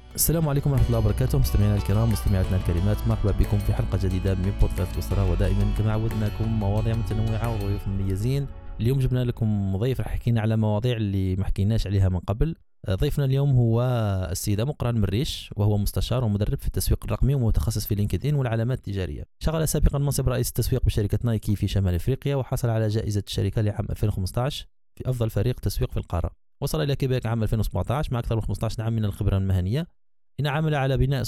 السلام عليكم ورحمة الله وبركاته. مستمعينا الكرام، مستمعاتنا الكريمات، مرحبا بكم في حلقة جديدة من بودكاست أسرة. ودائما كما عودناكم مواضيع متنوعة وضيوف مميزين. اليوم جبنا لكم ضيف راح يحكينا على مواضيع اللي ما حكيناش عليها من قبل. ضيفنا اليوم هو السيدة مقران مريش، وهو مستشار ومدرب في التسويق الرقمي ومتخصص في لينكدين والعلامات التجارية. شغل سابقا منصب رئيس التسويق بشركة نايكي في شمال أفريقيا، وحصل على جائزة الشركة لعام 2015 في أفضل فريق تسويق في القارة. وصل إلى كيبيك عام 2017 مع أكثر من 15 عام من الخبرة المهنية. إن عمل على بناء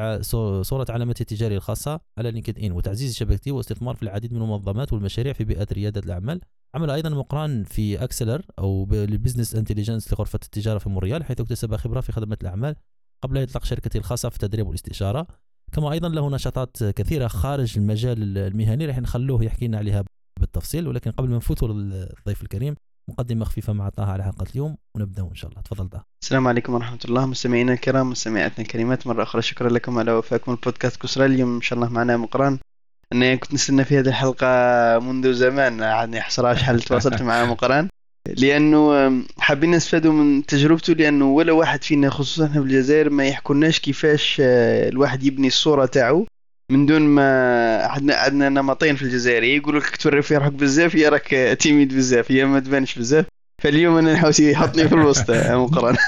صورة علامته التجارية الخاصة على لينكدين وتعزيز شبكته واستثمار في العديد من المنظمات والمشاريع في بيئة ريادة الأعمال. عمل أيضا مقران في أكسلر أو بالبزنس انتليجنس لغرفة التجارة في مونريال، حيث اكتسب خبرة في خدمة الأعمال قبل إطلاق شركته الخاصة في التدريب والاستشارة. كما أيضا له نشاطات كثيرة خارج المجال المهني راح نخلوه يحكينا عليها بالتفصيل. ولكن قبل ما نفوتوا للضيف الكريم، مقدمة خفيفة مع طه على حلقة اليوم ونبدأ إن شاء الله. تفضل طه. السلام عليكم ورحمة الله. مستمعينا الكرام، مستمعاتنا الكريمات، مرة أخرى شكرا لكم على وفاكم البودكاست كسرى. اليوم إن شاء الله معنا مقران. أنا كنت نستنى في هذه الحلقة منذ زمان، عادني حصراش حل تواصلت مع مقران لأنه حابين نستفادوا من تجربته، لأنه ولا واحد فينا خصوصا في الجزائر ما يحكوناش كيفاش الواحد يبني الصورة تاعو من دون ما عندنا نمطين في الجزائر. يقولوا لك توري في روحك بزاف، يا راك تيميد بزاف، يا ما تبانش بزاف. فاليوم انا نحاول يحطني في الوسط مقرن.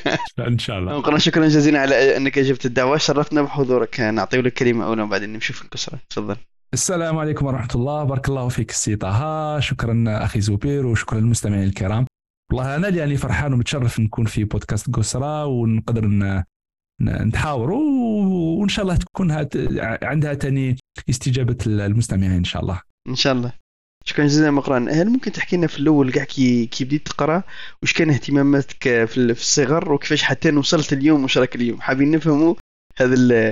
ان شاء الله. مقرن، شكرا جزيلا على انك اجبت الدعوه، شرفتنا بحضورك. نعطيو لك كلمه اولا وبعدين نمشي في الكسره. تفضل. السلام عليكم ورحمه الله، بارك الله فيك السي طه. شكرا اخي زبير، وشكرا للمستمعين الكرام. والله انا يعني فرحان ومتشرف نكون في بودكاست كسرى ونقدر نتحاوروا، وان شاء الله تكون عندها تاني استجابه المستمعين ان شاء الله. ان شاء الله. شكرا جزيلا مقران. هل ممكن تحكي لنا في الاول كاع كي بديت تقرا واش كان اهتماماتك في الصغر، وكيفاش حتى وصلت اليوم واش راك اليوم؟ حابين نفهموا هذا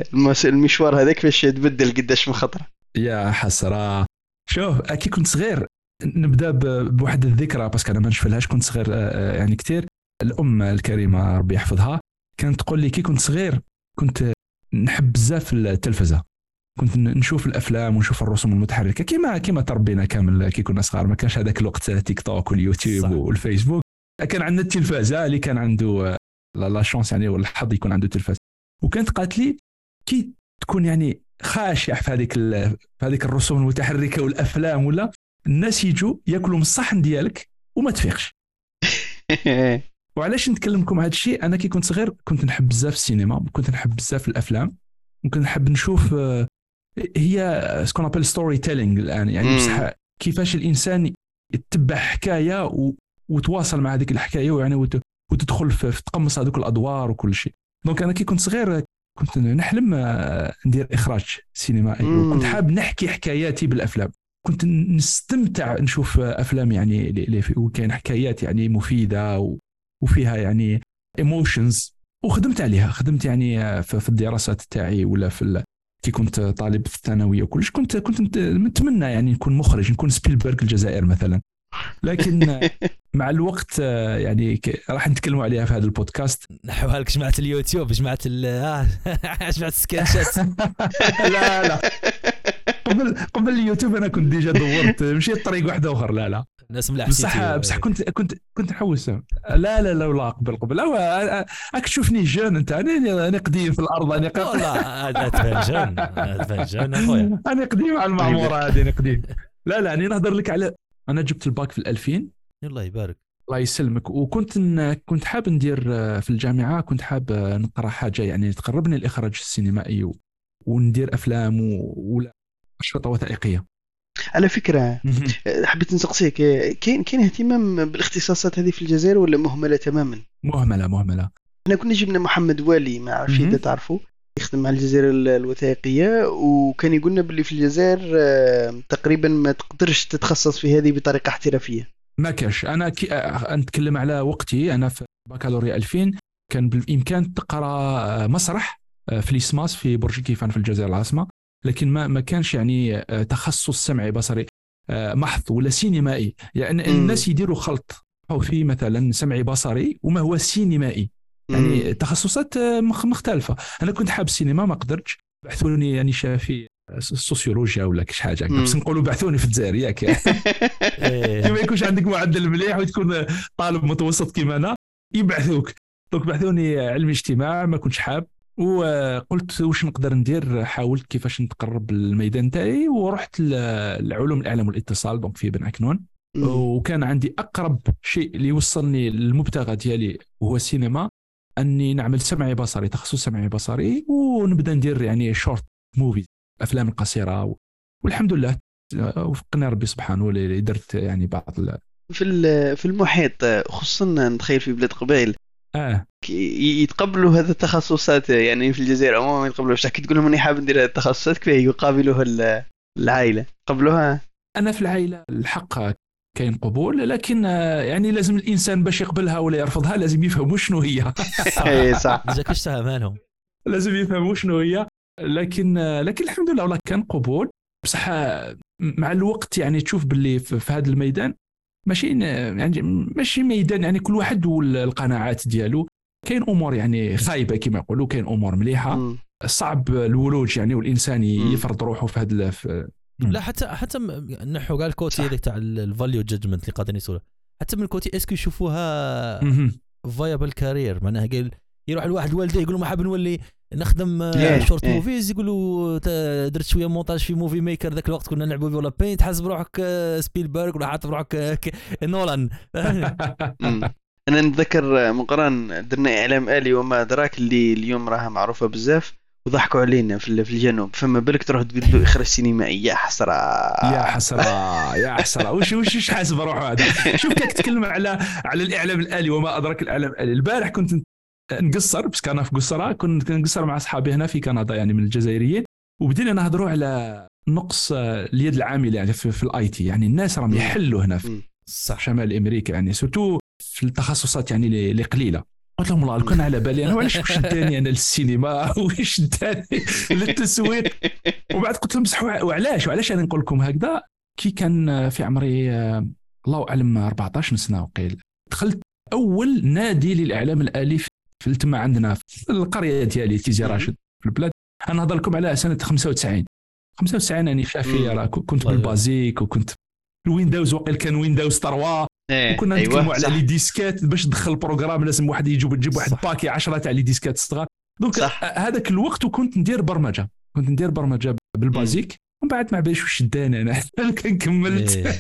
المشوار هذا كيفاش تبدل قداش من خطره. يا حسره، شوف كي كنت صغير نبدا بواحد الذكرى، باسكو انا ما نشفلهاش. كنت صغير يعني كتير. الام الكريمه ربي يحفظها كانت تقول لي كي كنت صغير كنت نحب بزاف التلفزه، كنت نشوف الافلام ونشوف الرسوم المتحركه كما تربينا كامل كي كنا صغار. ما كانش هذاك الوقت تيك توك واليوتيوب والفيسبوك. كان عندنا التلفازه اللي كان عنده لا شانس يعني والحظ يكون عنده تلفاز. وكانت قالت لي كي تكون يعني خاشع في هذيك الرسوم المتحركه والافلام، ولا الناس يجوا ياكلوا من الصحن ديالك وما تفيقش. وعلاش نتكلمكم هذا الشيء؟ انا كي كنت صغير كنت نحب بزاف السينما، كنت نحب بزاف الافلام، ممكن نحب نشوف هي سكون ابل ستوري تيلينج الان، يعني بصح كيفاش الانسان يتبع حكايه وتواصل مع هذيك الحكايه، ويعني وتدخل في تقمص هذوك الادوار وكل شيء. دونك انا كي كنت صغير كنت نحلم ندير اخراج سينمائي، وكنت حاب نحكي حكاياتي بالافلام. كنت نستمتع نشوف افلام يعني وكاين حكايات يعني مفيده وفيها يعني ايموشنز، وخدمت عليها. خدمت يعني في الدراسات تاعي ولا كي كنت طالب في الثانويه وكلش كنت متمنى يعني نكون مخرج، نكون سبيلبرغ الجزائر مثلا. لكن مع الوقت يعني راح نتكلموا عليها في هذا البودكاست. نحوها لك جماعه اليوتيوب، جماعه جماعه السكتشات. لا قبل اليوتيوب انا كنت ديجا دورت مشيت طريق واحده اخرى. لا الناس ملحسيتي بصح كنت نحوس. لا قبل راك تشوفني جون انت. انا قديم في الارض. والله تبان جون اخويا. انا قديم على المعموره هذه. انا قديم. لا انا نهضر لك على انا جبت الباك في 2000. الله يبارك. الله يسلمك. وكنت حاب ندير في الجامعه، كنت حاب نقرا حاجه يعني تقربني الاخراج السينمائي وندير افلام ولا أشرطة وثائقية. على فكرة حبيت نسقسيك، كاين اهتمام بالاختصاصات هذه في الجزائر ولا مهملة تماما؟ مهملة. احنا كنا جبنا محمد والي، ما عرفش إذا تعرفه، يخدم مع الجزائر الوثائقية، وكان يقولنا باللي في الجزائر تقريبا ما تقدرش تتخصص في هذه بطريقة احترافية. ما كاش. أنا نتكلم على وقتي. أنا في بكالوريا 2000 كان بالإمكان تقرأ مسرح في الإسماس في برج كيفان في الجزائر العاصمة، لكن ما كانش يعني تخصص سمعي بصري محض ولا سينمائي. يعني الناس يديروا خلط، أو في مثلا سمعي بصري وما هو سينمائي، يعني تخصصات مختلفة. أنا كنت حاب السينما، ما قدرتش. بحثوني يعني شافي السوسيولوجيا ولا كش حاجة، بس نقولوا بحثوني في الجزائر ياك. كما يكونش عندك معدل مليح وتكون طالب متوسط كيما أنا يبعثوك. دونك بعثوني علم اجتماع، ما كنتش حاب، وقلت واش نقدر ندير. حاولت كيفاش نتقرب للميدان تاعي ورحت لعلوم الاعلام والاتصال دونك في بن عكنون. وكان عندي اقرب شيء اللي يوصلني للمبتغى ديالي وهو السينما، اني نعمل سمعي بصري، تخصص سمعي بصري، ونبدا ندير يعني شورت موفي، افلام قصيره. والحمد لله وفقني ربي سبحانه اللي درت يعني بعض في المحيط خصوصا نتخيل في بلاد قبائل يتقبلوا هذا التخصصات. يعني في الجزائر عموما ما يتقبلوش. كي تقول لهم اني حاب ندير هذه التخصصات كيف يقابلوها العائله؟ قبلوها؟ انا في العائله الحق كاين قبول، لكن يعني لازم الانسان باش يقبلها ولا يرفضها لازم يفهموا شنو هي. صح. اذا كنت مالهم لازم يفهموا شنو هي. لكن الحمد لله والله كان قبول. بصح مع الوقت يعني تشوف باللي في هذا الميدان ماشي ميدان، يعني كل واحد والقناعات ديالو. كاين امور يعني خايبه كما يقولوا، كاين امور مليحه. صعب الولوج يعني والانسان يفرض روحه في هذا لا حتى نحو قال الكوتي هذيك تاع الفاليو جادجمنت اللي قاعدين يسولوا حتى من الكوتي اسكو يشوفوها فايبل كارير. معناها قال يروح الواحد والديه يقول له ما حاب نولي نخدم شورت موفيز، يقولوا درت شويه مونتاج في موفي ميكر. ذاك الوقت كنا نلعبوا ولا بينت، حاسب روحك سبيلبرغ ولا حاطب روحك نولان. انا نتذكر مقران درنا اعلام آلي وما ادراك اللي اليوم راها معروفه بزاف وضحكوا علينا في الجنوب. فما بالك تروح تقول له اخراج سينمائي؟ يا حسره يا حسره يا حسره. وش حاسب روحه هذا؟ شوف كيف تتكلم على الاعلام الآلي وما ادراك الاعلام الآلي. البارح كنت نقصر، بس كان في قصرة، كنت نقصر مع اصحابي هنا في كندا يعني من الجزائريين، وبدينا نهضروا على نقص اليد العامله يعني في الاي تي. يعني الناس راهم يحلوا هنا في شمال امريكا، يعني سورتو في التخصصات يعني اللي قليله. قلت لهم والله كان على بالي انا وعلاش واش نداني انا للسينما واش نداني للتسويق. وبعد قلت لهم بصح وعلاش انا نقول لكم هكذا. كي كان في عمري الله اعلم 14 سنه وقيل، دخلت اول نادي للاعلام الآلي في تما عندنا في القريه ديالي تيزي راشد في البلاد. انا نهضر لكم على سنه 95 يعني شافيه كنت بالبازيك وكنت الويندوز وقيل كان ويندوز 3 وكنا نتكلموا على لي ديسكات باش تدخل البروغرام لازم واحد تجيب واحد باكي 10 تاع لي ديسكات صغار. دونك هذاك الوقت وكنت ندير برمجه بالبازيك. ومن بعد ما باليش واش داني انا كملت.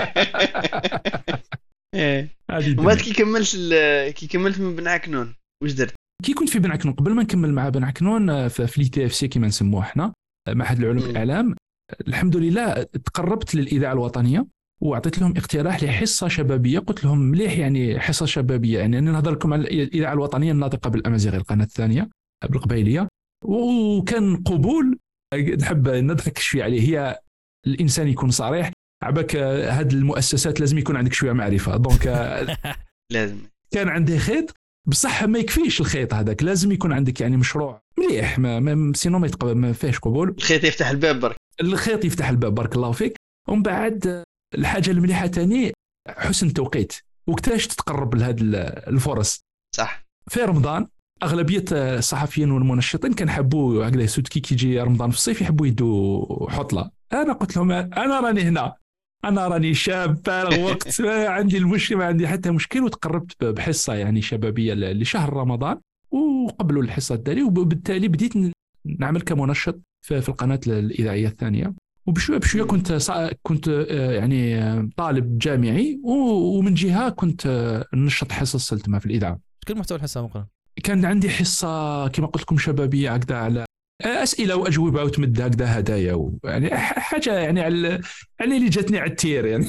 وبعد كي كملت من بن عكنون واش درت؟ كي كنت في بن عكنون قبل ما نكمل مع بن عكنون في لي تي اف سي كما نسموه احنا معهد العلوم الاعلام، الحمد لله تقربت للاذاعه الوطنيه واعطيت لهم اقتراح لحصه شبابيه. قلت لهم مليح يعني حصه شبابيه، يعني انا نهضر لكم على الاذاعه الوطنيه الناطقه بالامازيغيه القناه الثانيه بالقبيليه. وكان قبول. نحب نضحك شويه عليه، هي الانسان يكون صريح. عباك هاد المؤسسات لازم يكون عندك شويه معرفه. دونك لازم كان عندي خيط، بصح ما يكفيش الخيط هذاك، لازم يكون عندك يعني مشروع مليح. ما سينو ما فيهش قبول. الخيط يفتح الباب برك. الخيط يفتح الباب بارك الله فيك. ومن بعد الحاجه المليحه تاني حسن التوقيت، وقتاش تتقرب لهذه الفرص. صح. في رمضان اغلبيه الصحفيين والمنشطين كان حبوا هكذا سوت كي يجي رمضان في الصيف يحبوا يدوا حطله. انا قلت لهم انا راني هنا، انا راني شاب فارغ وقت، ما عندي المشكله، ما عندي حتى مشكل. وتقربت بحصه يعني شبابيه لشهر رمضان وقبلوا الحصه التالي، وبالتالي بديت نعمل كمنشط في القناه الاذاعيه الثانيه. وبشويه كنت يعني طالب جامعي، ومن جهه كنت نشط حصص سلتما في الاذاعه. كل محتوى الحصه مقرن كان عندي حصه كما قلت لكم شبابيه هكذا على اسئله واجوبه وتمد هكذا هدايا يعني حاجه يعني على اللي جاتني على التير يعني.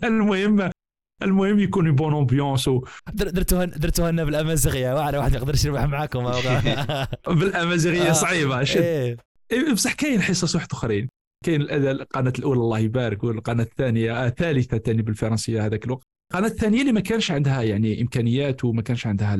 المهم يكون بون امبيونس. درتوها لنا بالامازيغيه، واحد ما يقدرش يربح معاكم. بالامازيغيه صعيبه بصح كاين حصص واحد اخرين. كاين القناه الاولى الله يبارك، والقناه الثانيه الثالثه ثاني بالفرنسيه هذاك الوقت. القناه الثانيه اللي ما كانش عندها يعني امكانيات وما كانش عندها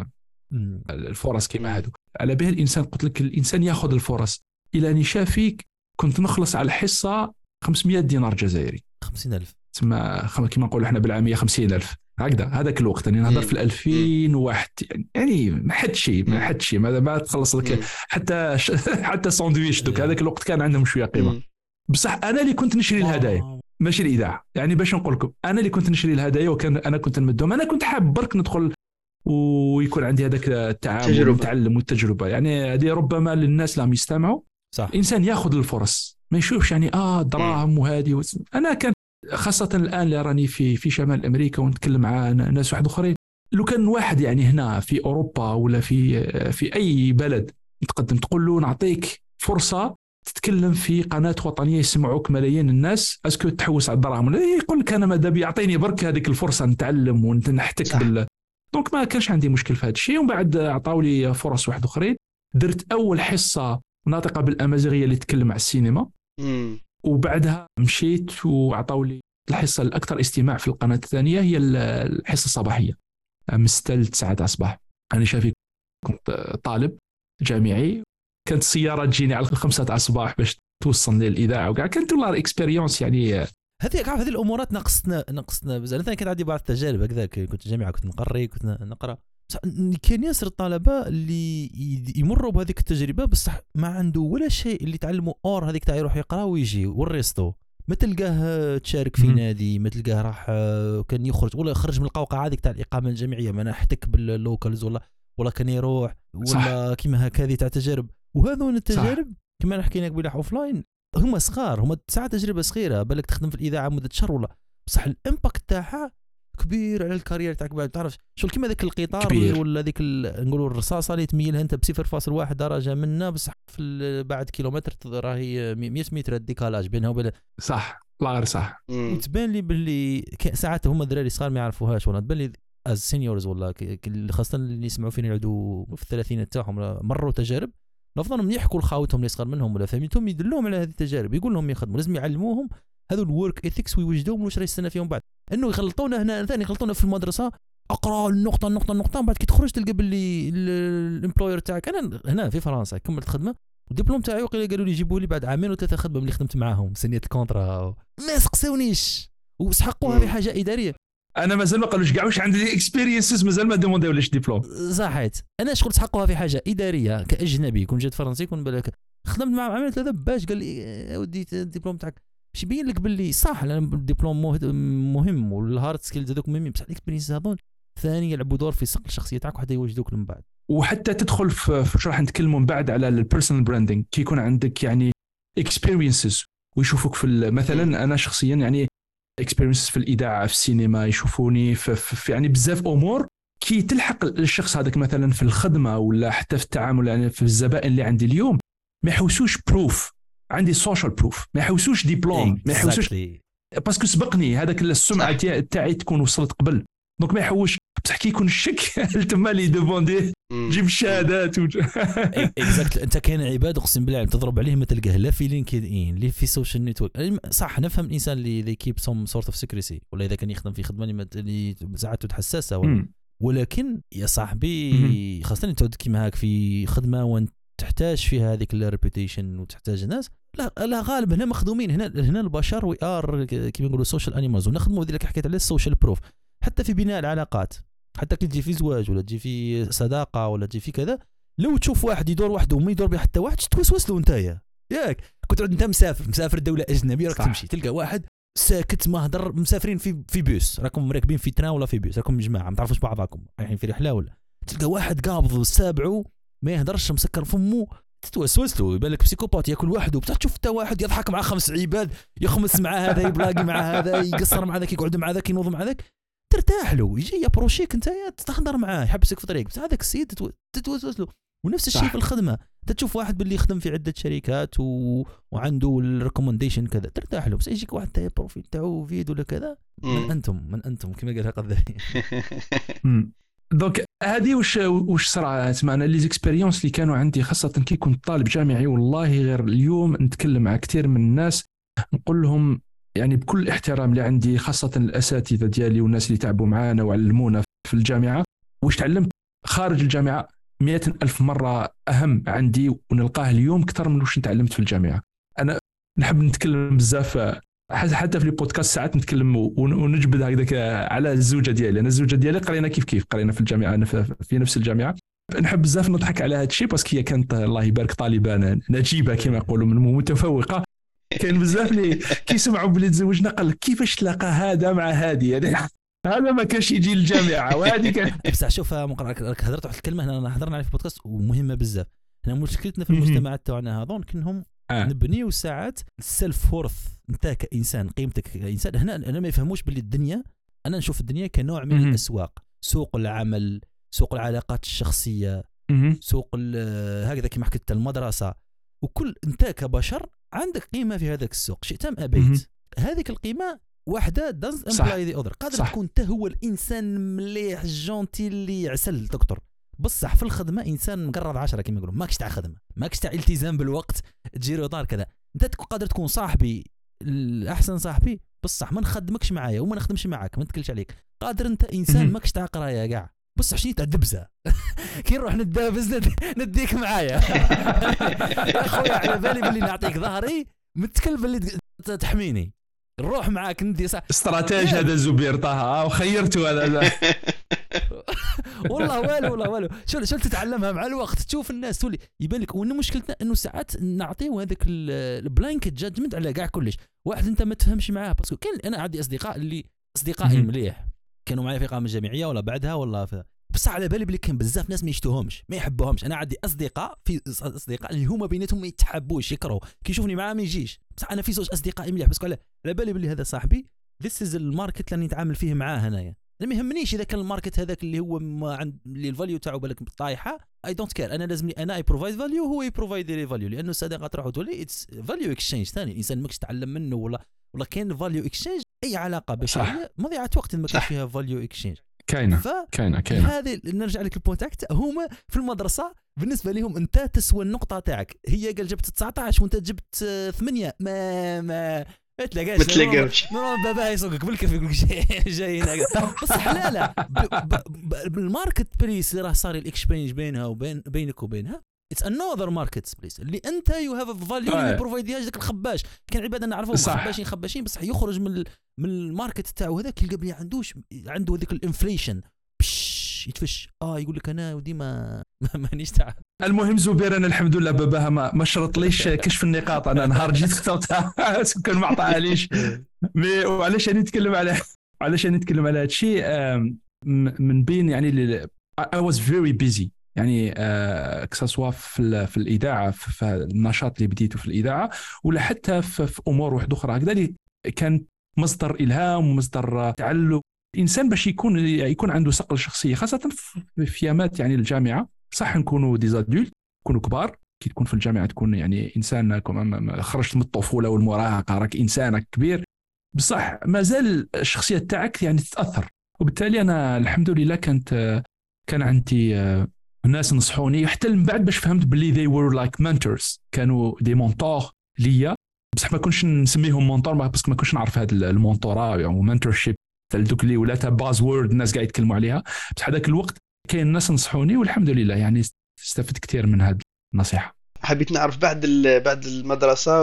الفرص كما هادو. على به الانسان قلت لك الانسان ياخذ الفرص. الى نشا فيك كنت نخلص على الحصه 500 دينار جزائري، 50,000 تسمى كما نقول احنا بالعاميه 50,000 هكذا. هذاك الوقت يعني نهضر في 2001 يعني ما حد شيء ما تخلص لك حتى ساندويتش دوك. هذاك الوقت كان عندهم شويه قيمه. بصح انا اللي كنت نشري الهدايا ماشي الاذاعه. يعني باش نقول لكم انا اللي كنت نشري الهدايا، وكان انا كنت نمدهم. انا كنت حاب برك ندخل ويكون عندي هذاك التعامل تجربة. والتعلم والتجربه. يعني هذه ربما للناس اللي عم يستمعوا، صح. الانسان ياخذ الفرص، ما يشوفش يعني دراهم وهذه انا كان خاصه الان اللي راني في شمال امريكا ونتكلم مع ناس واحد اخرين، لو كان واحد يعني هنا في اوروبا ولا في اي بلد متقدم تقول له نعطيك فرصه تتكلم في قناه وطنيه يسمعوك ملايين الناس، اسكو تحوس على الدراهم؟ يقول لك انا ماذا بي يعطيني برك هذيك الفرصه نتعلم ونحتك دونك ما كانش عندي مشكل في هذا الشيء. ومن بعد عطاو لي فرص واحد اخرين، درت اول حصه ناطقه بالامازيغيه اللي تتكلم على السينما، وبعدها مشيت وعطاو لي الحصه الاكثر استماع في القناه الثانيه هي الحصه الصباحيه من 6 ل 9 الصباح. انا شافي كنت طالب جامعي، كانت السياره تجيني على 5 الصباح باش توصلني للاذاعه، وكاع كانت والله اكسبيريونس يعني. هذه الامورات نقصتنا بزاف. مثلا كانت عندي بعض التجارب هكذاك، كنت جامعه كنت كنت نقرا، كان ياسر الطلبه اللي يمروا بهذيك التجربه بصح ما عنده ولا شيء اللي تعلموا اور هذيك تاع يروح يقرا ويجي والريستو، ما تلقاه تشارك في نادي، ما تلقاه راح كان يخرج ولا يخرج من القوقعه هذيك تاع الاقامه الجامعيه، ما نحتك باللوكالز ولا كان يروح ولا كيما هكذا تاع تجارب. وهذون التجارب كما حكينا قبيله اوفلاين هما صغار، هما ساعات تجربه صغيره، بالك تخدم في الاذاعه مده شهر ولا بصح الامباكت تاعها كبير على الكارير تاعك. بعد تعرف شغل كيما ذاك القطار ولا ذيك نقولوا الرصاصه اللي تميلها انت ب 0.1 درجه منها، بصح في بعد كيلومتر راهي 100 متر ديكالاج بينها وبين. صح لا غير صح. وتبان لي باللي ساعات هما الدراري صغار ما يعرفوهاش، ولا تبان لي از سينيورز ولا خاصه اللي يسمعوا فينا يعودوا في الثلاثينات تاعهم مروا تجارب، نفضلهم يحكوا لخاوتهم اللي صغار منهم ولا فهمتهم يدلوهم على هذه التجارب، يقول لهم يخدموا، لازم يعلموهم هذو الورك ايثكس ويوجدوهم واش راهي يستنى فيهم بعد. انه يغلطونا هنا ثاني يغلطونا في المدرسه، اقرا النقطه بعد كي تخرج تلقى باللي الامبلوير تاعك. انا هنا في فرنسا كملت خدمه والدبلوم تاعي قالوا لي جيبوه لي بعد 2 و3 خدمه ملي خدمت معاهم سنيه الكونترا، ما سقسونيش وسحقوا هذه حاجه اداريه. انا مازال ما قالوش كاع واش عندي اكسبيرينسز، مازال ما دومونداوليش ديبلوم. صحيت انا شغل سحقوها في حاجه اداريه كاجنبي، كون جيت فرنسي كون بالك خدمت معاه عملت 3 باش قال لي ودي الدبلوم تاعك باش يبين لك باللي صح الدبلوم مهم والهارد سكيلز هذوك مهمين، بصح الاكسبيرينس هذول ثاني يلعبوا دور في صقل الشخصيه تاعك وحتى يوجدوك من بعد. وحتى تدخل في واش راح نتكلموا من بعد على البيرسونال براندينغ، كي يكون عندك يعني اكسبيرينسز ويشوفوك في مثلا انا شخصيا يعني اكسبيرينسز في الاذاعه في السينما، يشوفوني في يعني بزاف امور كي تلحق الشخص هذاك مثلا في الخدمه ولا حتى في التعامل يعني في الزبائن اللي عندي اليوم، ما يحوسوش بروف، عندي سوشيال بروف، ما يحوسوش ديبلوم، ما يحوسوش باسكو سبقني هذاك السمعه تاعي تكون وصلت قبل، دونك ما يحوش. بصح كي يكون الشك تما اللي دوفوندي جيب الشهادات اكزاكت. انت كاين عباد اقسم بالله تضرب عليه ما تلقاه لا في لينكدين لا في سوشيال نيتورك. صح نفهم الانسان اللي كيب سوم سورت اوف سيكريسي ولا اذا كان يخدم في خدمه اللي ساعات حساسه ولكن يا صاحبي خاصه انت كيما هاك في خدمه وانت تحتاج فيها هذيك الريبيوتيشن وتحتاج ناس، لا غالب هنا مخدومين، هنا البشر وي ار كيما نقولوا سوشيال انيمالز، ونخدموا ذيك حكيت على السوشيال بروف حتى في بناء العلاقات، حتى كي تجي في زواج ولا تجي في صداقه ولا تجي في كذا، لو تشوف واحد يدور وحده وما يدور به حتى واحد توسوس له نتايا ياك كنت انت مسافر دوله اجنبيه راك تمشي تلقى واحد ساكت ما هضر، مسافرين في بيس راكم مركبين في تران ولا في بيس راكم جماعه ما تعرفوش بعضاكم رايحين في رحله ولا تلقى واحد قابض سابعه ما يهدرش مسكر فمه تتوسوس له يبان لك بسيكوبات ياكل وحده، بصح تشوف حتى واحد يضحك مع 5 عباد يخمس مع هذا يبلاقي مع هذا يقصر مع ذاك يقعد مع ذاك ينوض مع ذاك ترتاح له، يجي يبروشيك انت تحضر معاه يحبسك في طريق، بس هذاك السيد تتوسوس له. ونفس الشيء في الخدمه، انت تشوف واحد باللي يخدم في عده شركات وعنده الريكومنديشن كذا ترتاح له، بس يجيك واحد تاع بروفيل تاعو فيديو ولا كذا من انتم كما قالها قذافي. دونك هذه واش صرا معنا لي زيكسبيريونس اللي كانوا عندي خاصه كي كنت طالب جامعي. والله غير اليوم نتكلم مع كثير من الناس نقول لهم يعني بكل احترام اللي عندي خاصه الاساتذه ديالي والناس اللي تعبوا معانا وعلمونا في الجامعه، واش تعلمت خارج الجامعه 100,000 مرة أهم عندي ونلقاه اليوم أكثر من واش تعلمت في الجامعة. أنا نحب نتكلم بزاف حتى في البودكاست ساعات نتكلم ونجبد هكذاك على الزوجة ديالي. أنا الزوجة ديالي قرينا كيف قرينا في الجامعة، أنا في نفس الجامعة. نحب بزاف نضحك على هذا الشيء باسكو هي كانت الله يبارك طالبة نجيبة كما يقولوا من متفوقة. كان بزاف اللي كيسمعوا بلي تزوجنا قال كيفاش تلاقى هذا مع هذه يعني هذا ما كانش يجي للجامعه وهذه كان. بصح شوف راك هضرت واحد الكلمه هنا حضرنا عليها في البودكاست ومهمه بزاف. هنا مشكلتنا في المجتمعات تاعنا هذون كنهم نبنيو ساعات السيلف فورث نتاع كإنسان، قيمتك كإنسان. هنا أنا ما يفهموش باللي الدنيا، أنا نشوف الدنيا كنوع من الأسواق، سوق العمل، سوق العلاقات الشخصية، سوق هكذا كما حكيت المدرسة، وكل أنت كبشر عندك قيمة في هذاك السوق شئت أم أبيت. هذيك القيمة واحدة doesn't imply the other. قادر تكون أنت هو الإنسان مليح جونتي اللي عسل دكتور، بصح في الخدمة إنسان مقرض 10 كما يقولون، ماكش تاع خدمة، ماكش تاع التزام بالوقت، تجيري وطار كذا. أنت قادر تكون صاحبي الأحسن صاحبي، بصح ما نخدمكش معايا وما نخدمش معاك، ما نتكلش عليك. قادر أنت إنسان ماكش تاع قراية كاع، بصح شنو تاع دبزة كي نروح ندابز نديك معايا يا خويا على بالي باللي نعطيك ظهري متكلف اللي تحميني، نروح معاك ندي استراتيج هذا زبير طه وخيرته هذا والله والو شو تتعلمها مع الوقت، تشوف الناس تولي يبان لك. وان مشكلتنا انه ساعات نعطيو هذاك البلانكت جادجمنت على كاع كلش. واحد انت ما تفهمش معاه، باسكو كان انا عندي اصدقائي مليح كانوا معايا في اقامه جامعيه ولا بعدها ولا بصح على بالي بلي كان بزاف ناس ما يشتوهمش ما يحبوهمش. انا عندي اصدقاء اللي هما بيناتهم ما يتحبوش يكرهوا، كي يشوفني معاه ما يجيش. بصح انا في زوج اصدقائي مليح، باسكو على بالي بلي هذا صاحبي، ذيس از الماركت اللي نتعامل فيه معاه هنايا. انا ما يهمنيش اذا كان الماركت هذاك اللي هو ما عند اللي الفاليو تاعو بالك طايحه، اي دونت كير. انا لازمني انا اي بروفايد فاليو وهو يبروفايد لي فاليو، لانه الصداقه تروح وتولي اتس فاليو اكسشينج ثاني. الانسان ماكش تتعلم منه ولا كاين فاليو اكسشينج. اي علاقه بشريه مضيعه وقت ما كان فيها فاليو اكسشينج كاينه. هذه نرجع لك البوينت هما في المدرسه بالنسبه لهم انت تسوى النقطه تاعك. هي قال جبت 19 وانت جبت 8 ما تلاقاش بابا يسوقك بالكيف يقول جاي هنا. بصح لا بالماركت بليس اللي راه صار الاكسشينج بينها بينك وبينها، اتس انذر ماركت بليس اللي انت يو هاف فاليو اللي بروفايديها داك الخباش. كان عباد نعرفوهم خباشين بصح يخرج من الماركت تاعو هذاك يلقى بلي عنده هذيك الانفليشن يتفش يقول لك انا وديما مانيش تاع. المهم زبير انا الحمد لله باباها ما شرطليش كشف النقاط. انا نهار جيت اخترتها كان ما عطاهاليش. وعلاش نتكلم على هذا الشيء من بين يعني I was very busy يعني كسوا في الاذاعه في النشاط اللي بديته في الاذاعه ولا حتى في امور واحده اخرى هكذا كان مصدر الهام ومصدر تعلم الانسان باش يكون عنده صقل شخصيه، خاصه في يامات يعني الجامعه. صح نكونوا ديزادولت نكونوا كبار، كي تكون في الجامعه تكون يعني انسان خرجت من الطفوله والمراهقه راك انسان كبير، بصح مازال الشخصيه تاعك يعني تتاثر. وبالتالي انا الحمد لله كان عندي الناس نصحوني حتى من بعد باش فهمت باللي they were like mentors، كانوا دي مونتور ليا، بصح ما كنتش نسميهم مونتور باسكو ما كنتش نعرف هذا المونتورا او منتورشيب تاع دوك اللي ولا باز وورد الناس قاعد يتكلموا عليها. بصح هذاك الوقت كاين الناس نصحوني والحمد لله يعني استفدت كثير من هذه النصيحه. حبيت نعرف بعد المدرسه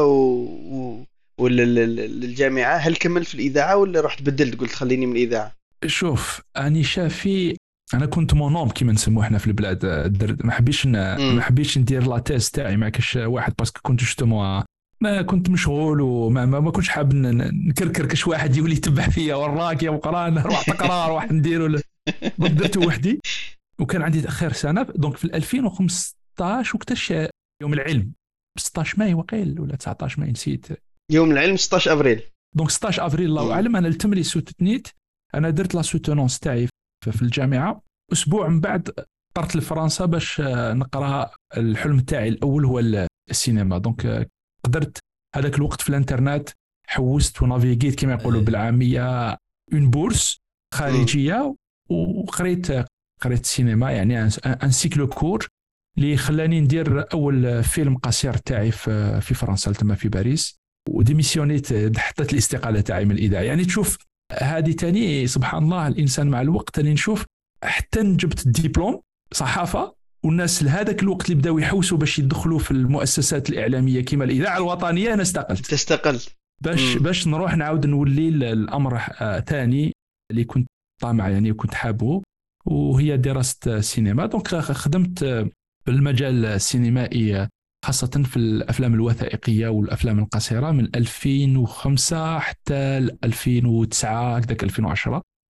والجامعه هل كمل في الاذاعه ولا رحت بدلت قلت خليني من الاذاعه؟ شوف اني شافي انا كنت مونوم كيما نسموه احنا في البلاد ما حبيتش ندير لا تيست تاعي مع كاش واحد باسكو كنت جوستومون ما كنت مشغول وما كنتش حاب نكركر كاش واحد يقول لي تبع فيا وراك يا مقران روح تقرا روح نديروا درته وحدي. وكان عندي تاخير سنه دونك في 2015 وقتاش يوم العلم 16 ماي وقيل ولا 19 ماي نسيت يوم العلم 16 ابريل دونك 16 ابريل الله اعلم. انا التم لي سوتنيت انا درت لا سوتونونس تاعي في الجامعه. اسبوع من بعد طرت لفرنسا باش نقرا الحلم تاعي الاول هو السينما. دونك قدرت هذاك الوقت في الانترنت حوست ونافيغيت كما يقولوا بالعاميه اون بورس خارجيه وقريت السينما يعني ان سيكلو كور اللي خلاني ندير اول فيلم قصير تاعي في فرنسا تما في باريس وديميسيونيت حطيت الاستقاله تاعي من الاذاعه. يعني تشوف هذه تاني سبحان الله الانسان مع الوقت اللي نشوف حتى جبت الدبلوم صحافه والناس لهذاك الوقت اللي بداو يحوسوا باش يدخلوا في المؤسسات الاعلاميه كما الاذاعه الوطنيه انا استقلت باش نروح نعاود نولي الامر ثاني اللي كنت طامع يعني وكنت حابه وهي دراسه السينما. دونك خدمت بالمجال السينمائي خاصه في الافلام الوثائقيه والافلام القصيره من 2005 حتى 2009 هكذاك 2010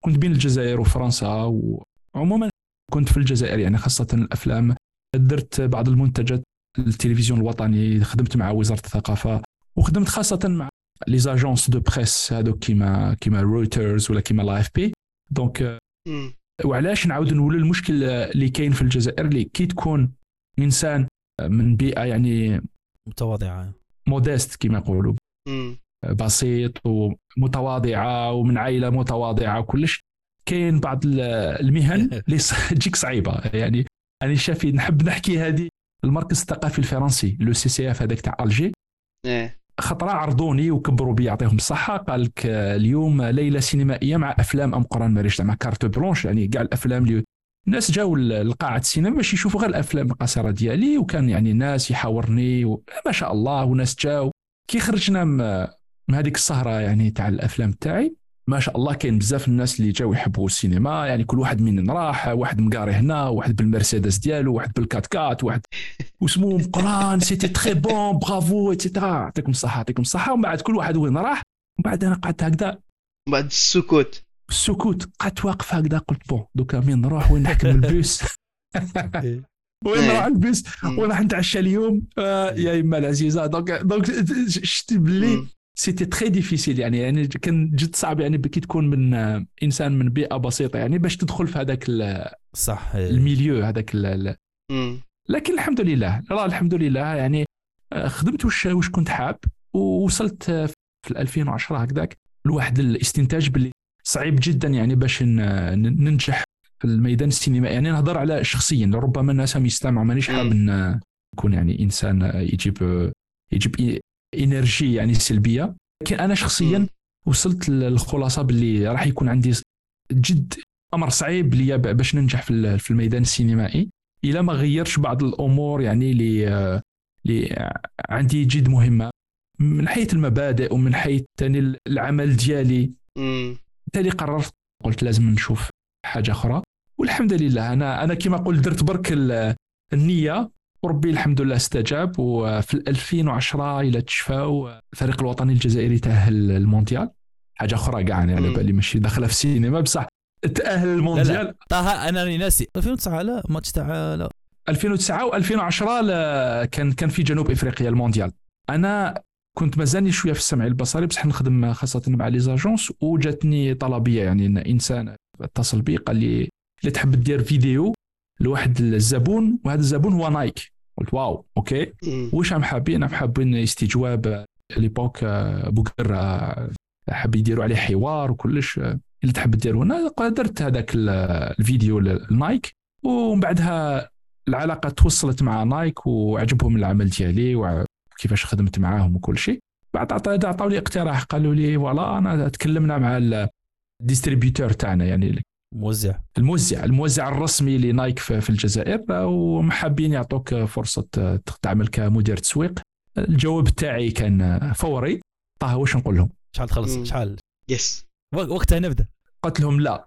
كنت بين الجزائر وفرنسا، وعموما كنت في الجزائر يعني خاصة الأفلام. درت بعض المنتجات التلفزيون الوطني، خدمت مع وزارة الثقافة، وخدمت خاصة مع لي زاجونس دو بريس هذوك كيما رويترز ولا كيما لايف بي. دونك وعلاش نعاود نقول المشكل اللي كاين في الجزائر، اللي كي تكون إنسان من بيئة يعني متواضعة مودست كيما يقولوا، بسيط ومتواضعة ومن عائلة متواضعة وكلش، كاين بعض المهن اللي تجيك صعيبة. يعني أنا شافي نحب نحكي هذه المركز الثقافي الفرنسي لو سي سي اف هذاك تاع ألجي، خطرة عرضوني وكبروا بي يعطيهم الصحة، قال لك اليوم ليلة سينمائية مع أفلام أم قران ماريش مع كارت بلونش، يعني كاع الأفلام اللي الناس جاوا لقاعة السينما باش يشوفوا غير الأفلام القصيرة ديالي، وكان يعني الناس يحاورني ما شاء الله، وناس جاوا كي خرجنا من هذيك السهرة يعني تاع الأفلام تاعي، ما شاء الله كاين بزاف الناس اللي جاوا يحبوا السينما، يعني كل واحد من راح، واحد مقاري هنا، واحد بالمرسيدس ديالو، واحد بالكات كات، واحد واسمهم قران سيتي تري بون برافو ايتترا، يعطيكم الصحة يعطيكم الصحة. ومن بعد كل واحد وين راح، ومن بعد أنا قعدت هكذا بعد السكوت قعدت واقف هكذا، قلت بون دوكا مين نروح وين نحكم البيس وين نروح البيس وين راح نتعشى اليوم يا إما العزيزة. دونك شتي بلي سيتي تري ديفيسيل، يعني كان جد صعب يعني كي تكون من انسان من بيئه بسيطه يعني باش تدخل في هذاك صح الميليو هذاك لكن الحمد لله يعني خدمت واش كنت حاب، ووصلت في 2010 هكذاك لواحد الاستنتاج باللي صعيب جدا يعني باش ننجح في الميدان السينمائي. يعني نهضر على شخصيا، ربما الناس هم يستمعوا مانيش حاب نكون يعني انسان يجيب إنرجي يعني سلبية، لكن أنا شخصيا وصلت للخلاصة باللي راح يكون عندي جد أمر صعيب لي باش ننجح في الميدان السينمائي إلا ما غيرش بعض الأمور يعني اللي عندي جد مهمة من حيث المبادئ ومن حيث تاني العمل ديالي. بالتالي قررت قلت لازم نشوف حاجة أخرى، والحمد لله أنا كما قلت درت برك النية وربي الحمد لله استجاب. وفي 2010 إلى تشفاو الفريق الوطني الجزائري تأهل المونديال، حاجة أخرى قاع يعني على بالي ماشي داخلة في السينما بصح تأهل المونديال. لا طه أنا ناسي 2009 لا ماتش تاع 2009 و2010 كان في جنوب إفريقيا المونديال. أنا كنت مازالني شوية في السمع البصري بصح نخدم خاصة مع لي زاجونس، وجاتني طلبية يعني إن إنسان اتصل بي قال لي اللي تحب دير فيديو لواحد الزبون، وهذا الزبون هو نايك. قلت واو اوكي واش حابين استجواب ليبوك بوكر حاب يديروا عليه حوار وكلش اللي تحب ديروا. انا قدرت هذاك الفيديو لنايك، ومن بعدها العلاقه توصلت مع نايك وعجبهم العمل ديالي وكيفاش خدمت معاهم وكل شيء. بعد عطاو لي اقتراح، قالوا لي فوالا انا تكلمنا مع الديستريبيوتور تاعنا يعني الموزع الرسمي لنايك في الجزائر، ومحابين يعطوك فرصة تعمل كمدير تسويق. الجواب تاعي كان فوري، طه واش نقول لهم شحال تخلص شحال يس وقتها نبدأ. قلت لهم لا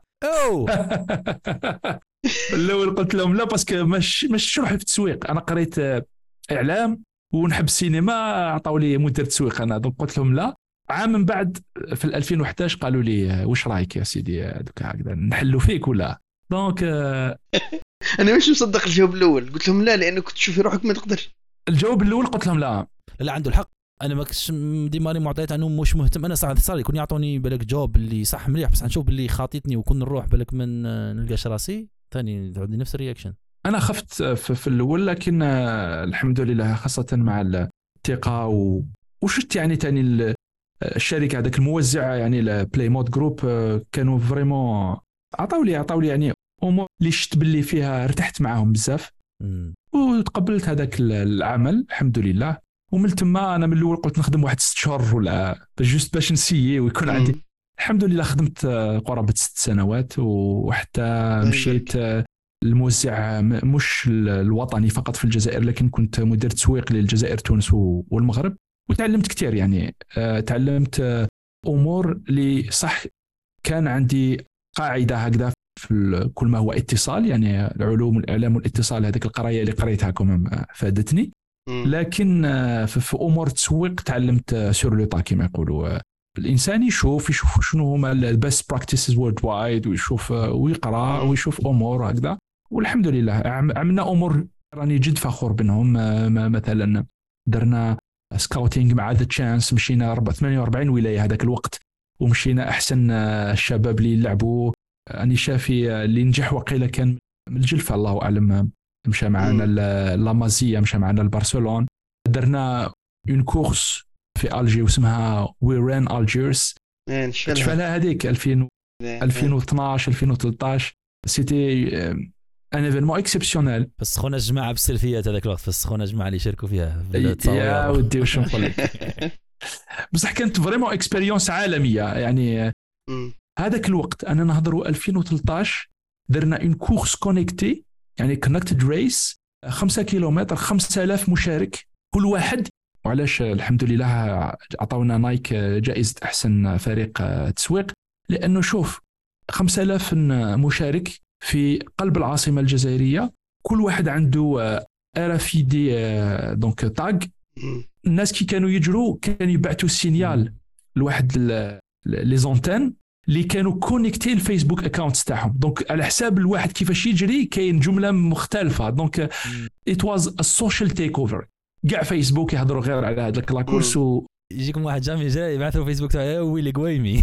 الأول قلت لهم لا باسكو مش روحي في التسويق، أنا قريت إعلام ونحب السينما، عطاو لي مدير تسويق أنا. دونك قلت لهم لا. عام من بعد في 2011 قالوا لي واش رايك يا سيدي دوكا هكذا نحلوا فيك ولا. دونك انا مش مصدق الجواب الاول، قلت لهم لا لانه كنت تشوفي روحك ما تقدرش. الجواب الاول قلت لهم لا عنده الحق، انا ما كنتش ديما معطيت عنه مش مهتم. انا صار يكون يعطوني بالك جواب اللي صح مليح، بس نشوف باللي خاطيتني وكون نروح بالك من نلقاش راسي ثاني عندي نفس الرياكشن. انا خفت في الاول، لكن الحمد لله خاصه مع الثقه وشفت يعني ثاني الشركه هذاك الموزع يعني البلاي مود جروب كانوا فريمون عطاو لي يعني امور اللي شفت باللي فيها ارتحت معاهم بزاف وتقبلت هذاك العمل الحمد لله. ومن ثم انا من الاول قلت نخدم واحد 6 شهور ولا جوست باش نسيي ويكون عندي. الحمد لله خدمت قرابه 6 سنوات، وحتى مشيت الموزع مش الوطني فقط في الجزائر، لكن كنت مدير تسويق للجزائر تونس والمغرب، وتعلمت كثير يعني. تعلمت امور اللي صح كان عندي قاعده هكذا في كل ما هو اتصال، يعني العلوم والاعلام والاتصال هذيك القرايه اللي قريتها كم فادتني. لكن في امور التسويق تعلمت سور لو طا كما يقولوا، الانسان يشوف شنو هما البيست براكتيسز وورلد وايد، ويشوف ويقرا ويشوف امور هكذا. والحمد لله عملنا امور راني جد فخور بهم. مثلا درنا سكاوتينج مع ذا تشانس، مشينا 48 ولايه هذاك الوقت، ومشينا احسن الشباب اللي يلعبوا. اني شافي اللي نجح وقيله كان من الجلفه الله اعلم، مشى معنا لامازيا، مشى معنا لبرشلونه. درنا اون كورس في الجي واسمها وي ران الجيرس، تشفالها هذيك 2012 2013. سيتي ان ايفينمون اكسبسيونيل. فسخونا الجماعه بالسيلفيات هذاك الوقت، فسخونا الجماعه اللي يشاركوا فيها يا ودي واش نقول لك. بصح كانت فريمون اكسبيريونس عالميه يعني. هذاك الوقت انا نهضروا 2013 درنا اون كورس كونيكتي، يعني كونكتد ريس 5 كيلومتر 5000 مشارك كل واحد. وعلاش الحمد لله عطاونا نايك جائزة أحسن فريق تسويق؟ لأنه شوف 5000 مشارك في قلب العاصمة الجزائرية، كل واحد عنده RFID دونك تاج. الناس كي كانوا يجروا كانوا يبعثوا السينيال لواحد لي زونتين اللي كانوا كونيكتي الفيسبوك اكاونتس تاعهم. دونك على حساب الواحد كيفاش يجري كاين جملة مختلفة. دونك it was a social takeover. كاع فيسبوك يهضروا غير على هذاك لاكورس. يجيكم واحد جامي يجري يبعثوا فيسبوك تاعه ويلي قويمي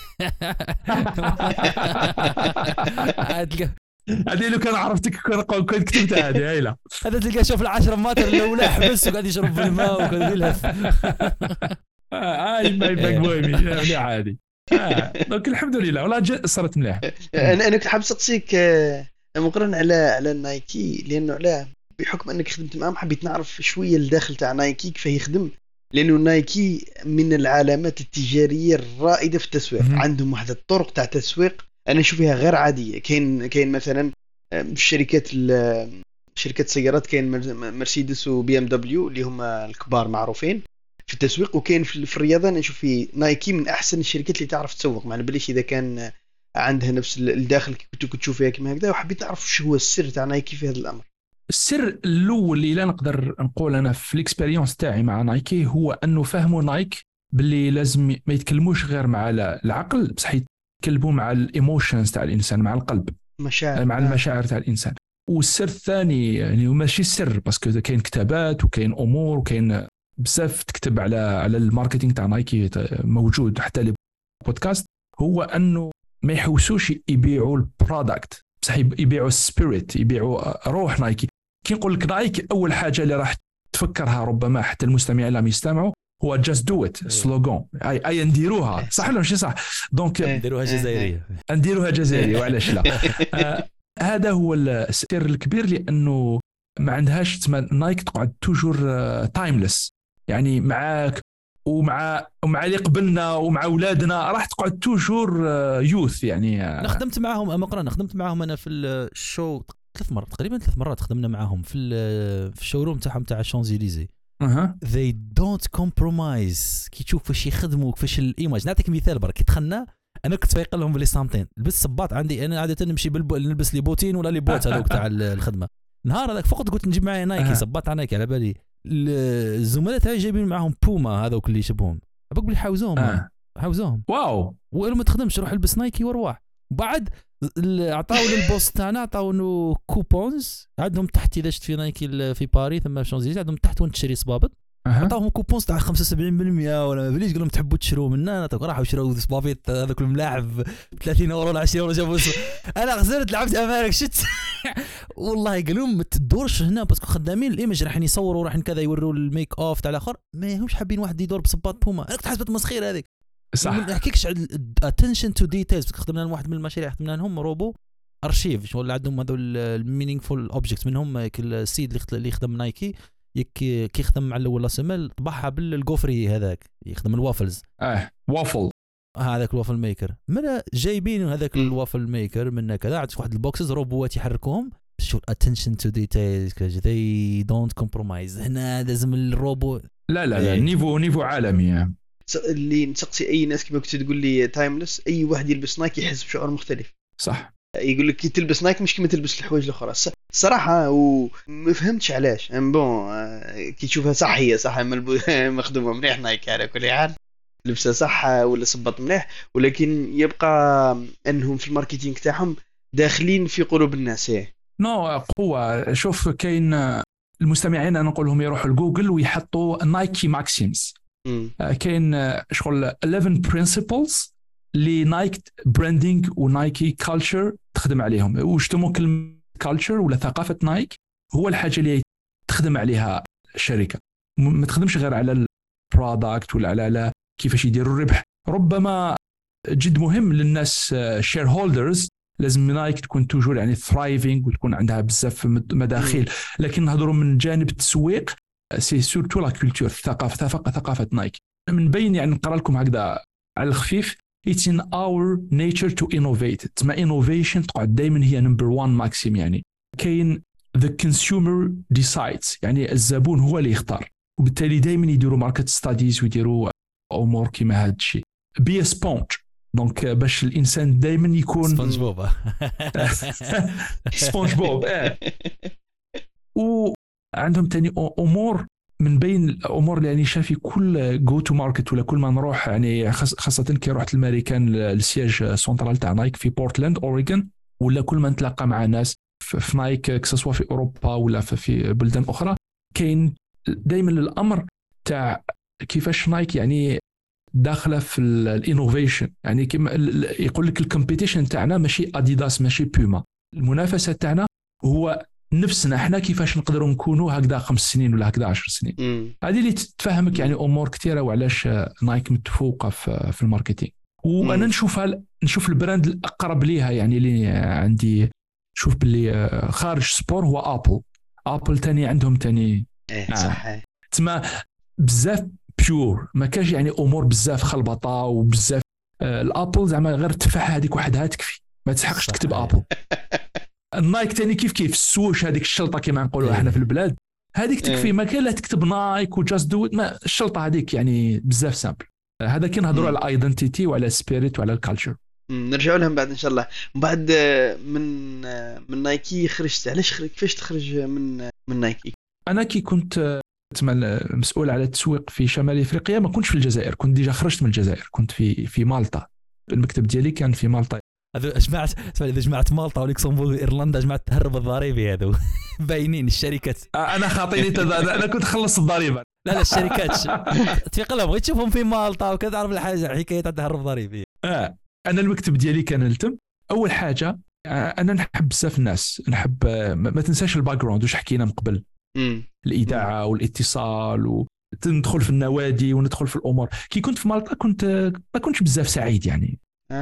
هذه لو كان عرفتك كنت كتبتها هذه هايله. هذا تلقى شوف ال10 متر الاولى حبس وقاعد يشرب في الماء وكان يلهث. ما يبقى قويمي مليح عادي. دونك الحمد لله والله صارت مليح. انا كنت حاب اسقسيك مقرن على نايكي، لانه علاه بحكم انك خدمت معهم حبيت نعرف شويه الداخل تاع نايكي كيف يخدم، لانه نايكي من العلامات التجاريه الرائده في التسويق. عندهم واحد الطرق تاع تسويق انا نشوف فيها غير عاديه. كاين مثلا شركات السيارات، كاين مرسيدس وبي ام دبليو اللي هما الكبار معروفين في التسويق، وكاين في الرياضه انا نشوف في نايكي من احسن الشركات اللي تعرف تسوق. ما نبليش اذا كان عندها نفس الداخل كنت تشوف فيها كما هكذا، وحبيت نعرف شو هو السر تاع نايكي في هذا الامر. السر الاول اللي لا نقدر نقول انا في الاكسبيريونس تاعي مع نايكي هو انه فهموا نايك باللي لازم ما يتكلموش غير مع العقل، بصح يتكلموا مع الايموشنز تاع الانسان، مع القلب، مع المشاعر تاع الانسان. والسر الثاني يعني ماشي سر، باسكو كاين كتابات وكاين امور وكاين بزاف تكتب على الماركتينغ تاع نايكي موجود حتى لي بودكاست، هو انه ما يحوسوش يبيعوا البرودكت، بصح يبيعوا السبيريت، يبيعوا روح نايكي. كي نقول لك نايك اول حاجه اللي راح تفكرها ربما حتى المستمعين اللي يستمعوا هو جاست دو ات سلوغان. اي نديروها صح ولا ماشي صح؟ دونك نديروها جزائريه وعلاش لا. هذا هو السر الكبير، لانه ما عندهاش تسمى نايك تقعد توجور تايمليس، يعني معاك ومع اللي قبلنا ومع اولادنا راح تقعد توجور يوث يعني. انا خدمت معاهم خدمت معاهم انا في الشو 3 مرات خدمنا معاهم في الشوروم تاعهم تاع الشانزليزي. they don't compromise. كي تشوف فاش يخدموا كيفاش الايماج. نعطيك مثال برك. كي دخلنا انا كنت فايق لهم بلي سامتين لبس صباط عندي انا عاده نمشي نلبس لي بوتين ولا لي بوت هذوك تاع الخدمه. نهار هذاك فقط قلت نجيب معايا نايكي صباط على نايكي على بالي. الزملاء تاعي جايبين معاهم بوما هذوك اللي يشبههم ابوك بلي حاوزوهم واو وقالوا ما تخدمش روح البس نايكي وارواح. وبعد عطاو للبوس تاعنا عطاو له كوبونز عندهم تحت اذا شفت في نايكي في باريس ثم شانزليزيه عندهم تحت وين تشري صبابط عطاوهم كوبونز تاع 75% ولا ما بليش قال لهم تحبوا تشروا منا راحوا شراو صبابيط هذاك الملاعب ب 30 اورو ولا 20 اورو جابوا. انا خسرت لعبت امارك شت والله قالوا ما تدورش هنا باسكو خدامين الايمج راح يصوروا راح كذا يوروا الميك اوف تاع الاخر ما همش حابين واحد يدور بصباط بوما. انا كنت حسبت مسخير هذيك صح. ما نحكيكش على attention to details. خدمنا واحد من المشاريع خدمنا لهم روبو ارشيف شغل عندهم هذول المينينغفول اوبجكتس منهم السيد اللي يخدم نايكي كي يخدم مع الاول لاسمال طبعها بالجوفري هذاك يخدم الوافلز وافل هذاك الوافل ميكر مالا جايبين هذاك الوافل ميكر من كذا عاد واحد البوكسز روبوات يحركوهم شو attention to details they don't compromise. هنا لازم الروبو لا نيفو عالمي اللي نسقسي اي ناس كما كنت تقول لي تايمليس. اي واحد يلبس نايك يحس بشعور مختلف صح. يقول لك كي تلبس نايك مش كما تلبس الحوايج الاخرى الصراحه وما فهمتش علاش. بون كي تشوفها صح هي صح مخدومه مليح نايك على كل حال لبسه صح ولا صبط مليح، ولكن يبقى انهم في الماركتينغ تاعهم داخلين في قلوب الناس. نو قوه. شوف كاين المستمعين انا نقول لهم يروحوا لجوجل ويحطوا نايكي ماكسيمز. كاين شغل 11 برينسيبلز لنايك براندينغ ونايكي كالتشر تخدم عليهم. وجدتوا كلمه كالتشر ولا ثقافه نايك هو الحاجه اللي تخدم عليها الشركه، ما تخدمش غير على البرودكت ولا على كيفاش يديروا الربح. ربما جد مهم للناس الشير هولدرز لازم نايك تكون توجور يعني ثرايفينغ وتكون عندها بزاف مداخيل، لكن نهضروا من جانب التسويق سي سورتو لا كولتور، ثقافه نايك. من بين يعني نقرا لكم هكذا على الخفيف it's in our nature to innovate. تسمى innovation تقعد دائما هي نمبر 1 ماكسيم. يعني كاين the consumer decides، يعني الزبون هو اللي يختار، وبالتالي دائما يديروا ماركت ستاديز ويديروا امور كيما هذا الشيء. بي سبونج دونك باش الانسان دائما يكون سبونج بوب سبونج بوب. وعندهم تاني امور من بين الامور اللي يعني شافي كل جو تو ماركت ولا كل ما نروح، يعني خاصه كي رحت الامريكان السياج سنترال تاع نايك في بورتلاند اوريغون، ولا كل ما نتلاقى مع ناس في نايك كسوا في اوروبا ولا في بلدان اخرى، كاين دائما الامر تاع كيفاش نايك يعني داخله في الانوفيشن. يعني كما يقول لك الكومبيتيشن تاعنا ماشي اديداس ماشي بوما، المنافسه تاعنا هو نفسنا احنا كيفاش نقدروا نكونوا هكذا 5 سنين ولا هكذا 10 سنين. هذه اللي تفهمك يعني امور كثيره وعلاش نايك متفوقه في الماركتينغ. وانا نشوف البراند الاقرب ليها يعني اللي عندي شوف باللي خارج سبور هو ابل تاني عندهم تاني صح تسمى بزاف بيور، ما كاش يعني امور بزاف خلبطه وبزاف. الابل زعما غير التفاحه هذيك وحدها تكفي، ما تسحقش تكتب ابل. النايك تاني كيف السوش هذيك الشلطه كما نقولوا احنا في البلاد هذيك تكفي، ما كان لا تكتب نايك وجاست دو ما الشلطه هذيك يعني بزاف سامبل. هذا كي نهضروا على الايدنتيتي وعلى السبيريت وعلى الكالتشر. نرجعوا لهم بعد ان شاء الله. بعد من نايكي خرجت، علاش كيفاش تخرج من نايكي؟ انا كي كنت مسؤول على التسويق في شمال افريقيا ما كنتش في الجزائر، كنت ديجا خرجت من الجزائر، كنت في مالطا. المكتب ديالي كان في مالطا. هذا جماعه مالطا ولوكسمبورغ وايرلندا جماعه تهرب الضريبه هذو باينين الشركات. انا خاطيني انا كنت خلصت الضريبه. لا الشركات تفيق لهم بغيت تشوفهم في مالطا وكذا تعرف الحاجه حكايه تاع تهرب ضريبي. انا المكتب ديالي كان نلتم اول حاجه. انا نحب بزاف الناس، نحب ما تنساش الباك جراوند واش حكينا من قبل، الاذاعه والاتصال وندخل في النوادي وندخل في الامور. كي كنت في مالطا ما كنتش بزاف سعيد يعني.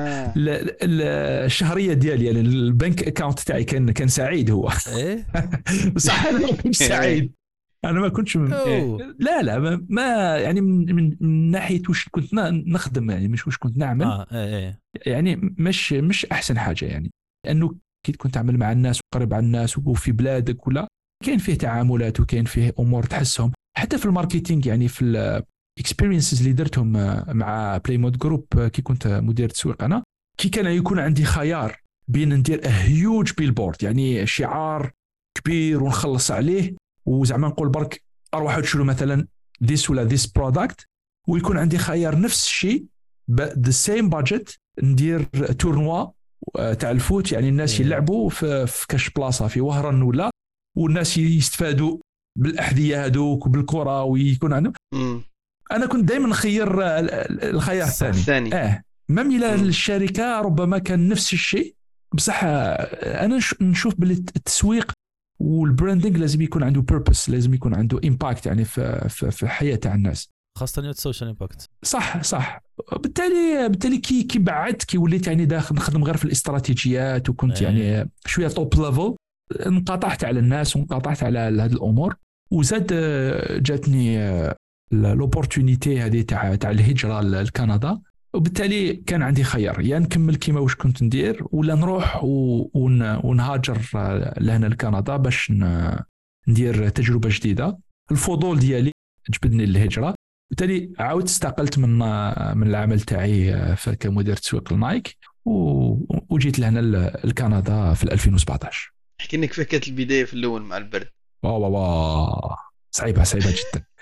الشهريه ديالي يعني البنك اكاونت تاعي كان سعيد هو. صح انا ما كنتش سعيد، انا ما كنتش لا ما يعني من ناحيه واش كنت نخدم يعني مش واش كنت نعمل. يعني مش احسن حاجه يعني، لانه كي تكون تعمل مع الناس وقرب على الناس وفي بلادك ولا كاين فيه تعاملات وكاين فيه امور تحسهم. حتى في الماركتينغ يعني في الاكسبيرينسز اللي درتهم مع بلاي مود جروب كي كنت مدير تسويق، انا كي كان يكون عندي خيار بين ندير هيوج بيلبورد يعني شعار كبير ونخلص عليه وزعما نقول برك اروح اشتري مثلا ذيس ولا ذيس برودكت، ويكون عندي خيار نفس الشيء ذا سيم بادجت ندير تورنوا تاع الفوت يعني الناس يلعبوا في كاش بلاصه في وهران ولا، والناس يستفادوا بالاحذيه هذوك وبالكره ويكون عندهم. انا كنت دائما نخير الخيار الثاني. مام الى الشركه ربما كان نفس الشيء، بصح انا نشوف باللي التسويق والبراندنج لازم يكون عنده بيربس، لازم يكون عنده امباكت يعني في الحياه تاع الناس، خاصه السوشيال امباكت. صح. بالتالي كي بعدت كي وليت يعني داخل نخدم غير في الاستراتيجيات وكنت يعني شويه توب ليفل، انقطعت على الناس وانقطعت على هذه الامور. وزاد جاتني لوبورتونيتي هذه تاع الهجره لكندا، وبالتالي كان عندي خيار يا يعني نكمل كيما واش كنت ندير ولا نروح ونهاجر لهنا لكندا باش ندير تجربه جديده. الفضول ديالي جبدني للهجره، بالتالي عاودت استقلت من العمل تاعي كمدير تسويق لنايك وجيت لهنا لكندا في 2017. احكي لنا كيف كانت البدايه في الاول مع البرد. صعيبه جدا.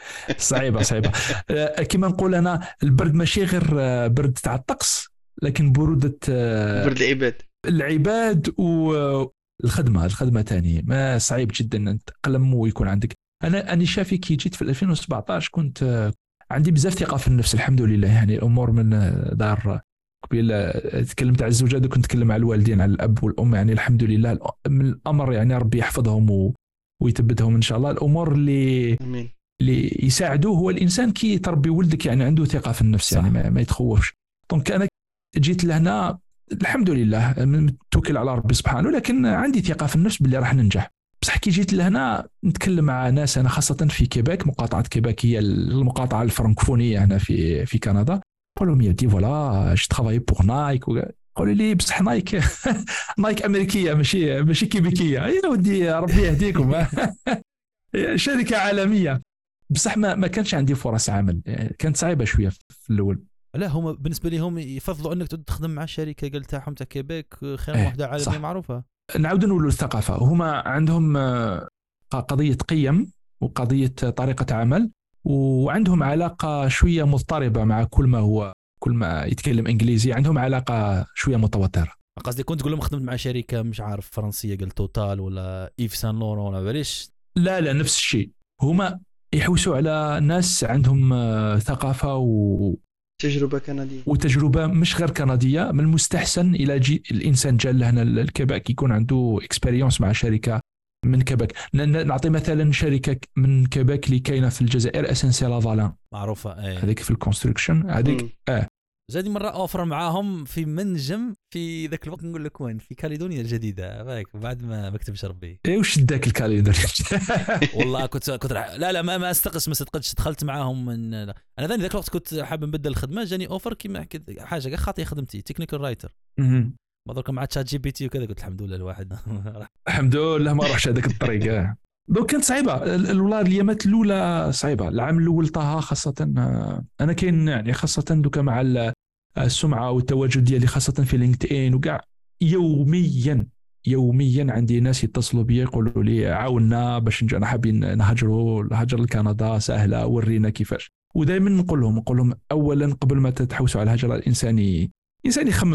صعيبه كما نقول انا البرد ماشي غير برد تاع الطقس، لكن بروده برد العباد والخدمه تاني ما صعيب جدا ان تقلم ويكون عندك. انا شافي كي جيت في 2017 كنت عندي بزاف ثقه في النفس الحمد لله، يعني الامور من دار قبيل تكلمت على الزوجات وكنت نتكلم على الوالدين على الاب والام، يعني الحمد لله من الامر يعني ربي يحفظهم ويثبتهم ان شاء الله. الامور اللي امين اللي يساعدوه هو الانسان كي تربي ولدك يعني عنده ثقه في النفس، يعني ما يتخوفش. دونك انا جيت لهنا الحمد لله متوكل على ربي سبحانه، لكن عندي ثقه في النفس باللي راح ننجح. بصح كي جيت لهنا نتكلم مع ناس انا خاصه في كيباك، مقاطعه كيباك هي المقاطعه الفرنكفونيه هنا في كندا. قالوا لهم يدي فوالا جو ترافاي بور نايك، قالوا لي بصح نايك نايك امريكيه ماشي كيبيكيه. يا ودي ربي يهديكم شركه عالميه. بصح ما كانش عندي فرص عمل، كانت صعيبه شويه في الاول. لا هم بالنسبه لهم يفضلوا انك تخدم مع شركه قال تاعهم تاع كيبيك خير واحده عالميه معروفه. نعاود نقولوا الثقافه، هما عندهم قضيه قيم وقضيه طريقه عمل، وعندهم علاقه شويه مضطربه مع كل ما يتكلم انجليزي، عندهم علاقه شويه متوتره. قصدي كنت تقول لهم خدمت مع شركه مش عارف فرنسيه قال توتال ولا ايف سان لورون ولا بلاش؟ لا نفس الشيء، هما يحوسوا على ناس عندهم ثقافه تجربة كندية وتجربة مش غير كندية. من المستحسن إلى الإنسان جاء لهنا الكيباك يكون عنده إكسبيريونس مع شركة من كيباك. نعطي مثلا شركة من كيباك اللي كاينة في الجزائر اسنسيال لافالان معروفة، هذيك في الكونستركشن هذيك. زادي مرة أوفر معاهم في منجم في ذاك الوقت، نقول لك وين، في كاليدونيا الجديدة باك بعد ما كتبش ربي. وش ذاك الكاليدونيا والله كنت لا ما استقص ما صدقتش دخلت معاهم من انا ذاك الوقت كنت حاب نبدل الخدمة، جاني اوفر كيما حاجة خاطئة خدمتي تكنيكال رايتر ما درك مع تشات جي بي تي وكذا. قلت الحمد لله الواحد الحمد لله ما راحش هذاك الطريق. دونك كانت صعيبة الولا اليامات الأولى صعيبة. العام الأول طه خاصة أنا كاين يعني خاصة دوكا مع السمعة والتواجد ديالي خاصة في لينكد إن وكاع يوميا عندي ناس يتصلوا بي يقولوا لي عاونا باش نجي حابين نهجر لكندا سهلة ورينا كيفاش. ودائما نقول لهم أولا قبل ما تتحوسوا على الهجرة الإنساني يخمم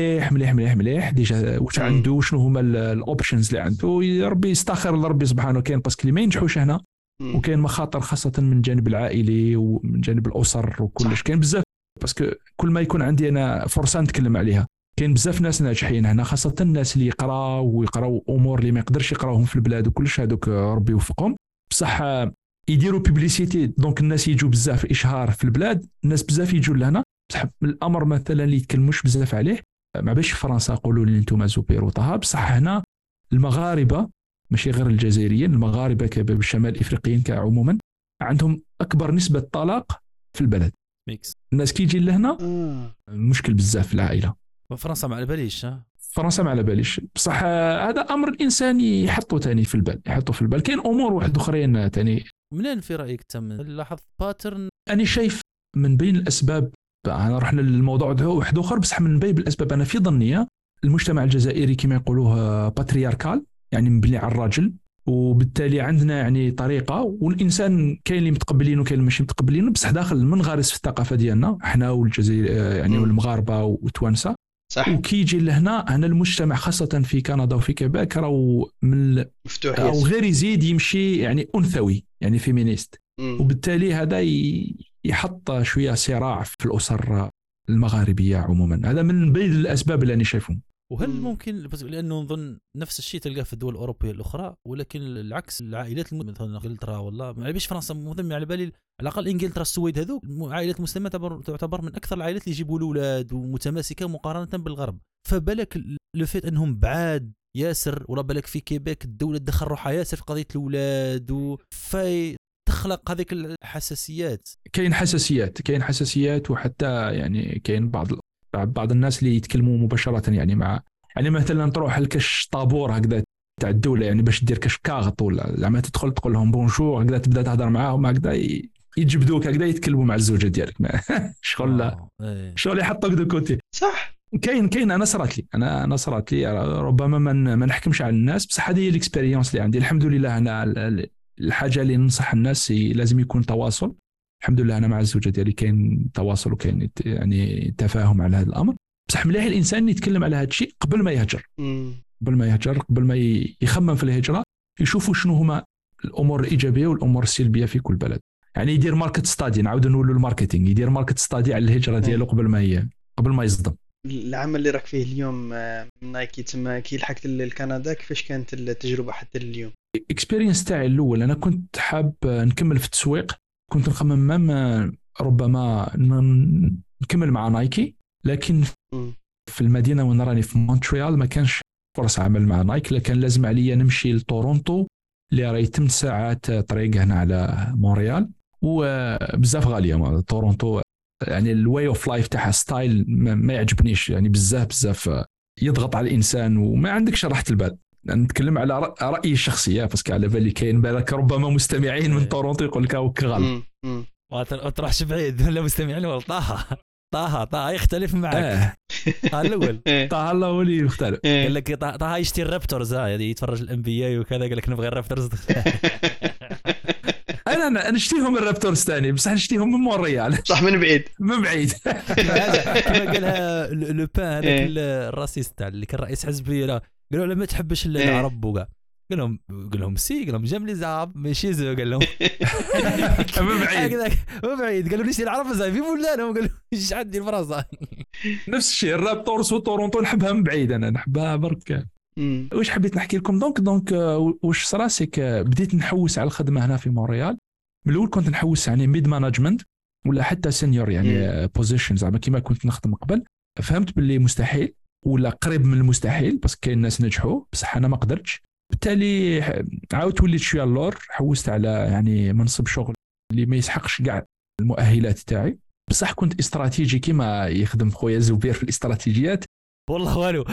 مليح ديجا واش عنده شنو هما الاوبشنز اللي عنده. يا ربي يستخر لربي سبحانه. كاين باسكو اللي ما ينجحوش هنا وكاين مخاطر خاصة من الجانب العائلي ومن جانب الأسر وكلش. كاين بزاف باسكو كل ما يكون عندي أنا فرصة نتكلم عليها. كاين بزاف ناس ناجحين هنا خاصة الناس اللي يقراو أمور اللي ما يقدرش يقراوهم في البلاد وكلش، هذوك ربي يوفقهم. بصح يديروا بيبليسيتي دونك الناس يجوا بزاف إشهار في البلاد، الناس بزاف يجوا لهنا. بصح الأمر مثلا اللي يتكلموش بزاف عليه ما باش في فرنسا قولوا لي انتم زوبيرو طه. بصح هنا المغاربة ماشي غير الجزائريين، المغاربة بالشمال الإفريقيين كعموما عندهم أكبر نسبة طلاق في البلد. ميكس الناس كي يجي لهنا مشكل بزاف في العائلة. فرنسا ما على باليش فرنسا ما على باليش. بصح هذا أمر الإنسان يحطه تاني في البال. كاين أمور واحد أخرين تاني. منين في رأيك تم لاحظت باترن؟ أنا شايف من بين الأسباب، أنا رحنا للموضوع واحد آخر، بصح من بين الأسباب أنا في ظنية المجتمع الجزائري كما يقولوه باترياركال، يعني مبني على الراجل، وبالتالي عندنا يعني طريقة والإنسان كاين اللي متقبلين وكاين اللي ماشي متقبلين، بصح داخل منغرس في الثقافة ديالنا احنا والجزائر يعني والمغاربة والتوانسة صح. وكي يجي لهنا المجتمع خاصة في كندا وفي كيباك راهو من مفتوح أو غير يزيد يمشي يعني أنثوي يعني فيمينيست، وبالتالي هذا يحط شوية صراع في الأسر المغاربية عموما. هذا من بين الأسباب اللي أنا شايفهم. وهل ممكن لأنه نظن نفس الشيء تلقاه في الدول الأوروبية الأخرى، ولكن العكس العائلات مثلا إنجلترا والله ما بيش فرنسا مهم على بالي، على الأقل إنجلترا السويد هذوك عائلات مسلمة تعتبر من أكثر العائلات اللي يجيبوا الأولاد ومتماسكة مقارنة بالغرب. فبالك لفت أنهم بعاد ياسر، ولا بالك في كيباك الدولة تدخل روحها ياسر في قضية الأولاد وفي تخلق هذيك الحساسيات. كاين حساسيات وحتى يعني كاين بعض الناس اللي يتكلموا مباشرة يعني مع يعني مثلا تروح لكش طابور هكذا تاع الدولة يعني باش دير كاش كاغط ولا زعما تدخل تقول لهم بونجور هكذا تبدا تهضر معاهم هكذا يجبدوك هكذا يتكلموا مع الزوجة ديالك شغل يحطوك دو كوتي صح. كاين انا صرات لي ربما ما نحكمش على الناس، بصح هذه هي الاكسبيريونس اللي عندي الحمد لله. انا الحاجه اللي ننصح الناس لازم يكون تواصل. الحمد لله انا مع الزوجه ديالي كاين تواصل وكاين يعني تفاهم على هذا الامر. بصح مليح الانسان يتكلم على هذا الشيء قبل ما يهجر، قبل ما يخمم في الهجره، يشوفوا شنو هما الامور الايجابيه والامور السلبيه في كل بلد. يعني يدير ماركت ستادي، نعاود نقولوا الماركتينج، يدير ماركت ستادي على الهجره ديالو قبل ما يصدم. العمل اللي راك فيه اليوم من نايكي تما كي لحقت لكندا، كيفاش كانت التجربه حتى اليوم؟ الاكسبيرينس تاعي الاول انا كنت حاب نكمل في التسويق، كنت نخمم ربما نكمل مع نايكي، لكن في المدينه وين راني في مونتريال ما كانش فرص عمل مع نايك، لكن لازم عليا نمشي لتورونتو اللي راهي 8 ساعات طريق هنا على مونريال، وبزاف غاليه تورونتو. يعني الواي اوف لايف تاعها ستايل ما يعجبنيش، يعني بزاف يضغط على الانسان وما عندكش راحه البال. نتكلم على رايي الشخصي باسكو على بالي كاين بالك ربما مستمعين من تورونتو يقول لك هاك غلط ما تروحش بعيد ولا مستمعين ولا طه يختلف معك. الاول طه الله هو اللي يختلف، قال لك طه يشتري الرابتورز يتفرج الام بي اي وكذا، قال لك نبغي الرابتورز. انا نشتيهم الرابتورز ثاني، بصح نشتيهم من مونريال، صح من بعيد كما قالها لو بان هذاك الراسيست اللي كان رئيس حزب، قالوا له ما تحبش العرب وكاع، قال لهم سي، قال لهم جام لي زعاب ماشي زو، قال لهم من بعيد قالوا ليش العرب زايفين ولا انا، قال ايش عندي الفرنسا. نفس الشيء الرابتورز وتورونتو نحبها من بعيد، انا نحبها برك. واش حبيت نحكي لكم دونك واش صرا سيك بديت نحوس على الخدمه هنا في مونريال. من الاول كنت نحوس يعني ميد مانجمنت ولا حتى سينيور يعني بوزيشنز زعما كيما كنت نخدم قبل. فهمت باللي مستحيل ولا قريب من المستحيل، بس كاين ناس نجحوا بصح انا ما قدرتش. بالتالي عاودت وليت شويه اللور، حوست على يعني منصب شغل اللي ما يسحقش كاع المؤهلات تاعي، بصح كنت استراتيجي كيما يخدم خويا زبير في الاستراتيجيات. والله والو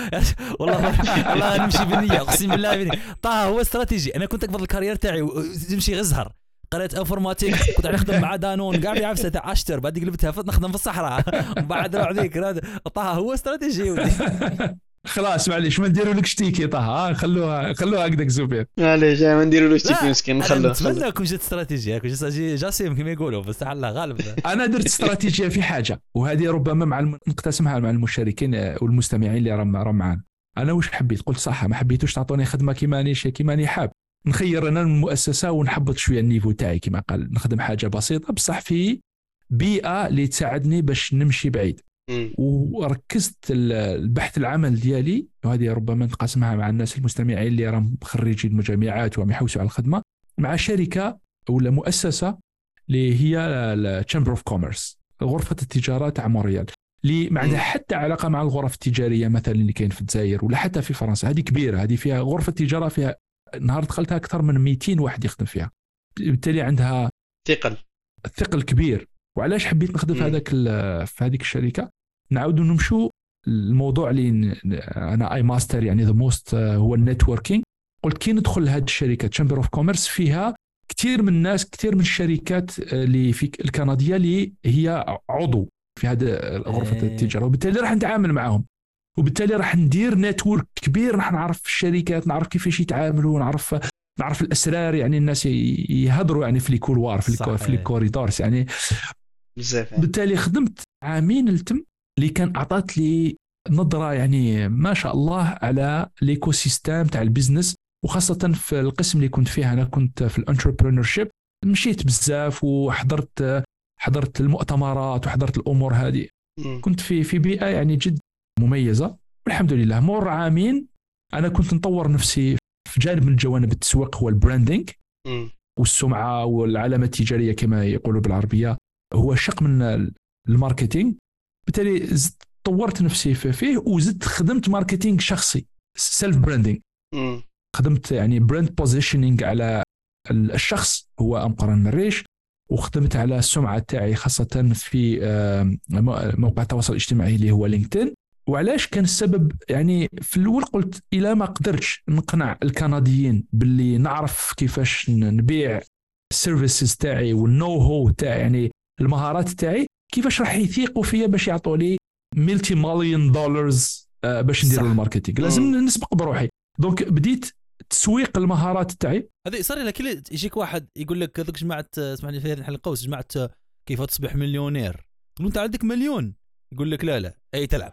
والله نمشي بالنية، اقسم بالله بالنية. طه هو استراتيجي. انا كنت اقبض الكارير تاعي نمشي غزهر، قريت انفورماتيك، كنت نخدم مع دانون كاع في عفسه تاع اشتر، بعد قلبتها نخدم في الصحراء وبعد روح ذيك. طه هو استراتيجي خلاص معليش ما نديروا لك شتيكي طه، خلوها هكذاك زبير، معليش ما نديروا له شتيكي مسكين، نخلوه. نتمنى كون جات استراتيجيه، كون جاسم كما يقولوا، بس الله غالب. انا درت استراتيجيه في حاجه، وهذه ربما نقتسمها مع المشاركين والمستمعين اللي راهم معنا. انا واش حبيت، قلت صح ما حبيتوش تعطوني خدمه كيماني حاب، نخير انا المؤسسه ونحبط شويه النيفو تاعي كما قال، نخدم حاجه بسيطه بصح في بيئه اللي تساعدني باش نمشي بعيد. وركزت البحث العمل ديالي، وهذه ربما نقاسمها مع الناس المستمعين اللي راهم خريجين المجامعات وهم يحوسوا على الخدمه، مع شركه ولا مؤسسه اللي هي الشامبر اوف كوميرس، غرفه التجاره تاع مونريال، اللي ما عندها حتى علاقه مع الغرف التجاريه مثلا اللي كاين في الجزائر ولا حتى في فرنسا. هذه كبيره، هذه فيها غرفه تجاره، فيها نهار دخلتها اكثر من 200 واحد يخدم فيها، بالتالي عندها ثقل كبير. وعلاش حبيت نخدم في هذيك الشركه؟ نعاودوا نمشوا الموضوع اللي انا اي ماستر يعني ذا موست هو النتوركينج. قلت كي ندخل لهذه الشركه تشامبر اوف كوميرس، فيها كثير من الناس، كثير من الشركات اللي في الكنديه اللي هي عضو في هذه غرفه التجاره، وبالتالي راح نتعامل معهم، وبالتالي راح ندير نتورك كبير، راح نعرف الشركات، نعرف كيفاش يتعاملوا، نعرف الاسرار، يعني الناس يهضروا يعني في الكولوار في الكوريدورس يعني بزاف. بالتالي خدمت عامين التم اللي كان اعطت لي نظره يعني ما شاء الله على الايكو سيستم تاع البزنس، وخاصه في القسم اللي كنت فيه. انا كنت في الانتربرينور شيب، مشيت بزاف وحضرت المؤتمرات وحضرت الامور هذه. كنت في بيئه يعني جد مميزه، والحمد لله. مر عامين انا كنت نطور نفسي في جانب من جوانب التسويق، هو البراندنج والسمعه والعلامه التجاريه كما يقولوا بالعربيه، هو شق من الماركتينج. بالتالي طورت نفسي فيه، وزدت خدمت ماركتينج شخصي، سيلف براندنج. خدمت يعني براند بوزيشنينج على الشخص هو أم قرن الريش، وخدمت على السمعة تاعي خاصة في موقع التواصل الاجتماعي اللي هو لينكدين. وعلاش كان السبب؟ يعني في الأول قلت إلا ما قدرتش نقنع الكنديين باللي نعرف كيفاش نبيع السيرفيسز تاعي والنو هو تاعي، يعني المهارات تاعي، كيفاش راح يثيقوا فيا باش يعطوا لي $multi-million باش ندير الماركتينج؟ لازم نسبق بروحي. دونك بديت تسويق المهارات تاعي. هذا صار لك يجيك واحد يقول لك هذوك جماعه اسمعني في هذه الحلقه جماعه كيف تصبح مليونير، تقول انت عندك مليون، يقول لك لا اي تلعب.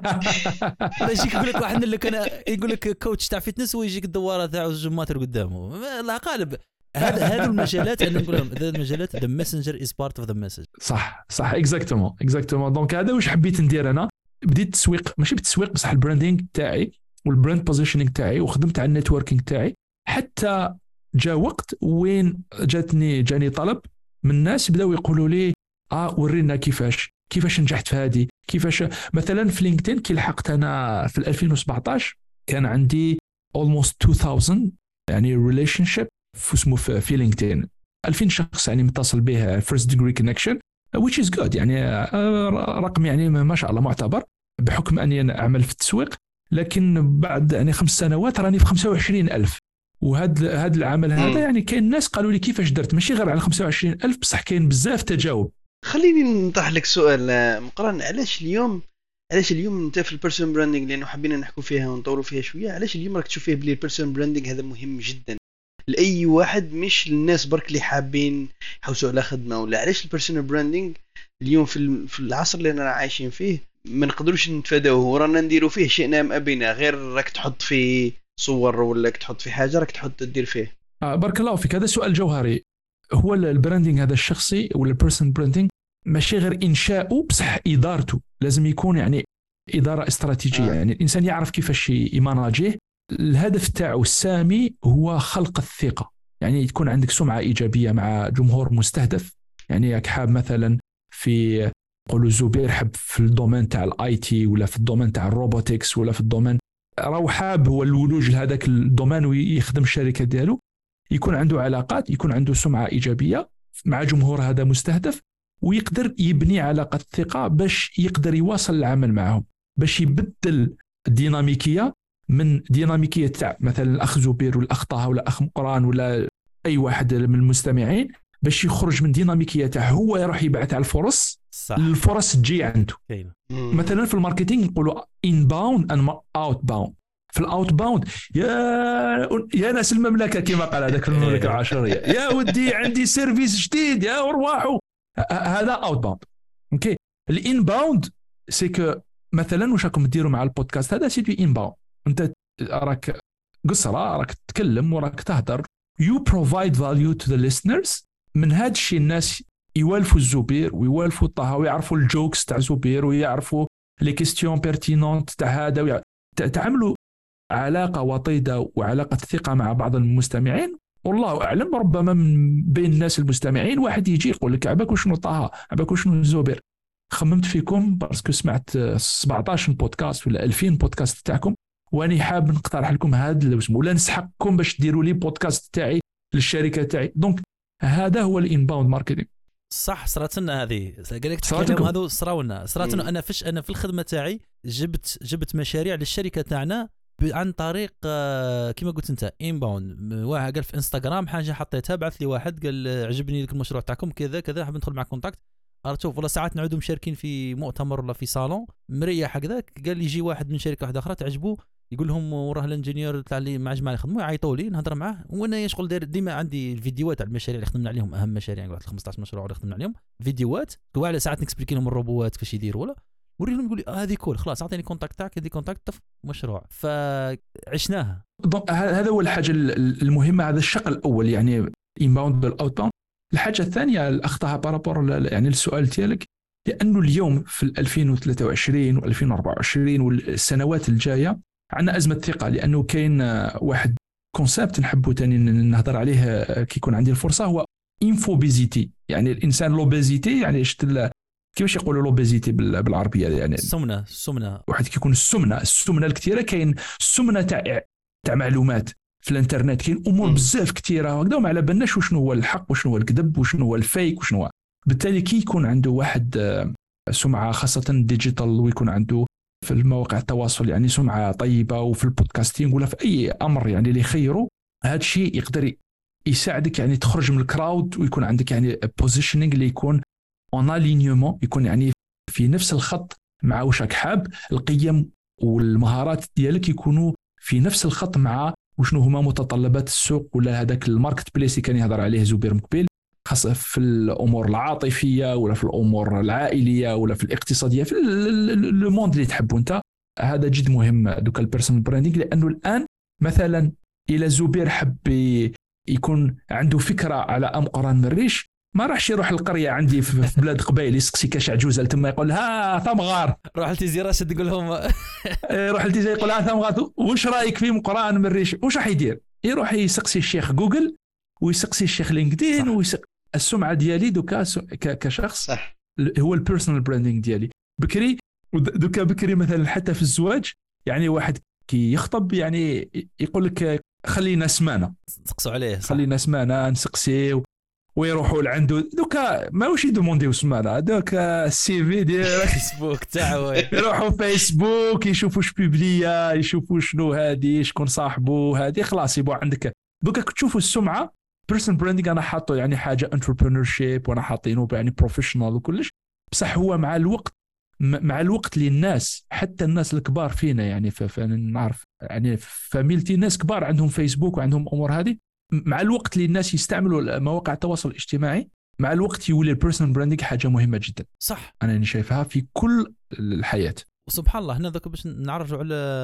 ولا يجيك يقول لك واحد اللي كان يقول لك كوتش تاع فيتنس ويجيك الدواره تاع الجماتر قدامه. الله قالب هذا المجالات انا نقول لهم هذه المجالات the messenger is part of the message. صح اكزاكتومون دونك هذا واش حبيت ندير انا. بديت تسويق ماشي بالتسويق بصح البراندينغ تاعي والبراند بوزيشنينغ تاعي، وخدمت على النيتوركينغ تاعي حتى جاء وقت وين جاني طلب من الناس بداو يقولوا لي ورينا كيفاش نجحت في هذه. كيفاش مثلا في لينكدين كي لحقت انا في 2017 كان عندي almost 2000 يعني ريليشن شيب في لينكدين 2000 شخص يعني متصل به first degree connection which is good يعني رقم يعني ما شاء الله معتبر بحكم اني أنا اعمل في التسويق. لكن بعد يعني 5 سنوات راني في 25000. وهذا العمل هذا يعني كاين ناس قالوا لي كيفاش درت، ماشي غير على 25000 بصح كاين بزاف تجاوب. خليني نطرح لك سؤال مقرن، علاش اليوم انت في البيرسون براندينغ لانه حابين نحكوا فيها ونطوروا فيها شويه، علاش اليوم راك تشوف فيه بلي البيرسون براندينغ هذا مهم جدا لاي واحد، مش للناس برك اللي حابين يحوسوا على خدمه ولا؟ علاش البيرسون براندينغ اليوم في العصر اللي انا عايشين فيه ما نقدروش نتفاداوه ورانا نديروا فيه شئنا ام ابينا، غير راك تحط فيه صور ولا تحط فيه حاجه راك تدير فيه. بارك الله فيك، هذا سؤال جوهري. هو البراندينغ هذا الشخصي ولا البيرسون براندينغ ماشي غير انشاؤه بصح ادارته، لازم يكون يعني اداره استراتيجيه. يعني الانسان يعرف كيفاش يماناجيه. الهدف تاعو السامي هو خلق الثقه، يعني تكون عندك سمعه ايجابيه مع جمهور مستهدف. يعني ياك حاب مثلا في قولوا زبير حب في الدومين تاع الاي تي ولا في الدومين تاع الروبوتكس ولا في الدومين راهو حاب هو الولوج لهذاك الدومين ويخدم الشركه ديالو، يكون عنده علاقات، يكون عنده سمعه ايجابيه مع جمهور هذا مستهدف، ويقدر يبني علاقه ثقه باش يقدر يواصل العمل معهم، باش يبدل الديناميكيه من ديناميكيه تاع مثلا الاخ زبير ولا الاخ طه ولا الاخ مقران ولا اي واحد من المستمعين، باش يخرج من ديناميكيه تاع هو يروح يبعث على الفرص. صح. الفرص تجي عنده. مثلا في الماركتينغ يقولوا انباوند اند اوت باوند. في الاوت باوند يا ناس المملكه كما قال هذاك المملكه العشريه يا ودي عندي سيرفيس جديد يا ارواحوا، هذا اوت باوند. اوكي. الانباوند سي مثلا واش راكم ديروا مع البودكاست هذا سي دي انباوند، انت راك قصره راك تتكلم وراك تهدر you provide value to the listeners. من هذا الشيء الناس يوالفوا الزبير ويوالفوا طه ويعرفوا الجوكس تاع زبير ويعرفوا لي كيستيون بيرتينونت تاع هذا، تعملوا علاقه وطيده وعلاقه ثقه مع بعض المستمعين. والله اعلم ربما من بين الناس المستمعين واحد يجي يقول لك عباك وشنو طه، عباك وشنو الزبير، خممت فيكم باسكو سمعت 17 بودكاست ولا 2000 بودكاست تاعكم واني حاب نقترح لكم هذا الاسم ولا نسحقكم باش ديروا لي بودكاست تاعي للشركه تاعي. دونك هذا هو الانباوند ماركتينغ. صح. صرات لنا هذه قال لك تكلم هذا صراونا صرات انا في الخدمه تاعي جبت مشاريع للشركه تاعنا عن طريق كما قلت انت انباوند. واحد قال في انستغرام حاجه حطيتها، بعث لي واحد قال عجبني لك المشروع تاعكم كذا حاب ندخل معك كونتاكت. شوف والله ساعات نعودوا مشاركين في مؤتمر ولا في صالون مريح هكذاك، قال لي يجي واحد من شركه واحده اخرى تعجبه يقول لهم وراه الانجينيور تاع اللي مع جماعه يخدموا يعيطوا لي نهضر معاه، وانا شغل داير ديما عندي الفيديوهات تاع المشاريع اللي خدمنا عليهم، اهم مشاريع واحد 15 مشروع اللي خدمنا عليهم فيديوهات وعلى ساعات نكسبليكي لهم الروبوات كيفاش يديروا ولا وريهم يقول لي هذه كول خلاص اعطيني كونتاكت تاعك هذه كونتاكت مشروع فعشناها. هذا هو الحاجه المهمه، هذا الشق الاول يعني انباوند بالاوت باوند. الحاجه الثانيه الاخطاء بارابور يعني السؤال ديالك، لانه اليوم في 2023 و2024 والسنوات الجايه عندنا ازمه ثقه، لانه كاين واحد كونسيبت نحبوا ثاني نهضر عليه كي يكون عندي الفرصه، هو انفوبيزيتي. يعني الانسان لوبيزيتي يعني كيفاش يقولوا لوبيزيتي بالعربيه يعني السمنه واحد كيكون السمنه الكثيره. كاين السمنه تاع معلومات في الانترنت، كاين امور بزاف كثيره وهكذا وما على بالناش وشنو هو الحق وشنو هو الكذب وشنو هو الفيك وشنو هو. بالتالي كي يكون عنده واحد سمعه خاصه ديجيتال ويكون عنده في المواقع التواصل يعني سمعه طيبه وفي البودكاستينغ ولا في اي امر يعني اللي يخيره، هذا الشيء يقدر يساعدك يعني تخرج من الكراود ويكون عندك يعني بوزيشنينغ اللي يكون اون الينيومون، يكون يعني في نفس الخط مع واش راك حاب. القيم والمهارات ديالك يكونوا في نفس الخط مع وشنو هما متطلبات السوق ولا هذاك الماركت بليس اللي كان يهضر عليه زبير مقبل، خاصة في الأمور العاطفية ولا في الأمور العائلية ولا في الاقتصادية، في لو موند اللي تحبه أنت. هذا جد مهم دوك البيرسونال براندينغ، لأنه الآن مثلا إلى زبير حب يكون عنده فكرة على أم قران من الريش، ما راحش يروح القرية عندي في بلاد قبيل يسقسي كاش عجوزة تما يقول ها ثمغار، روح لتيزي راشد تقول لهم روح لتيزي يقول ها ثمغار واش رايك في قران من الريش، واش راح يدير؟ يروح يسقسي الشيخ جوجل ويسقسي الشيخ لينكدين السمعة ديالي دوكا كشخص صح. هو البيرسونال براندينغ ديالي. بكري دوكا بكري مثلا حتى في الزواج، يعني واحد كي يخطب يعني يقول لك خلينا سمانة سقسوا عليه، خلينا سمانة نسقسي ويروحوا لعنده دوكا ما واش يدومونديو سمانة دوكا السي في ديال فيسبوك تاعو يروحوا فيسبوك يشوفوا اش بيبليا، يشوفوا شنو هادي شكون صاحبه هادي، خلاص يبقى عندك دوكا تشوفوا السمعة. بيرسونال براندينغ انا حاطه يعني حاجه انتربرينورشيب وانا حاطينه يعني بروفيشنال وكلش، بصح هو مع الوقت للناس حتى الناس الكبار فينا يعني فنعرف يعني فاميلتي ناس كبار عندهم فيسبوك وعندهم امور هذه، مع الوقت للناس يستعملوا مواقع التواصل الاجتماعي، مع الوقت يولي البيرسونال براندينغ حاجه مهمه جدا. صح، انا شايفها في كل الحياه. وسبحان الله هنا ذاك باش نعرجوا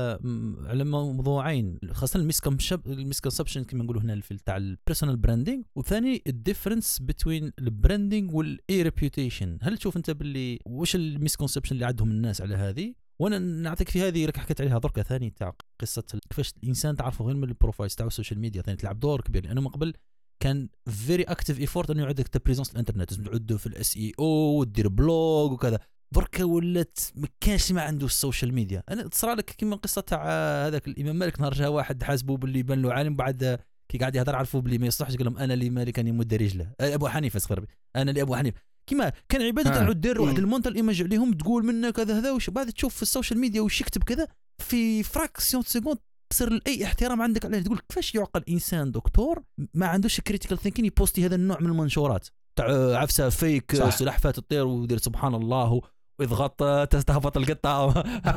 على موضوعين، خاصه الميسكونسبشن كما نقولوا هنا في تاع البيرسونال براندينغ، وثاني الديفرنس بين البراندينغ والاي ريبيوتيشن. هل تشوف انت باللي واش الميسكونسبشن اللي عندهم الناس على هذه؟ وانا نعطيك في هذه راك حكيت عليها درك ثاني تاع قصه كيفاش الانسان تعرفه غير من البروفايل تاع السوشيال ميديا، ثاني تلعب دور كبير. لانه من قبل كان فيري اكتيف ايفورت انه يعدك بريزونس الانترنت، لازم تعدو في الاس اي او ودير بلوج وكذا. درك ولات ما كانش ما عنده السوشيال ميديا. انا تصرى لك كيما قصه تاع هذاك الامام مالك، نهار جا واحد حاسبه باللي يبان له عالم، بعد كي قاعد يهضر عرفوا باللي ما يصلحش، قال لهم انا اللي مالك اني مد رجله ابو حنيفه صغير، انا اللي ابو حنيفه. كيما كان عباده تاع دير واحد المونتال ايماج عليهم تقول منه كذا هذا، وش بعد تشوف في السوشيال ميديا وش يكتب كذا في فراكسيون سكوند تصير اي احترام عندك عليه. تقول كيفاش يعقل انسان دكتور ما عندوش كريتيكال ثينكين يبوستي هذا النوع من المنشورات تاع عفسه فيك سلحفاه تطير ودير سبحان الله ويضغط تستهبط القطه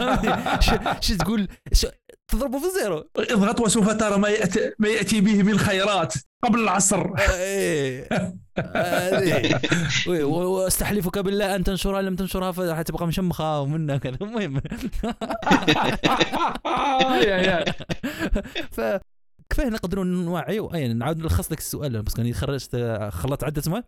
شو تقول تضربه في الزيرو، اضغط وسوف ترى ما ياتي به من خيرات قبل العصر. واستحلفك بالله ان تنشرها، لم تنشرها فحتبقى مشمخه ومنها كذا. المهم فكيف نقدروا نوعي يعني نعاود نلخص لك السؤال، بس كان خلطت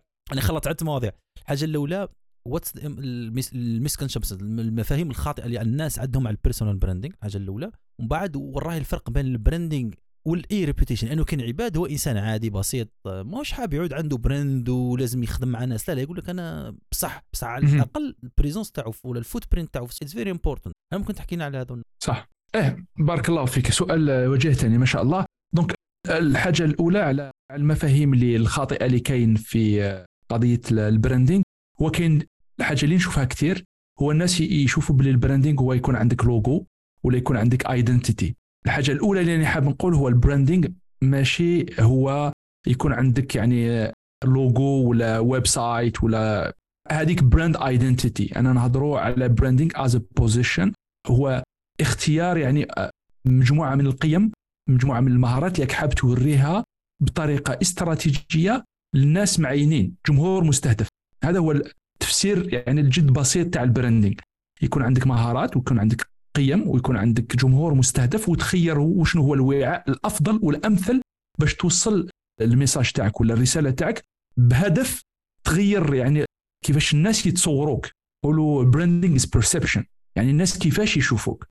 عده مواضيع. الحاجه الاولى واتس الميسكونسبشن، المفاهيم الخاطئه اللي الناس عندهم على البيرسونال براندينغ، الحاجه الاولى. ومن بعد وراي الفرق بين البراندينغ والاي ريبيوتيشن، انه كان عباد هو انسان عادي بسيط ماهوش حاب يعود عنده براند ولازم يخدم مع ناس، لا يقول لك انا بصح على الاقل البريزونس تاعو ولا الفوت برينت تاعو اتس فيري امبورتنت. هل ممكن تحكينا على هذا؟ صح، بارك الله فيك، سؤال وجهتني ما شاء الله. دونك الحاجه الاولى على المفاهيم اللي الخاطئه اللي كاين في قضيه البراندينغ، وكاين الحاجه اللي نشوفها كثير هو الناس يشوفوا بلي البراندينغ هو يكون عندك لوجو ولا يكون عندك ايدنتيتي. الحاجه الاولى اللي انا حاب نقول هو البراندينغ ماشي هو يكون عندك يعني لوجو ولا ويب سايت ولا هذيك براند ايدنتيتي. انا نهضروا على براندينغ از بوزيشن، هو اختيار يعني مجموعه من القيم، مجموعه من المهارات اللي حاب توريها بطريقه استراتيجيه للناس معينين، جمهور مستهدف. هذا هو التفسير يعني الجد بسيط تاع البراندينغ. يكون عندك مهارات ويكون عندك قيم ويكون عندك جمهور مستهدف، وتخير وشنو هو الوعاء الافضل والامثل باش توصل الميساج تاعك ولا الرساله تاعك بهدف تغير يعني كيفاش الناس يتصوروك. قولوا براندينغ از بيرسبشن، يعني الناس كيفاش يشوفوك.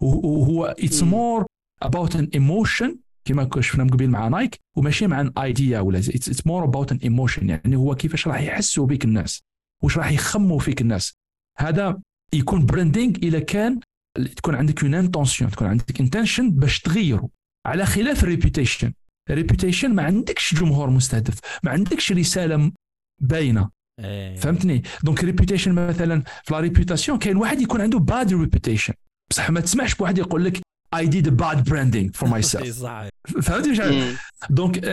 وهو اتس مور اباوت ان ايموشن كما شفنا من قبل مع نايك، وماشي مع ان ايديا ولا اتس مور اباوت ان ايموشن، يعني هو كيفاش راح يحسوا بك الناس، واش راح يخموا فيك الناس. هذا يكون براندينغ اذا كان تكون عندك اون انتونسيون، تكون عندك انتنشن باش تغيره، على خلاف الريبيوتيشن. الريبيوتيشن ما عندكش جمهور مستهدف، ما عندكش رساله باينه. فهمتني؟ دونك ريبيوتيشن مثلا في لا ريبيوتاسيون كاين واحد يكون عنده باد ريبيوتيشن، بصح ما تسمعش بواحد يقول لك I did a bad branding for myself. فهمتني واش؟ دونك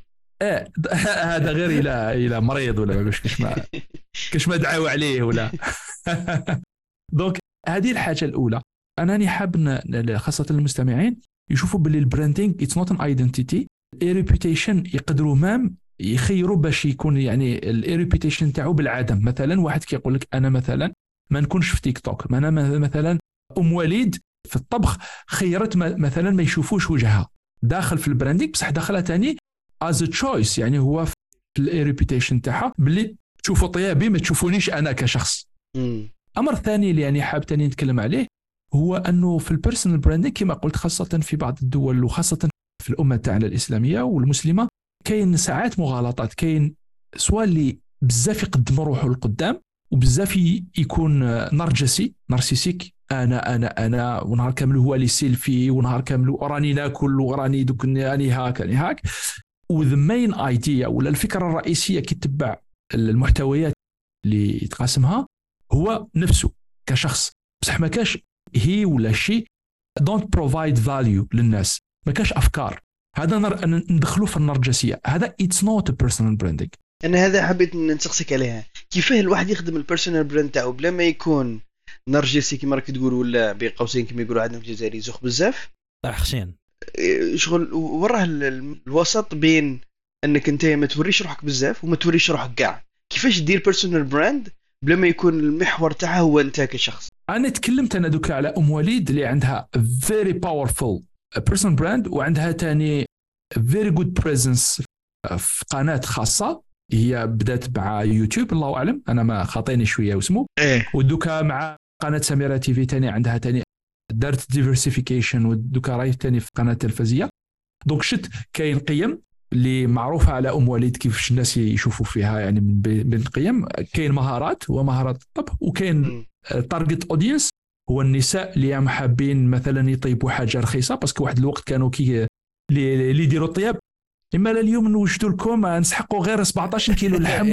هذا غير الى مريض ولا كاش ما دعاو عليه ولا. دونك هذه الحاجه الاولى. انا حاب خاصه المستمعين يشوفوا باللي البراندينغ اتس نوت ان ايدنتيتي. اي ريبيوتيشن يقدروا مام يخيروا باش يكون يعني الاي ريبيوتيشن تاعو بالعدم. مثلا واحد كيقول لك انا مثلا ما نكونش في تيك توك، انا مثلا وليد في الطبخ خيرت مثلا ما يشوفوش وجهها، داخل في البراندينغ بصح داخلها تاني از تشويس، يعني هو في الاي ريبيوتيشن تاعها باللي تشوفوا طيابي ما تشوفونيش انا كشخص. امر ثاني اللي يعني حاب تاني نتكلم عليه هو انه في البيرسونال براندينغ كما قلت خاصه في بعض الدول وخاصه في الامه تاعنا الاسلاميه والمسلمه كاين ساعات مغالطات، كاين سواء اللي بزاف يقدم روحه للقدام وبزاف يكون نارسيسيك، انا ونهار كامل هو لي سيلفي ونهار كامل راني ناكل وراني دوك راني هاك. وذا مين ايديا ولا الفكره الرئيسيه كي تتبع المحتويات اللي يتقاسمها هو نفسه كشخص، بصح ما كاش هي ولا شيء don't provide value للناس، ما كاش افكار. هذا ندخلوه في النرجسيه، هذا it's not a personal branding. انا هذا حبيت نسقسيك عليها، كيفاه الواحد يخدم البيرسونال براند تاعو بلا ما يكون نرجسي كما راك تقول ولا بقوسين كما يقولوا عندنا في الجزائر زخ بزاف خشين شغل وراه الوسط بين انك انت ما توريش روحك بزاف وما توريش روحك كاع. كيفاش دير بيرسونال براند بلا ما يكون المحور تاعها هو انت كشخص؟ انا تكلمت دوكا على وليد اللي عندها very powerful personal brand وعندها تاني very good presence في قناة خاصة هي بدات مع يوتيوب الله أعلم، أنا ما خاطيني شوية واسمه ودوكا مع قناة سميرة تي في تاني عندها تاني دارت ديفرسيفيكيشن ودوكا راي تاني في قناة تلفزية. دونك شت كاين قيم اللي معروفة على وليد كيفاش الناس يشوفوا فيها يعني من بين القيم، كاين مهارات ومهارات الطبخ وكاين تارجت اودينس هو النساء اللي حابين مثلا يطيبوا حاجة رخيصة باسكو واحد الوقت كانوا كي اللي يديروا الطياب إما اليوم نوجدوا لكم نسحقوا غير 17 كيلو لحم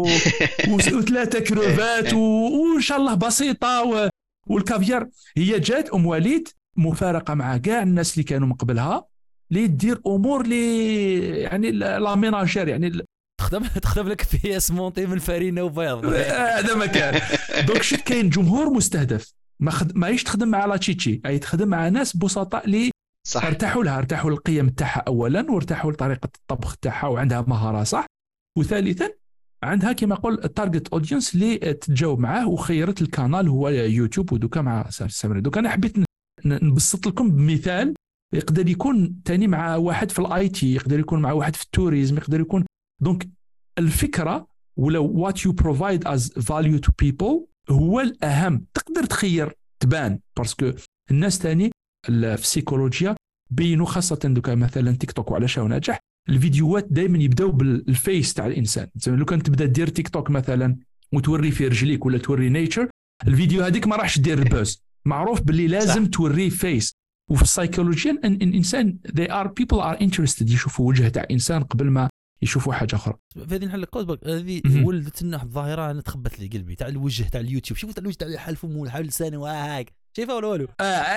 وثلاثة كروفات وإن شاء الله بسيطة والكافيار. هي جات وليد مفارقة مع كاع الناس اللي كانوا من قبلها اللي تدير أمور اللي يعني لا ميناجير يعني تخدم لك في اسمونتي من فرينة وبيض هذا ما كان. دوك شت كاين جمهور مستهدف ما يش تخدم مع لا تشيتشي، أي تخدم مع ناس بسطاء اللي صح. ارتاحوا للقيم تاعها اولا وارتاحوا لطريقه الطبخ تاعها وعندها مهاره صح، وثالثا عندها كما قول التارجت اودينس اللي تتجاوب معاه وخيرت القناه هو يوتيوب ودوكا مع سامري. دوكا انا حبيت نبسط لكم بمثال يقدر يكون تاني مع واحد في الاي تي، يقدر يكون مع واحد في التوريزم، يقدر يكون دونك الفكره ولا what you provide as value to people هو الاهم. تقدر تخير تبان باسكو الناس تاني في السيكولوجيا بينوا خاصة دوكا مثلا تيك توك وعلاش هو ناجح الفيديوهات دائما يبداو بالفيس تاع الانسان. لو كنت تبدا دير تيك توك مثلا وتوري في رجليك ولا توري نيتشر الفيديو هذيك ما راحش دير البوز، معروف باللي لازم صح. توري فيس. وفي السيكولوجيا ان الانسان people are interested يشوفوا وجه تاع انسان قبل ما يشوفوا حاجه اخرى. في هذه نحل القول هذه ولدت لنا الظاهره انا تخبت لي قلبي تاع الوجه تاع اليوتيوب. شوفوا تاع الوجه تاع حال فمو حال لسانه وهاك شايفه ولا والو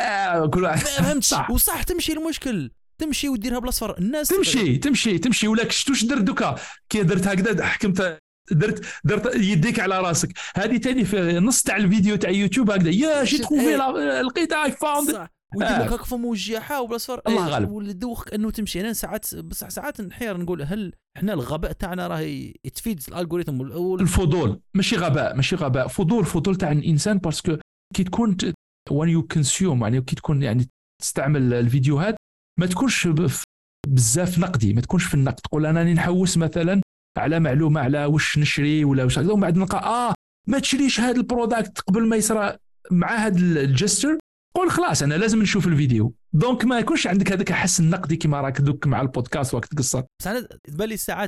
كل واحد فهمت وصح. تمشي المشكل تمشي وديرها بالاصفر الناس تمشي ولا شتوش درت دوكا كي درت هكذا حكمت درت يديك على راسك. هذه تاني في نص تاع الفيديو تاع يوتيوب هكذا يا شي تخوفي لقيت اي فاوند ويدير لك هكا موجهه وبالاصفر الله غالب والدوخ انه تمشي. انا ساعات بصح ساعات نحير نقول هل احنا الغباء تاعنا راه تفيد الالغوريثم الفضول ماشي غباء فضول تاع الانسان باسكو كي تكون when you consume يعني كي تكون يعني تستعمل الفيديوهات ما تكونش بزاف نقدي، ما تكونش في النقد تقول انا نحوس مثلا على معلومه على واش نشري ولا واش ومن بعد نلقى ما تشريش هذا البرودكت قبل ما يصرى مع هذا الجستر قول خلاص انا لازم نشوف الفيديو. دونك ما يكونش عندك هذاك الحس النقدي كما راك دوك مع البودكاست وقت تقصر. بس انا بالي ساعات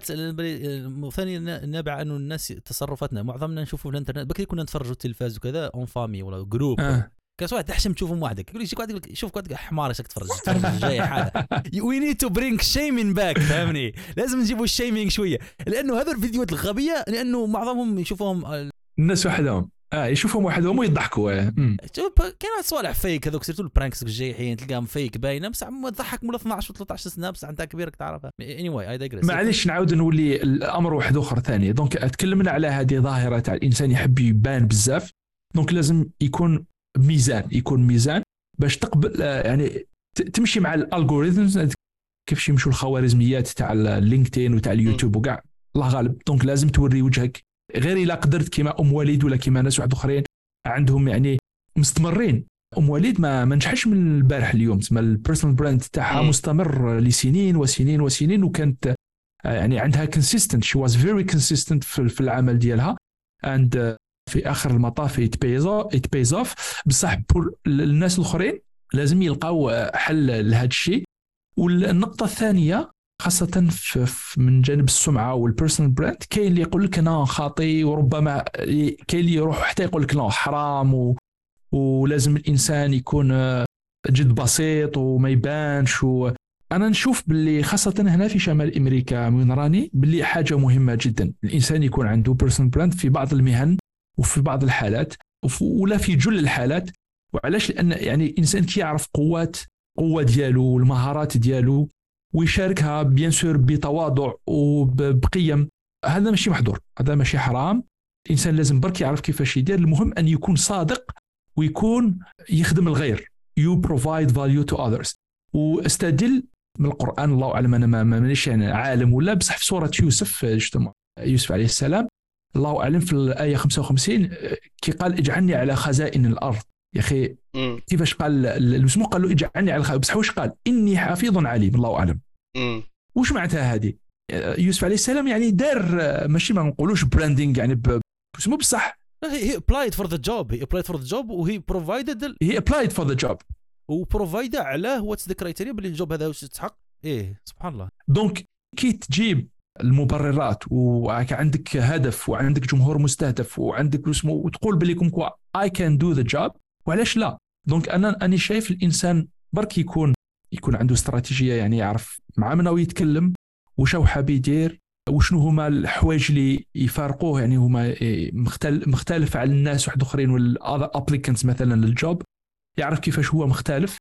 ثاني نابع انه الناس تصرفاتنا معظمنا نشوفوا في الانترنت بكري كنا نتفرجوا التلفاز وكذا اون فامي ولا جروب كاس واحد تحشم تشوفهم وحدك يقول يجيك واحد يقول شوف واحد حمار ايش تتفرج جاي حاله وي نيد تو برينج شيمين باك فهمني لازم نجيبوا الشيمينج شويه لانه هذا الفيديوهات الغبيه لانه معظمهم يشوفوهم الناس وحدهم يشوفهم وحدهم ويضحكوا شوف كاين صوالح فيك هذوك سيرتو البرانكس الجايحين تلقاهم فيك باينه بصح تضحك مول 12 و 13 سنه بصح انت كبير تعرفها اني واي اي دايجريس. معليش نعاود نولي الامر واحد اخر ثاني. دونك تكلمنا على هذه ظاهره تاع الانسان يحب يبان بزاف. دونك لازم يكون ميزان باش تقبل يعني تمشي مع الالغوريثمز كيفاش يمشوا الخوارزميات تاع اللينكدين وتاع اليوتيوب وكاع الله غالب. دونك لازم توري وجهك، غير الا قدرت كيما وليد ولا كيما ناس واحد اخرين عندهم يعني مستمرين. وليد ما نجحش من البارح اليوم، تسمى البيرسونال براند تاعها مستمر لسنين وسنين وسنين، وكانت يعني عندها consistent. she was very consistent في العمل ديالها and في آخر المطاف it pays off. بصح الناس الآخرين لازم يلقاو حل لهذا الشيء. والنقطة الثانية خاصة من جانب السمعة والبيرسونال براند، كاين اللي يقول لك أنا خاطي، وربما كاين اللي يروح حتى يقول لك لا حرام ولازم الإنسان يكون جد بسيط وما يبانش. أنا نشوف باللي خاصة هنا في شمال أمريكا من راني باللي حاجة مهمة جدا الإنسان يكون عنده بيرسونال براند في بعض المهن وفي بعض الحالات ولا في جل الحالات. وعلاش؟ لأن يعني الإنسان كي يعرف قوة ديالو والمهارات ديالو ويشاركها بيان سور بتواضع وبقيم، هذا ماشي محظور، هذا ماشي حرام. الإنسان لازم برك يعرف كيفاش يدير. المهم أن يكون صادق ويكون يخدم الغير. You provide value to others. واستدل من القرآن، الله أعلم أنا مانيش يعني عالم ولا، بصح في سورة يوسف عليه السلام الله أعلم في الآية 55 كي قال اجعلني على خزائن الأرض. يا أخي كيفاش قال المسموع؟ قال له اجعلني على خزائن، بصح واش قال؟ إني حفيظ عليم. الله أعلم وش معناتها هذه. يوسف عليه السلام يعني دار ماشي ما نقولوش براندينج يعني اسمه بصح he applied for the job وهي applied for the job وبروفايد على what's the criteria باللي الجوب هذا واش تستحق. سبحان الله. دونك كي تجيب المبررات وعندك هدف وعندك جمهور مستهدف وعندك اسمه وتقول بليكم كوا I can do the job، وعلاش لا. دونك أنا شايف الإنسان برك يكون عنده استراتيجية، يعني يعرف مع من يتكلم وشو حاب يدير وشنو هما الحوايج اللي يفارقوه، يعني هما مختلف على الناس واحد اخرين والأذر applicants مثلا للجوب، يعرف كيفاش هو مختلف.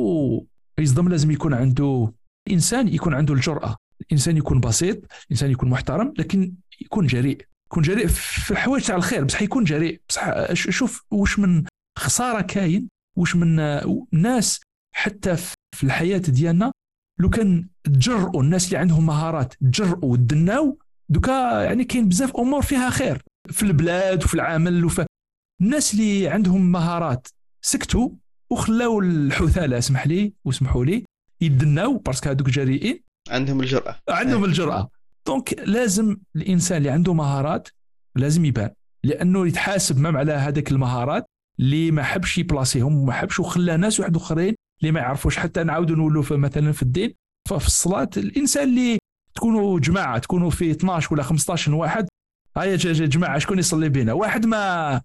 ويصدم لازم يكون عنده الإنسان يكون عنده الجرأة، الإنسان يكون بسيط، الإنسان يكون محترم، لكن يكون جريء في الحوايج تاع الخير، بصح يكون جريء. بصح شوف واش من خسارة كاين، واش من ناس حتى في الحياة ديالنا لو كان تجرؤوا الناس اللي عندهم مهارات تجرؤوا ودناو دوكا، يعني كاين بزاف أمور فيها خير في البلاد وفي العمل. الناس اللي عندهم مهارات سكتوا وخلاو الحثالة اسمحوا لي يدناو باسكو هذوك جريئين عندهم الجرأة. دونك لازم الإنسان اللي عنده مهارات لازم يبان، لأنه يتحاسب مع على هذيك المهارات اللي ما حبش يبلاصيهم وما حبش وخلى ناس واحد اخرين اللي ما يعرفوش. حتى نعاودوا نقولوا مثلا في الدين ففي الصلاة الإنسان اللي تكونوا جماعة، تكونوا في 12 ولا 15 واحد، هيا جماعة شكون يصلي بينا؟ واحد ما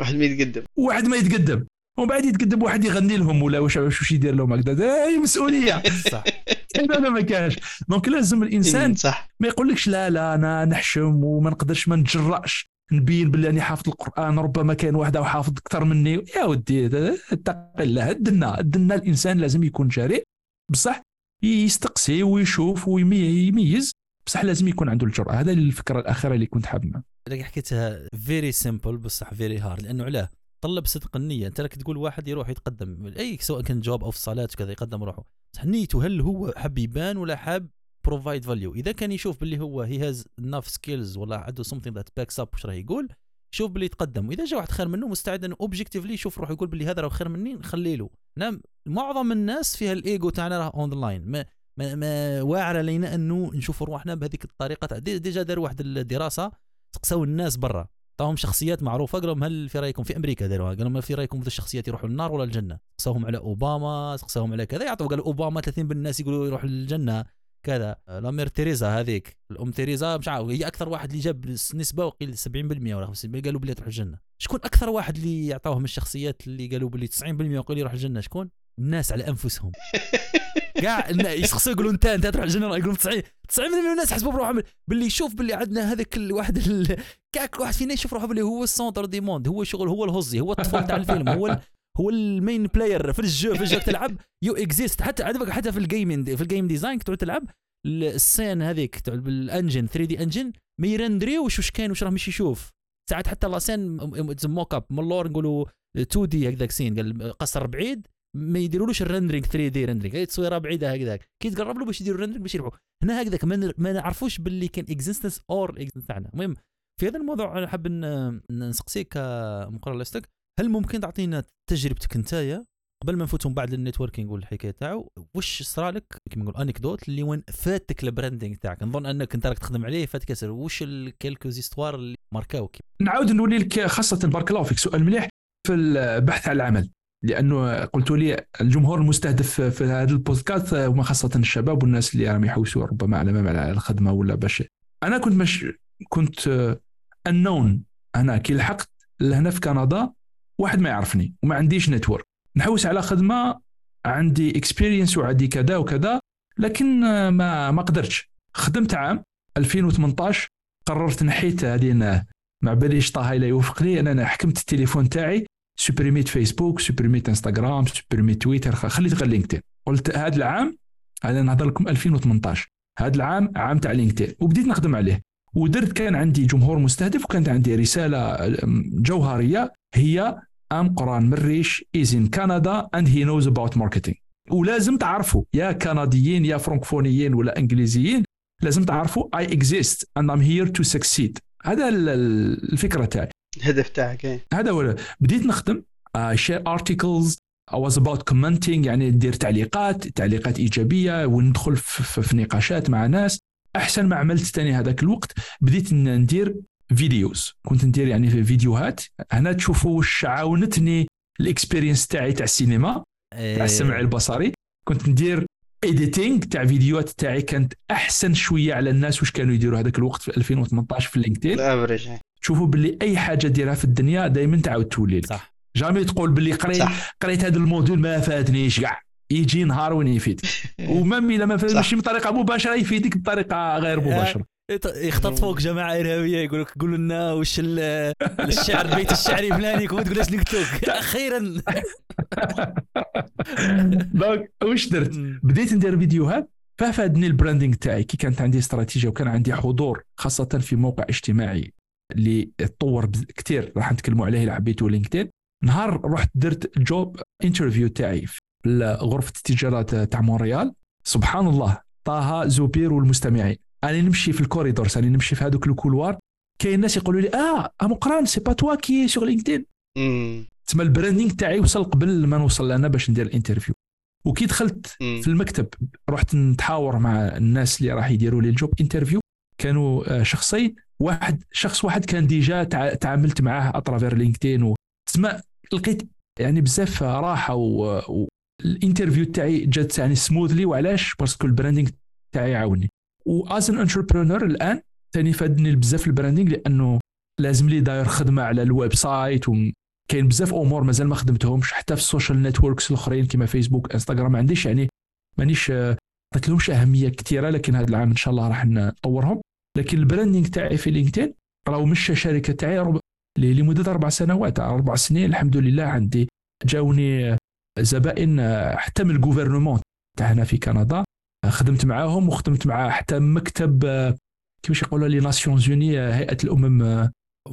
يتقدم ومن بعد يتقدم واحد يغني لهم ولا واش يدير لهم هكذا، هي مسؤولية صح. هذا ما كانش. دونك لازم الإنسان ما يقولكش لا أنا نحشم وما نقدرش ما نتجرأش نبين بالله أني حافظ القرآن، ربما كان واحد حافظ أكثر مني. يا ودي اتق الله، الدنا الإنسان لازم يكون جريء، بصح يستقسي ويشوف ويميز، بصح لازم يكون عنده الجرأة. هذا الفكرة الأخيرة اللي كنت حابنا. لك حكيتها فيري سيمبل بصح فيري هارد، لأنه علاه طلب صدق النية. أنت لك تقول واحد يروح يتقدم أي سواء كان جوب أو في الصلاة وكذا يقدم روحه، نيته هل هو حاب يبان ولا حاب provide value؟ إذا كان يشوف باللي هو he has enough skills ولا عنده something that backs up وش راه يقول، شوف باللي يتقدم. وإذا جاء واحد خير منه مستعد أنه objectively يشوف روح يقول باللي هذا راه خير مني نخلي له. نعم معظم الناس فيها الإيجو تاعنا راه on the line، ما واعر علينا أنه نشوف روحنا بهذيك الطريقة. ديجا دار واحد الدراسة تقساو الناس برا، عطاهم شخصيات معروفة، قالوا هل في رأيكم في أمريكا داروها، قالوا ما في رأيكم في الشخصيات يروحوا للنار ولا الجنة؟ قساوهم على أوباما، قساوهم على كذا، يعطوا قالوا أوباما 30 بالناس يقولوا يروح للجنة كذا. لامير تيريزا هذيك الأم تيريزا مش عارف، هي أكثر واحد اللي جاب نسبة وقيل 70% ولا 50% قالوا بلي تروح الجنة. شكون أكثر واحد اللي يعطاهم الشخصيات اللي قالوا بلي 90% وقيل يروح الجنة؟ شكون؟ الناس على أنفسهم. قاع يسخسوا يقولوا انت تروح الجنه، يقولوا 90% من الناس حسبوا بروحهم باللي يشوف باللي عندنا هذاك الواحد كاك واحد فينا يشوف روحه باللي هو السونتر دي موند، هو شغل، هو الهزي، هو الطفل تاع الفيلم، هو المين بلاير في الجو تلعب يو اكزيست. حتى في الجيم ديزاين كنت تلعب السين هذيك تاع بالانجن 3 دي انجن ما يرندريوش واش كاين واش راه مش يشوف ساعات. حتى لاسين موك اب من اللور نقولوا 2 دي هكذاك سين قال قصر بعيد ما يديرولوش الرندرينغ 3 دي رندرينغ، هي تصويره بعيده هكذاك كي تقرب له باش يديروا الرندرينغ باش يربحوا. هنا هكذاك ما نعرفوش باللي كان اكزيستنس اور اكزيستنس تاعنا. المهم في هذا الموضوع انا حاب نسقسيك كمقرر لاستك، هل ممكن تعطينا تجربتك نتايا قبل ما نفوتهم بعد النيتوركينغ والحكايه تاعو، واش صرا لك كيما نقول انيكدوت اللي وين فاتك البراندينغ تاعك؟ نظن انك انت راك تخدم عليه فاتك ياسر، واش الكالكو زيستوار اللي ماركاوك؟ نعاود نولي لك خاصه بارك الله فيك سؤال مليح في البحث عن العمل، لانه قلت لي الجمهور المستهدف في هذا البودكاست هما خاصه الشباب والناس اللي راهم يحوسوا ربما على الخدمه ولا باش. انا كنت النون انا كي لحقت لهنا في كندا واحد ما يعرفني وما عنديش نتورك، نحوس على خدمه عندي اكسبيرينس وعندي كذا وكذا، لكن ما قدرتش. خدمت عام 2018 قررت نحيت هذه مع باليش طه لا يوفق لي، انا حكمت التليفون تاعي، سوبريميت فيسبوك، سوبريميت انستغرام، سوبريميت تويتر، خليت غير لينكدين. قلت هذا العام، هذا نهضر لكم 2018، هذا العام عام تاع لينكدين، وبديت نخدم عليه ودرت. كان عندي جمهور مستهدف وكانت عندي رسالة جوهرية هي قران مريش is in Canada and he knows about marketing. ولازم تعرفوا يا كنديين يا فرنكفونيين ولا انجليزيين، لازم تعرفوا I exist and I'm here to succeed. هذا الفكرة تاعي، الهدف تاعك. هذا هو. بديت نخدم share articles، I was about commenting، يعني ندير تعليقات إيجابية وندخل في نقاشات مع ناس. أحسن ما عملت تاني هذاك الوقت بديت ندير فيديوز، كنت ندير يعني في فيديوهات. هنا تشوفوا واش عاونتني الاكسبيرينس تاعي تاع السينما تاع السمع البصري. كنت ندير إيديتينغ تاع فيديوهات تاعي، كانت أحسن شوية على الناس واش كانوا يديروا هذاك الوقت في 2018 في لينكدين. تشوفوا باللي أي حاجة ديرها في الدنيا دائما تعاود تولي لك، صح. جامي تقول باللي قريت هذا الموديول ما فاتنيش كاع، يجي نهار وين يفيدك. ومام إلا ما فاتش بطريقة مباشرة يفيدك بطريقة غير مباشرة. يخطط فوق جماعة إرهابية يقولوا لنا واش الشعر البيت الشعري فلاني كنت تقولش نكتوك أخيرا. دونك واش درت؟ بديت ندير فيديوهات، ففادني البراندينغ تاعي كي كانت عندي استراتيجية وكان عندي حضور خاصة في موقع اجتماعي اللي تطور كتير راح نتكلموا عليه اللي حبيته لينكدين. نهار رحت درت جوب انترفيو تاعي في غرفة التجارات تاع مونريال، سبحان الله طه زبير والمستمعين، أنا نمشي في الكوريدورس، أنا نمشي في هذوك الكولوار، كاين الناس يقولوا لي مقران سي با توا كي سور لينكدين. تسمى البراندينغ تاعي وصل قبل ما نوصل لنا باش ندير الانترفيو. وكي دخلت في المكتب رحت نتحاور مع الناس اللي راح يديروا لي الجوب انترفيو، كانوا شخصين، شخص واحد كان ديجا تعاملت معاه اترافير لينكدين، تسمى لقيت يعني بزاف راحه والانترفيو تاعي جات يعني سموثلي. وعلاش؟ باسكو البراندينغ تاعي عاوني. واز ان انتربرونور الان ثاني فادني بزاف البراندينغ، لانه لازم لي داير خدمه على الويب سايت، وكاين بزاف امور مازال ما خدمتهمش حتى في السوشيال نتوركس الاخرين كما فيسبوك انستغرام. ما عنديش يعني مانيش عطيت لهمش اهميه كثيره، لكن هذا العام ان شاء الله راح نطورهم. لكن البراندينغ تاعي في لينكدين راهو مش شركه تاعي لمده 4 سنوات 4 سنين الحمد لله. عندي جاوني زبائن حتى من الجوفرنمون تاعنا في كندا، خدمت معاهم وخدمت مع حتى مكتب كيفاش يقولوا لي ناسيونز يوني، هيئه الامم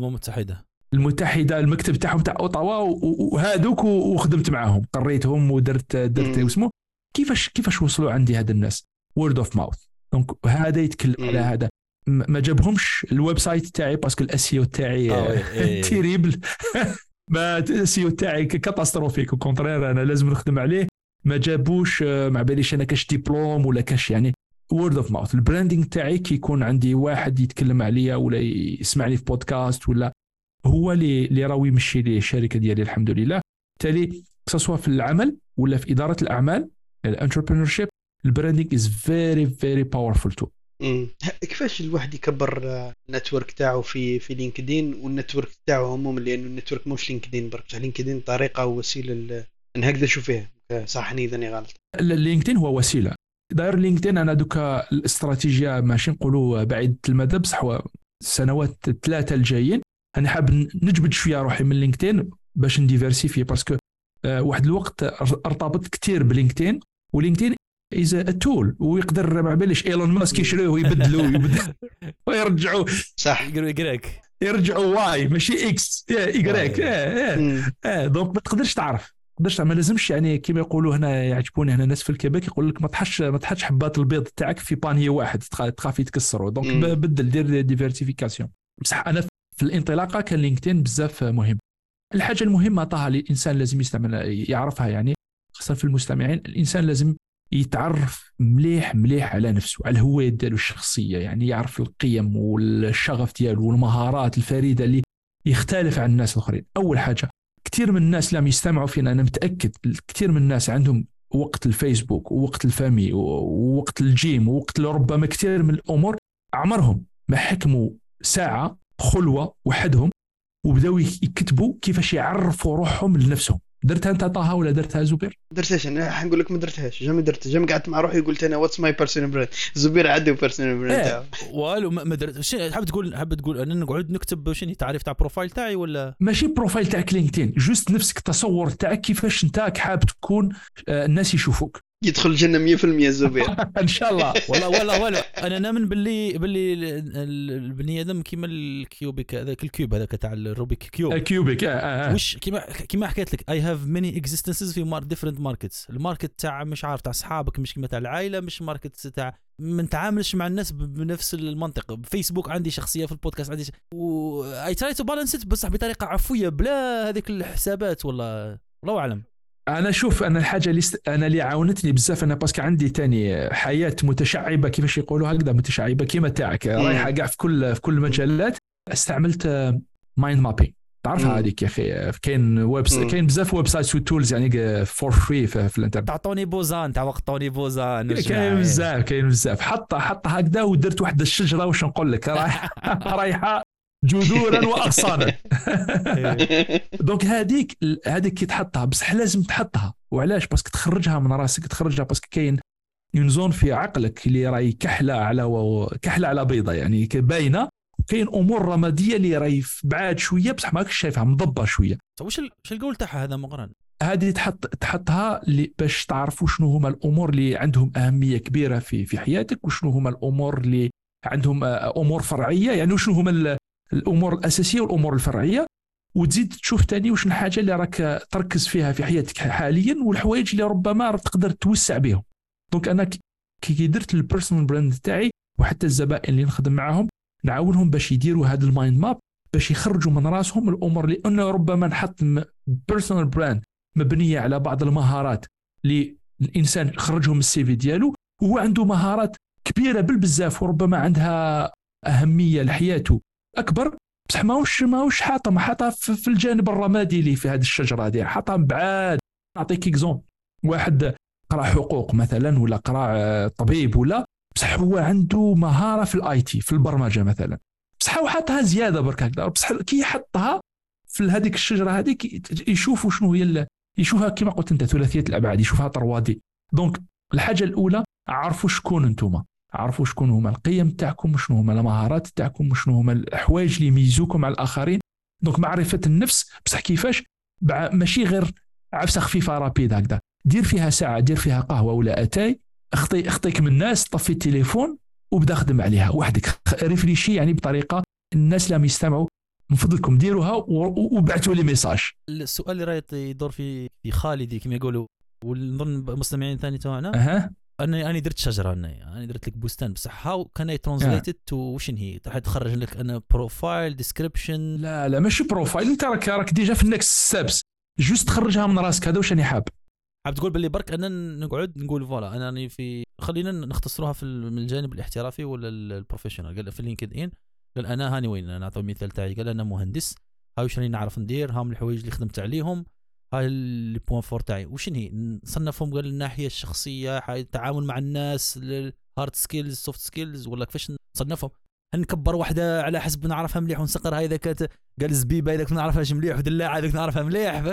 المتحده المكتب تاعهم تاع اوتاوا، وهذوك وخدمت معاهم قريتهم ودرت اسمه كيفاش وصلوا عندي هذا الناس وورد اوف ماوث. دونك هذا يتكلم على هذا. ما جابهمش الويب سايت تاعي باسكو الاسيو تاعي تيريبل، ما الاسيو تاعي كاتاستروفيك، وكونترير انا لازم نخدم عليه. ما جابوش مع باليش انا كاش ديبلوم ولا كاش يعني وورد اوف ماوث. البراندينغ تاعي كي يكون عندي واحد يتكلم عليا ولا يسمعني في بودكاست ولا هو اللي راوي يمشي لي الشركه ديالي الحمد لله. بالتالي سواء في العمل ولا في اداره الاعمال الانتربرينورشيب، البراندينغ از فيري فيري باورفول تو. كيفاش الواحد يكبر النتورك تاعه في لينكدين والنتورك تاعه عموما، لانه النتورك مش لينكدين برك، لينكدين طريقه ووسيله نقدر نشوف فيها. صحني اذا غلط، لينكدين هو وسيله. داير لينكدين انا دوكا الاستراتيجيه ماشي نقولوا بعيده المدى، بصح السنوات 3 الجايين انا حاب نجبد شويه روحي من لينكدين باش نديفيرسيفي، باسكو واحد الوقت ارتبط كثير بلينكدين، ولينكدين از ا تول ويقدر ما باليش ايلون ماسك يشروه ويبدلوا ويرجعوا صح يرجعوا واي ماشي اكس ايغريك دونك ما تقدرش تعرف قدرش ما لازمش يعني كما يقولوا هنا يعجبوني هنا الناس في الكيبيك يقول لك ما تحطش حبات البيض تاعك في بانيه واحد تخاف يتكسروا دونك بدل دير ديفيرسيفيكاسيون. بصح انا في الانطلاقه كان لينكدين بزاف مهم. الحاجه المهمه طه الانسان لازم يستعمل يعرفها يعني خاصه في المستمعين، الانسان لازم يتعرف مليح على نفسه، على الهويه ديالو الشخصيه، يعني يعرف القيم والشغف ديالو والمهارات الفريده اللي يختلف عن الناس الاخرين. اول حاجه كثير من الناس لم يستمعوا فينا، انا متاكد كثير من الناس عندهم وقت الفيسبوك ووقت الفامي ووقت الجيم ووقت ربما كثير من الامور عمرهم ما حكموا ساعه خلوه وحدهم وبداو يكتبوا كيفاش يعرفوا روحهم لنفسهم. درتها انت طه ولا درتها زبير؟ درتهاش انا، حنقول لك ما درتهاش، جامي درت، جامي قعدت مع روحي وقلت انا واتس ماي بيرسونال براند. زبير عنده بيرسونال براند تاعو والو ما درت. شنو حاب تقول انا نقعد نكتب شنو تعريف تاع بروفايل تاعي ولا ماشي بروفايل تاعك لينكدين، جوست نفسك تصور تاعك كيفاش انت حاب تكون الناس يشوفوك. يدخل الجنه 100% زبير ان شاء الله. والله انا نامن باللي البني ادم كيما الكيوبيك هذاك الكيوب هذاك تاع الروبيك كيوب الكيوبيك وش كيما حكيت لك اي هاف ماني اكزيستنسز في ديفرنت ماركتس. الماركت تاع مش عارف تاع اصحابك مش كيما تاع العائله، مش ماركت تاع ما نتعاملش مع الناس بنفس المنطق. فيسبوك عندي شخصيه، في البودكاست عندي اي تراي تو بالانس بصح بطريقه عفويه بلا هذيك الحسابات. والله اعلم. انا شوف انا الحاجه اللي عاونتني بزاف انا باسكو عندي تاني حياه متشعبه كيفاش يقولوا هكذا، متشعبه كيما تاعك رايحه كاع في كل المجالات. استعملت مايند مابينغ، تعرفها هذيك يا اخي. كاين بزاف ويب سايتس وتولز يعني فور فري في الانترنت. تعطوني بوزان تاع وقت طوني بوزان كاين بزاف حط هكذا ودرت واحد الشجره واش نقول لك رايحه جذورا واغصانا. دونك هذيك كي تحطها بصح لازم تحطها. وعلاش؟ باسكو تخرجها من راسك، تخرجها باسكو كاين ينزون في عقلك اللي راهي كحله على بيضه يعني باينه. كاين امور رماديه اللي راهي بعاد شويه بصح ماكش شايفها مضبه شويه. واش القول تاعها هذا مقرن؟ هذه تحطها باش تعرفوا شنو هما الامور اللي عندهم اهميه كبيره في حياتك، وشنو هما الامور اللي عندهم امور فرعيه، يعني وشنو هما الامور الاساسيه والامور الفرعيه. وتزيد تشوف تاني وش الحاجه اللي راك تركز فيها في حياتك حاليا والحوايج اللي ربما تقدر توسع بهم. دونك انا كي درت البيرسونال براند تاعي وحتى الزبائن اللي نخدم معاهم نعاونهم باش يديروا هذا المايند ماب باش يخرجوا من راسهم الامور اللي انه ربما نحط بيرسونال براند مبنيه على بعض المهارات اللي الانسان يخرجهم من السي في ديالو وهو عنده مهارات كبيره بالبزاف وربما عندها اهميه لحياته اكبر، بصح ماهوش حاطها في الجانب الرمادي اللي في هذه الشجره هذه، حاطها بعاد. نعطيك اكزومبل، واحد قرا حقوق مثلا ولا قرا طبيب ولا، بصح هو عنده مهاره في الاي تي في البرمجه مثلا، بصح هو حاطها زياده برك هكذا، بصح كي يحطها في هذيك الشجره هذيك يشوفوا شنو هي يشوفها كما قلت انت ثلاثيه الابعاد، يشوفها طروادي. دونك الحاجه الاولى عرفوا شكون انتم، عرفوا شكون هما القيم تاعكم، شنو هما المهارات تاعكم، شنو هما الحوايج اللي يميزوكم على الاخرين. دونك معرفه النفس، بصح كيفاش ماشي غير عفسه خفيفه رابيد هكذا، دير فيها ساعه، دير فيها قهوه ولا اتاي، اخطيك من الناس، طفي التليفون وبدا خدم عليها وحدك، ريفريشي يعني بطريقه الناس لم يستمعوا من فضلكم ديروها وبعثوا لي ميساج. السؤال اللي رايت يدور في خالدي كما يقولوا ونظن مستمعين ثاني تاعنا، انا درت شجره، انا درت لك بستان، بصح هاو كان اي ترانزليتد تو وشن هي تخرج لك انا بروفايل ديسكريبشن. لا ماشي بروفايل، انت راك ديجا في النكست ستابس، جوست تخرجها من راسك. هذا واش راني حاب تقول باللي برك انا نقعد نقول فوالا انا راني في، خلينا نختصروها في الجانب الاحترافي ولا البروفيشنال. قال في اللينكد ان، قال انا هاني وين، انا نعطي مثال تاعي، قال انا مهندس، هاي واش راني نعرف ندير، هاهم الحوايج اللي خدمت عليهم، هاي اللي بوين فور تاعي. وشن هي نصنفهم؟ قال الناحيه الشخصيه، التعامل مع الناس، الهارد سكيلز، سوفت سكيلز، ولا كيفاش نصنفهم؟ نكبر واحده على حسب نعرفها مليح ونسقرها اذا كانت، قال زبيبه اذا كنت نعرفها مليح، ودلاعه اذا كنت نعرفها مليح.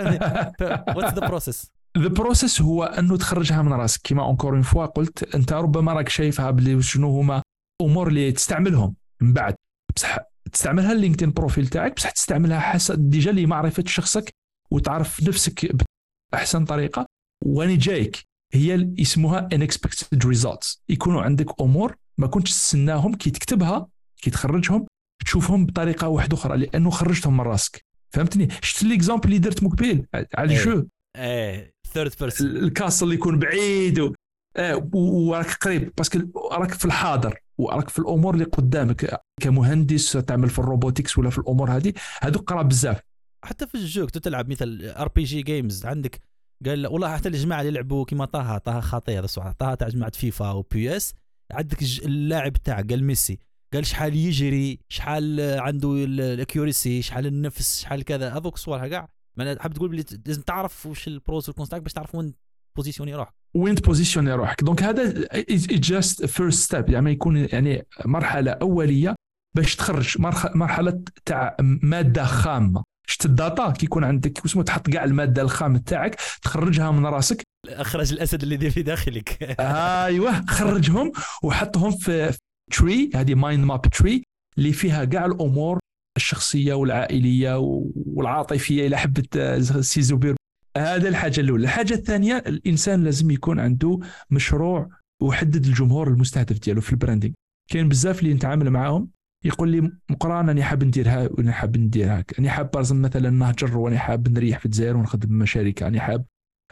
واتس ذا بروسيس؟ ذا بروسيس هو انه تخرجها من راسك كيما اونكور اون فوا قلت. انت ربما راك شايفها بلي شنو هما امور اللي تستعملهم من بعد، بصح تستعملها اللينكدين بروفيل تاعك، بصح تستعملها حسب ديجا لمعرفه شخصك وتعرف نفسك باحسن طريقه. واني جايك هي اسمها unexpected results، يكونوا عندك امور ما كنتش تستناهم كي تكتبها، كي تخرجهم تشوفهم بطريقه واحده اخرى لانه خرجتهم من راسك. فهمتني؟ شفت ليكزامبل اللي درت مقبل على الجو، ثيرد بيرسون الكاس اللي يكون بعيد وراك قريب باسكو راك في الحاضر وراك في الامور اللي قدامك كمهندس تعمل في الروبوتكس ولا في الامور هذو قراب بزاف. حتى في الجوك تلعب مثل RPG جيمز عندك قال والله حتى الجماعه اللي يلعبوا كيما طه خطير الصراحه. طه تاع جماعه فيفا وبي اس عندك اللاعب تاعك قال ميسي قال شحال يجري شحال عنده الاكيوريسي شحال النفس شحال كذا. هذوك الصور كاع ما حاب تقول بلي لازم تعرف واش البروز والكونستاك باش تعرف وين بوزيشني روحك دونك هذا جاست فيرست ستيب يعني يكون يعني مرحله اوليه باش تخرج مرحله تاع ماده خامه. شفت الداتا كي يكون عندك اسمه تحط كاع الماده الخام تاعك تخرجها من راسك. اخرج الاسد الذي في داخلك. ايوه خرجهم وحطهم في تري. هذه مايند ماب تري اللي فيها كاع الامور الشخصيه والعائليه والعاطفيه الى حبت سي زبير. هذا الحاجه الاولى. الحاجه الثانيه الانسان لازم يكون عنده مشروع ويحدد الجمهور المستهدف ديالو في البراندينغ. كاين بزاف اللي نتعامل معاهم يقول لي مقران انا حاب نديرها وانا حاب ندير هاك. انا حاب مثلا نهجر وانا حاب نريح في الجزائر ونخدم مشاريع. انا حاب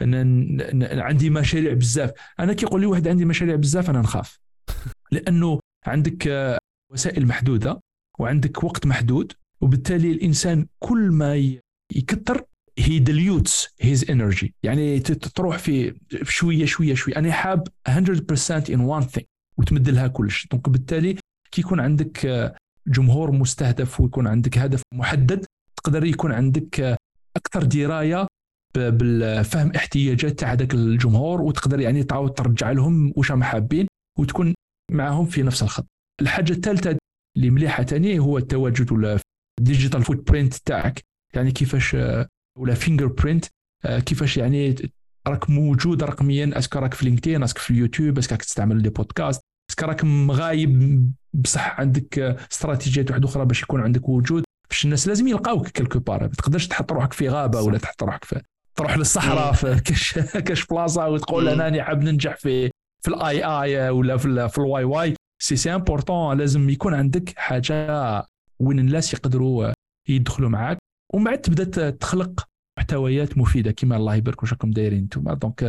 عندي مشاريع بزاف. انا كيقول لي واحد عندي مشاريع بزاف انا نخاف لانه عندك وسائل محدوده وعندك وقت محدود وبالتالي الانسان كل ما يكثر he dilutes his energy يعني تروح في شويه. انا حاب 100% in one thing وتمد لها كلش. دونك بالتالي كي يكون عندك جمهور مستهدف ويكون عندك هدف محدد تقدر يكون عندك اكثر درايه بالفهم احتياجات تاع هذاك الجمهور وتقدر يعني تعاود ترجع لهم واش هم حابين وتكون معهم في نفس الخط. الحاجه الثالثه اللي مليحه ثاني هو التواجد ولا ديجيتال فوت برينت تاعك يعني كيفاش ولا فينجر برينت كيفاش يعني راك موجود رقميا. اسكو راك في لينكدين اسكو في اليوتيوب اسكو راك تستعمل لي بودكاست اسكو راك مغايب بصح عندك استراتيجيات واحده اخرى باش يكون عندك وجود. باش الناس لازم يلقاوك كلكو بار. ما تقدرش تحط روحك في غابه ولا تحط روحك في تروح للصحراء في كاش بلاصه وتقول انا حاب ننجح في الاي ولا في الواي واي. سي امبورطون لازم يكون عندك حاجه وين الناس يقدروا يدخلوا معاك ومن بعد تبدا تخلق محتويات مفيده كما الله يبارك واش راكم دايرين نتوما. دونك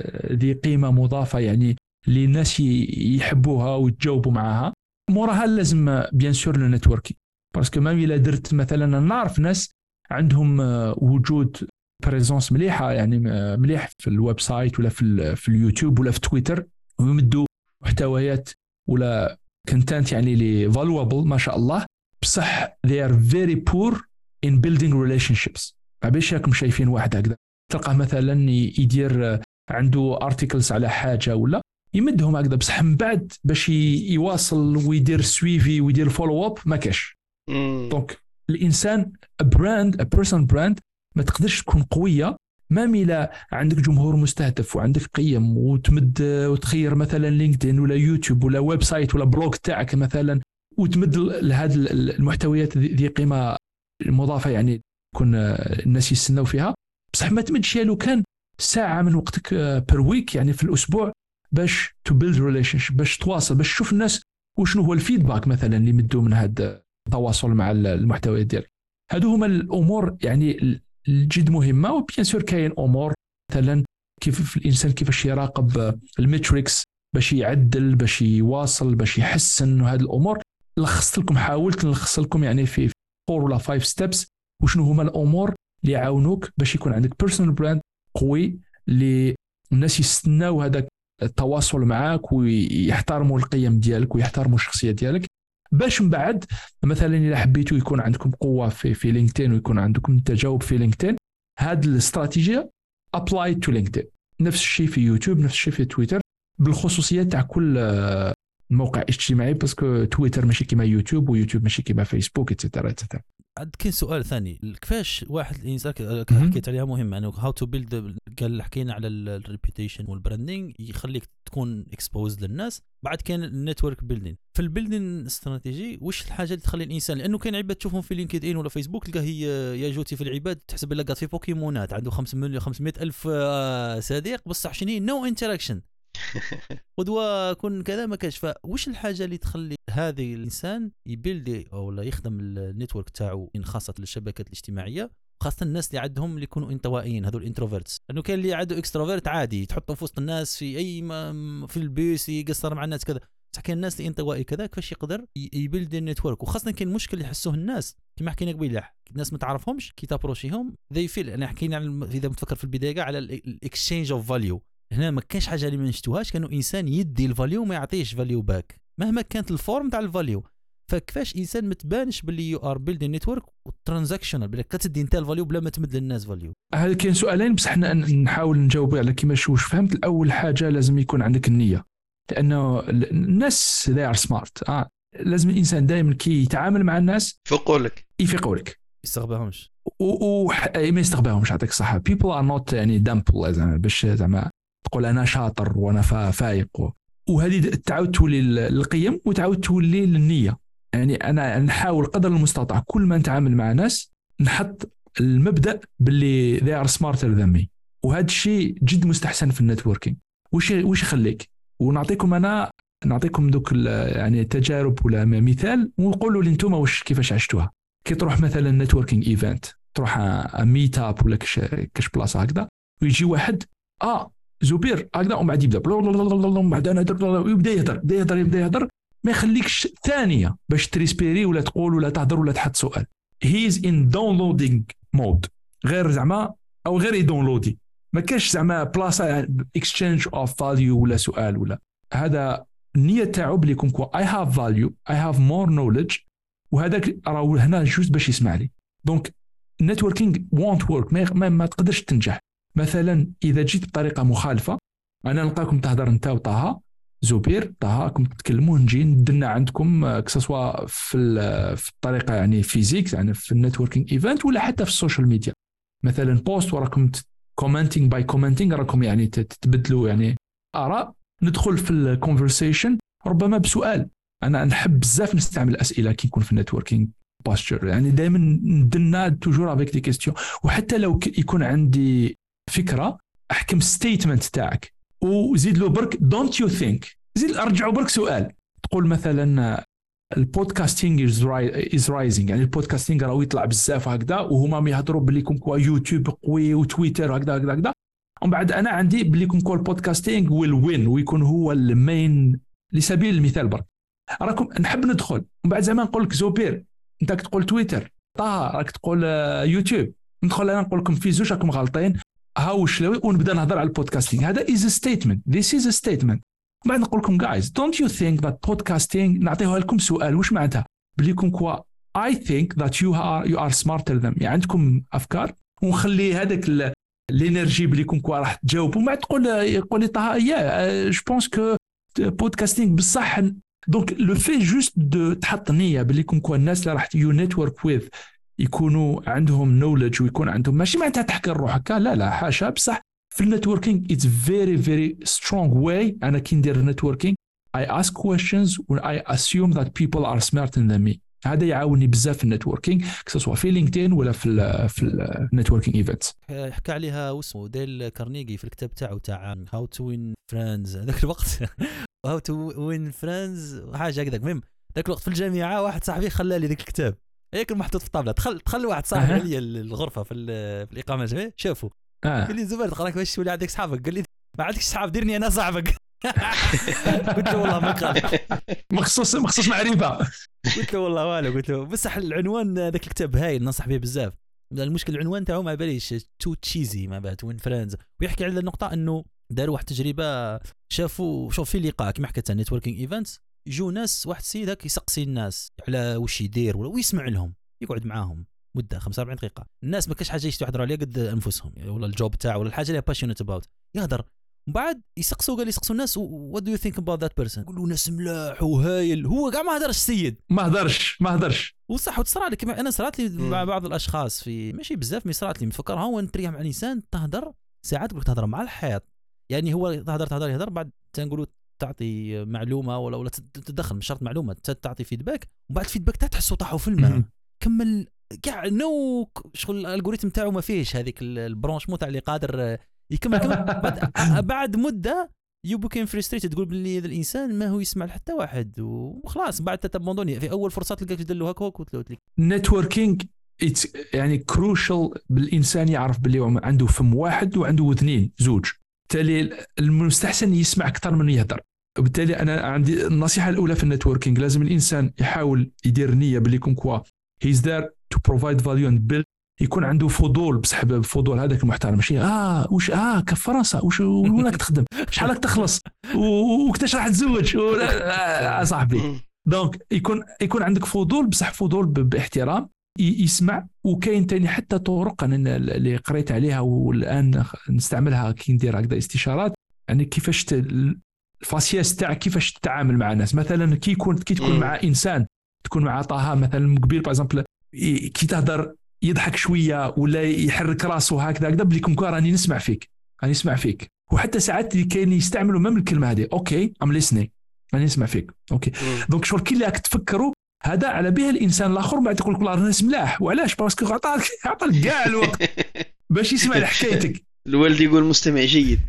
ذي قيمه مضافه يعني اللي الناس يحبوها ويتجاوبوا معها. موراها لازم بيان سور لو نتوركي باسكو ما الا درت مثلا نعرف ناس عندهم وجود بريزونس مليحه يعني مليح في الويب سايت ولا في اليوتيوب ولا في تويتر ويمدوا محتويات ولا كونتنت يعني لي فالوابل ما شاء الله بصح they are very poor in building relationships. ما بيش راكم شايفين واحد هكذا تلقاه مثلا يدير عنده ارتيكلز على حاجه ولا يمدهم هكذا بصح من بعد باش يواصل ويدير سويفي ويدير فولو اب ما كاش. دونك الانسان بيرسون براند ما تقدرش تكون قويه ما ميلا عندك جمهور مستهدف وعندك قيم وتمد وتخير مثلا لينكدين ولا يوتيوب ولا ويب سايت ولا بلوج تاعك مثلا وتمد لهذه المحتويات ذي قيمه مضافه يعني يكون الناس يستناو فيها. بصح ما تمدش لو كان ساعه من وقتك بير ويك يعني في الاسبوع باش تو بيلد ريليشنشيب باش تواصل باش تشوف الناس وشنو هو الفيدباك مثلا اللي يمدوا من هذا التواصل مع المحتويات ديالك. هادو هما الامور يعني الجد مهمه. وبيان سور كاين امور مثلا كيف الانسان كيفاش يراقب الميتريكس باش يعدل باش يواصل باش يحسن. هذه الامور حاولت نلخص لكم يعني في 4 ولا 5 ستيبس وشنو هما الامور اللي يعاونوك باش يكون عندك بيرسونال براند قوي اللي الناس يستناو هذاك التواصل معاك ويحترموا القيم ديالك ويحترموا الشخصيه ديالك باش من بعد مثلا اذا حبيتوا يكون عندكم قوه في لينكدين ويكون عندكم تجاوب في لينكدين هذه الاستراتيجيه ابلاي تو لينكدين. نفس الشيء في يوتيوب نفس الشيء في تويتر بالخصوصيات تاع كل موقع اجتماعي باسكو تويتر ماشي كيما يوتيوب ويوتيوب ماشي كيما فيسبوك اتسيتيرا. عاد كاين سؤال ثاني كيفاش واحد الانسان حكيت عليها مهمه انه هاو تو بيلد قال حكينا على الريبيوتيشن والبراندينغ يخليك تكون اكسبوزد للناس. بعد كان النتورك بيلدين في البيلدين استراتيجي واش الحاجه اللي تخلي الانسان لانه كاين عباد تشوفهم في لينكد ان ولا فيسبوك تلقاه هي يا جوتي في العباد تحسب لك في بوكيمونات عنده 500 ألف صديق بصح شنو نو انتراكشن قدوه كون كذا ما كاش. فواش الحاجه اللي تخلي هذه الانسان يبيلدي او لا يخدم النتورك تاعو خاصه للشبكات الاجتماعيه خاصه الناس اللي عندهم اللي يكونوا انطوائيين هذول الانتروفيرتس. لانه كاين اللي عنده اكستروفيرت عادي تحطه في وسط الناس في اي في البيس يقصر مع الناس كذا، بصح كاين الناس اللي انطوائي كذا كيفاش يقدر يبيلد النتورك. وخاصه كاين مشكل اللي يحسوه الناس كما حكينا قبيله، الناس ما تعرفهمش كي تابروشيهم ذي فيل. انا حكينا على اذا متفكر في البدايه كاع على الاكسشينج اوف فاليو. هنا ما كانش حاجه اللي ما نشتوهاش، كانوا انسان يدي الفاليو ما يعطيش فاليو باك مهما كانت الفورم تاع الفاليو. فكيفاش انسان ما تبانش باللي يو ار بيلدين نتورك وترانزاكشنال بلا كتدي انت الفاليو بلا ما تمد للناس فاليو. هذا كاين سؤالين بصح حنا نحاول نجاوب على كيفاش واش فهمت. الاول حاجه لازم يكون عندك النيه، لانه الناس they are smart. لازم الانسان دائما كي يتعامل مع الناس يفيقوا لك يستغباهمش ما يستغباهمش. يعطيك الصحه. people are not يعني دامبل باش زعما تقول انا شاطر وانا فايق وهذه تعاود تولي القيم وتعاود تولي للنيه. يعني انا نحاول قدر المستطاع كل ما نتعامل مع ناس نحط المبدا باللي they are smarter than me، وهذا الشيء جد مستحسن في النتوركينج. وش يخليك، نعطيكم دوك يعني تجارب ولا مثال ونقولوا لي انتم واش كيفاش عشتوها. كي تروح مثلا نتوركينج ايفنت، تروح ميت اب ولا كاش بلاصه هكذا ويجي واحد زبير هكذا ومن بعد يبدا ومن بعد انا يبدا يهضر ما يخليكش ثانيه باش تريسبيري ولا تقول ولا تهضر ولا تحط سؤال. هي از ان داونلودينغ مود، غير زعما او غير يداونلودي، ما كاش زعما بلاصه اكسشينج اوف فاليو ولا سؤال ولا هذا. النيه تاعو بلي يكون اي هاف فاليو اي هاف مور نوليدج، وهذاك راهو هنا جوست باش يسمع لي. دونك النتوركينج وونت ورك، ما تقدرش تنجح. مثلا اذا جيت بطريقه مخالفه، انا نلقاكم تهضر انت وطه زبير راكم تتكلموا نجي ندنا عندكم كسوا في الطريقه يعني فيزيك يعني في النتوركينج ايفنت ولا حتى في السوشيال ميديا. مثلا بوست وراكم كومنتينج باي كومنتينج راكم يعني تتبدلوا يعني اراء، ندخل في الكونفرسيشن ربما بسؤال. انا نحب بزاف نستعمل الاسئله كي نكون في النتوركينج بوستشر، يعني دائما ندنا توجور افيك دي كيستيون. وحتى لو يكون عندي فكره احكم ستيتمنت تاعك وزيد له برك دونت يو ثينك، زيد ارجعوا برك سؤال. تقول مثلا البودكاستينج از رايزنج، يعني البودكاستينج راهو يطلع بزاف هكذا وهما يهضروا بلي كوم كوا يوتيوب قوي وتويتر هكذا ومن بعد انا عندي بلي كوم كوا البودكاستينج ويل وين ويكون هو المين. لسبيل المثال برك راكم نحب ندخل ومن بعد زعما نقول لك زوبير انت تقول تويتر، طه راك تقول يوتيوب، ندخل انا نقول لكم في زوج راكم غلطين هاوش لوي ونبدا نهضر على البودكاستينج. هذا is a statement, this is a statement. بعد نقول لكم guys don't you think that podcasting نعطيها لكم سؤال واش معناتها بليكم كوا I think that you are smarter than me، يعني عندكم افكار ونخلي هذاك الانرجي بليكم كوا راح تجاوبوا. بعد يقول لي طه يا جو بونس كو بودكاستينج بصح. دونك لو في جوست دو تحط نيه بليكم كوا الناس اللي راح يو نتورك ويز يكونوا عندهم نوليدج ويكون عندهم، ماشي معناتها تحكي روحك لا حاشا، بصح في النتوركينج it's very very strong way. أنا كي ندير نتوركينج I ask questions and I assume that people are smarter than me. هذا يعاوني بزاف في النتوركينج سواء في لينكدين ولا في النتوركينج ايفنتس. حكى عليها واسمه ديل كارنيجي في الكتاب تاعو هاو تو وين فريندز ذاك الوقت هاو تو وين فريندز حاجه هكذاك. المهم ذاك الوقت في الجامعه واحد صاحبي خلى لي ذاك الكتاب هيك محطوط في الطابله. دخل واحد صاحبي عليا الغرفه في الاقامه جميع شافوا قال لي زبير تقراك باش تولي عندك صحابك. قال لي ما عندكش صحاب ديرني انا صاحبك. قلت له والله ما قال مخصوص معرفه. قلت له والله والو. قلت له بصح العنوان ذاك الكتاب هايل ننصح به بزاف. المشكل العنوان تاعو ما باليش تو تشيزي ما بعد وين فريندز. ويحكي على النقطه انه داروا واحد تجربه شافوا شوف في لقاء كما حكيت نتوركينج ايفنتس يجوا ناس واحد السيد هاك يسقسي الناس على واش يدير ولا يسمع لهم يقعد معاهم مده 45 دقيقه. الناس ما كاش حاجه يحضروا عليها قد انفسهم ولا الجوب تاعو ولا الحاجه اللي باشونيت اباوت يهضر. ومن بعد يسقسوا الناس وات دو يو ثينك اباوت ذات بيرسون. يقولوا ناس ملاح وهايل. هو كاع ما هضرش السيد ما هضرش وصح. وتصرى لي كما انا صرات لي مع بعض الاشخاص في ماشي بزاف مي صرات لي متفكرها. هو نتريح مع الانسان تهضر ساعات تقول تهضر مع الحيط. يعني هو تهضر يهضر بعد تنقولوا تعطي معلومه ولا تدخل مش شرط معلومه تعطي فيدباك وبعد الفيدباك تحسوا طاحوا في الماء. كمل كاع نو شغل الالغوريثم تاعو ما فيهش هذيك البرونش مو تاع اللي قادر يكمل بعد مده يو بوكين فريستريتد تقول باللي هذا الانسان ما هو يسمع لحتى واحد وخلاص. بعد تتبوندوني في اول فرصه تلقاك تدير له هكاك وتلوت لك. نتوركينج يعني كروشال بالإنسان يعرف باللي عنده فم واحد وعنده اثنين زوج، بالتالي المستحسن يسمع أكثر من يهدر. وبالتالي أنا عندي النصيحة الأولى في النتوركينج، لازم الإنسان يحاول يدير نية باللي يكون كوا he's there to provide value and build، يكون عنده فضول، بسحب فضول هذاك المحترم، ماشي وش كفرنسا وش وينك تخدم شحالك تخلص وكتاش راح تزوج صاحبي. دونك يكون عندك فضول، بصح فضول باحترام، يسمع. وكاين تاني حتى طرق أنا اللي قريت عليها والآن نستعملها كي ندير هكذا استشارات، يعني كيفاش الفاسياس تاع كيفاش تتعامل مع الناس. مثلا كي تكون مع إنسان، تكون مع طه مثلا قبيل باغ كي تهدر يضحك شويه ولا يحرك راسه هكذا بليكم راني نسمع فيك. وحتى ساعات كاين يستعملوا مم الكلمه هذه، اوكي ام ليسنينغ، راني نسمع فيك، اوكي. دونك شغل كي راك تفكروا هذا على به الانسان الاخر بعد يقول لك والله الناس ملاح، وعلاش؟ باسكو عطاك كاع الوقت باش يسمع حكايتك. الوالد يقول مستمع جيد.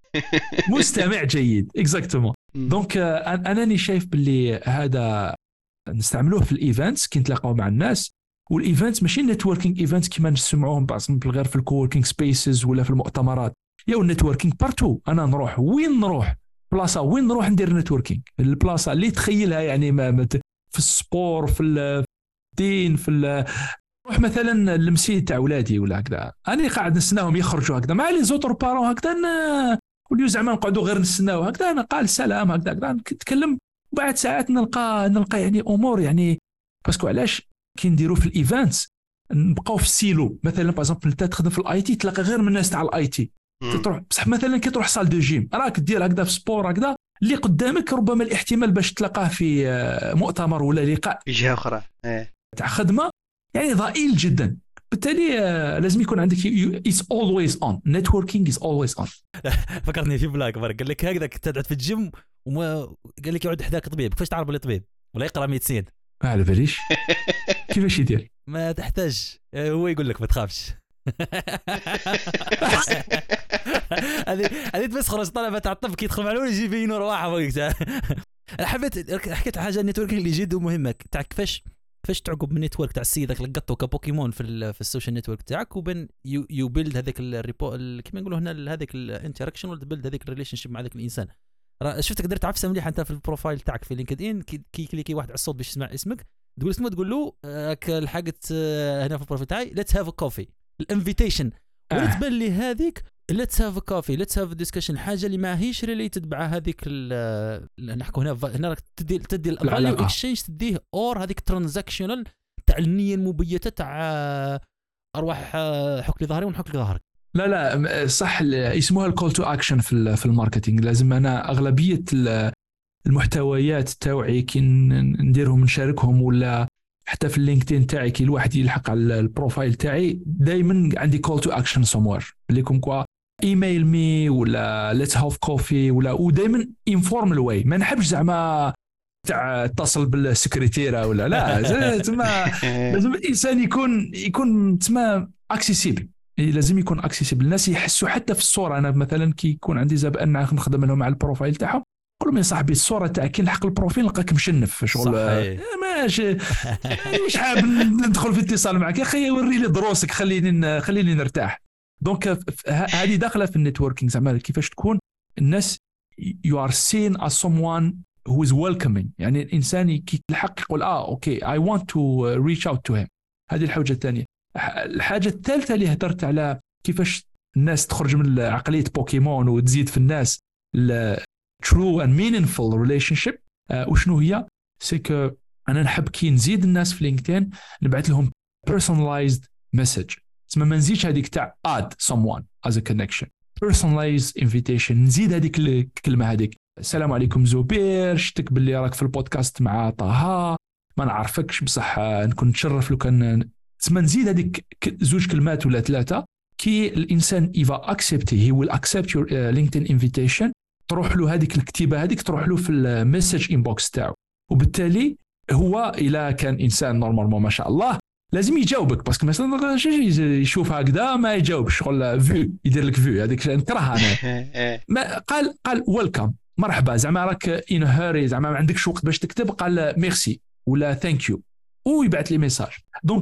مستمع جيد اكزاكتومون. دونك انا شايف باللي هذا نستعملوه في الايفنتس كي نتلاقاو مع الناس. والايفنتس ماشي نتوركينج ايفنتس كيما نسمعوهم غير في الكووركينج سبيسز ولا في المؤتمرات، يا النتوركينج بارتو. انا نروح وين نروح، بلاصه وين نروح ندير نتوركينج، البلاصه اللي تخيلها يعني في السبور، في الدين، نروح مثلا المسجد تاع اولادي ولا هكذا، انا قاعد نستناهم يخرجوا هكذا مع لي زوتر بارون هكذا، كل زعما نقعدوا غير نستناو هكذا، انا قال سلام هكذا نتكلم. وبعد ساعات نلقى يعني امور، يعني باسكو علاش كي نديروا في الايفنتس نبقاو في السيلو. مثلا باغ انت تخدم في الاي تي تلاقي غير من الناس تاع الاي تي، تروح بصح مثلا كي تروح صال دو جيم راك دير هكذا في سبور هكذا، اللي قدامك ربما الاحتمال باش تلقاه في مؤتمر ولا لقاء جهه اخرى تاع خدمه يعني ضئيل جدا. بالتالي لازم يكون عندك it's always on networking is always on. فكرتني في بلاك قال لك هكذا كنت تقعد في الجيم وما قال لك يقعد حداك طبيب، كيفاش تعرف اللي طبيب ولا يقرا ميديسين؟ ما على باليش كيفاش يدير، ما تحتاج، هو يقول لك ما تخافش. هذه تمسخر الطلبه تاع الطب كي يدخل مع الاول يجي بينور واحد وقتها. حبيت حكيت حاجه النتوركينج اللي جد مهمه تاع كيفاش تعقب من النتورك تاع السيدك لقطو كبوكيمون في السوشيال نتورك تاعك، وبين يو بيلد هذاك كيما نقولوا هنا هذاك الانتراكشن ولا بيلد هذاك الريليشن شيب مع ذاك الانسان. شفتك قدرت تعفسه مليح انت في البروفايل تاعك في لينكد ان، كي كليكي واحد على الصوت باش يسمع اسمك تقول اسمه، تقول له الحاجه هنا في البروفايل تاعي ليتس هاف ا كوفي، الانفيتيشن ولا تبان لي هذيك ليتس هاف ا كوفي، ليتس هاف ديسكشن، حاجه اللي ما هيش ريليتد مع هذيك نحكوا هنا راك تدي الفاليو اكسشينج تديه، اور هذيك ترانزاكشنال تاع النيه المبيته تاع ارواح حك لي ظهري ونحك لي ظهرك. لا صح، اسمها الكول تو اكشن في الماركتينج. لازم انا اغلبيه المحتويات تاعي كي نديرهم نشاركهم ولا حتى في اللينكدين تاعي كي الواحد يلحق على البروفايل تاعي دائما عندي كول تو اكشن سموير ليكم كوا ايميل مي ولا ليتس هاف كوفي ولا، ودائما انفورمال واي. ما نحبش زعما تاع اتصل بالسكرتيره ولا لا تما لازم الانسان يكون تما اكسيسيبل، لازم يكون اكسيسيبل، الناس يحسوا حتى في الصوره. انا مثلا كي يكون عندي زبائن نخدم لهم على البروفايل تاعهم نقول لهم يا صاحبي الصوره تاعك كي نلحق البروفيل نلقاك مشنف شغل ماشي مش حاب ندخل في اتصال معك يا اخي، وري لي دروسك خليني نرتاح. دونك هذه داخله في النتوركينج زعما كيفاش تكون الناس you are seen as someone who is welcoming، يعني الانسان كي يلحق يقول اوكي I want to reach out to him. هذه الحاجه الثانيه. الحاجه الثالثه اللي هدرت على كيفاش الناس تخرج من عقليه بوكيمون وتزيد في الناس true and meaningful relationship. وشنو هي؟ سيكو انا نحب كي نزيد الناس في لينكدين نبعث لهم personalized message، اسمها ما نزيدش هذيك تاع add someone as a connection، personalized invitation. نزيد هذيك الكلمه هذيك السلام عليكم زبير، شتك باللي راك في البودكاست مع طه، ما نعرفكش بصح نكون نتشرف لو كان اسمها. نزيد هذيك زوج كلمات ولا ثلاثه كي الانسان يفا اكسبتي هي ويل اكسبت يور لينكدين انفيتيشن، تروح له هذيك الكتيبه هذيك تروح له في المسج انبوكس تاعو. وبالتالي هو اذا كان انسان نورمالمون ما شاء الله لازم يجاوبك، باسكو مثلا يشوف هكذا ما يجاوبش شغل فيو يدير لك فيو هذيك نكرهها انا. ما قال ويلكم مرحبا، زعما راك ان هاري زعما ما عندكش وقت باش تكتب، قال ميرسي ولا ثانك يو ويبعث لي ميساج. دونك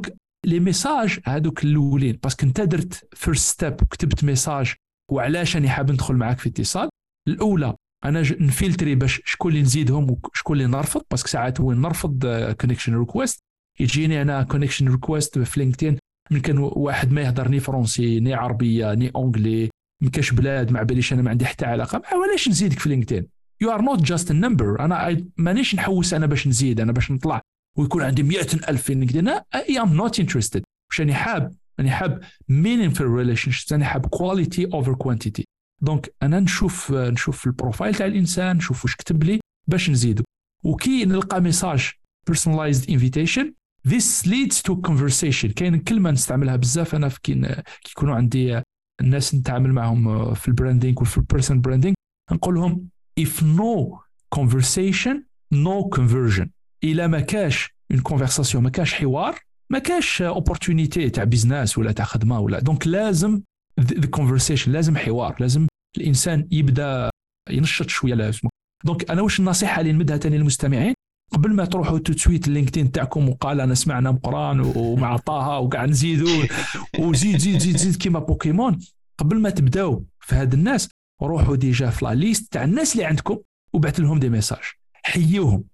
لي ميساج هذوك الاولين باسكو انت درت فيرست ستيب وكتبت ميساج وعلاش انا حاب ندخل معاك في اتصال. الاولى انا نفلتري باش شكون اللي نزيدهم وشكون اللي نرفض، باسكو ساعات وين نرفض كونيكشن ريكويست يجيني انا كونيكشن ريكويست في لينكدين يمكن واحد ما يهضرني فرونسي ني عربيه ني اونجلي ما كاش بلاد ما باليش انا ما عندي حتى علاقه علاش نزيدك في لينكدين. يو ار نوت جاست ا نمبر. انا مانيش نحوس انا باش نزيد انا باش نطلع ويكون عندي 100,000 في لينكدين. اي ام نوت انتريستد. واش راني حاب؟ راني حاب meaningful relationships، راني حاب quality over quantity. دونك انا نشوف البروفايل تاع الانسان نشوف واش كتب لي باش نزيدو. وكي نلقى ميساج personalized invitation this leads to conversation. كاين كلمه نستعملها بزاف انا كي يكونوا عندي الناس نتعامل معهم في البراندينغ وفي البيرسونال براندينغ نقول لهم if no conversation no conversion. الا ما كاش une conversation ما كاش حوار ما كاش opportunity تاع بيزنس ولا تاع خدمه ولا. دونك لازم the conversation لازم حوار، لازم الانسان يبدا ينشط شويه لازم. دونك انا واش النصيحه اللي نمدها ثاني للمستمعين قبل ما تروحوا تتويت اللينكدين تاعكم وقال انا سمعنا مقران ومع طه وقاعد نزيدوا وزيد زيد زيد زيد كيما بوكيمون، قبل ما تبداو في هاد الناس روحوا ديجا في لا ليست تاع الناس اللي عندكم وبعث لهم دي ميساج حيوهم.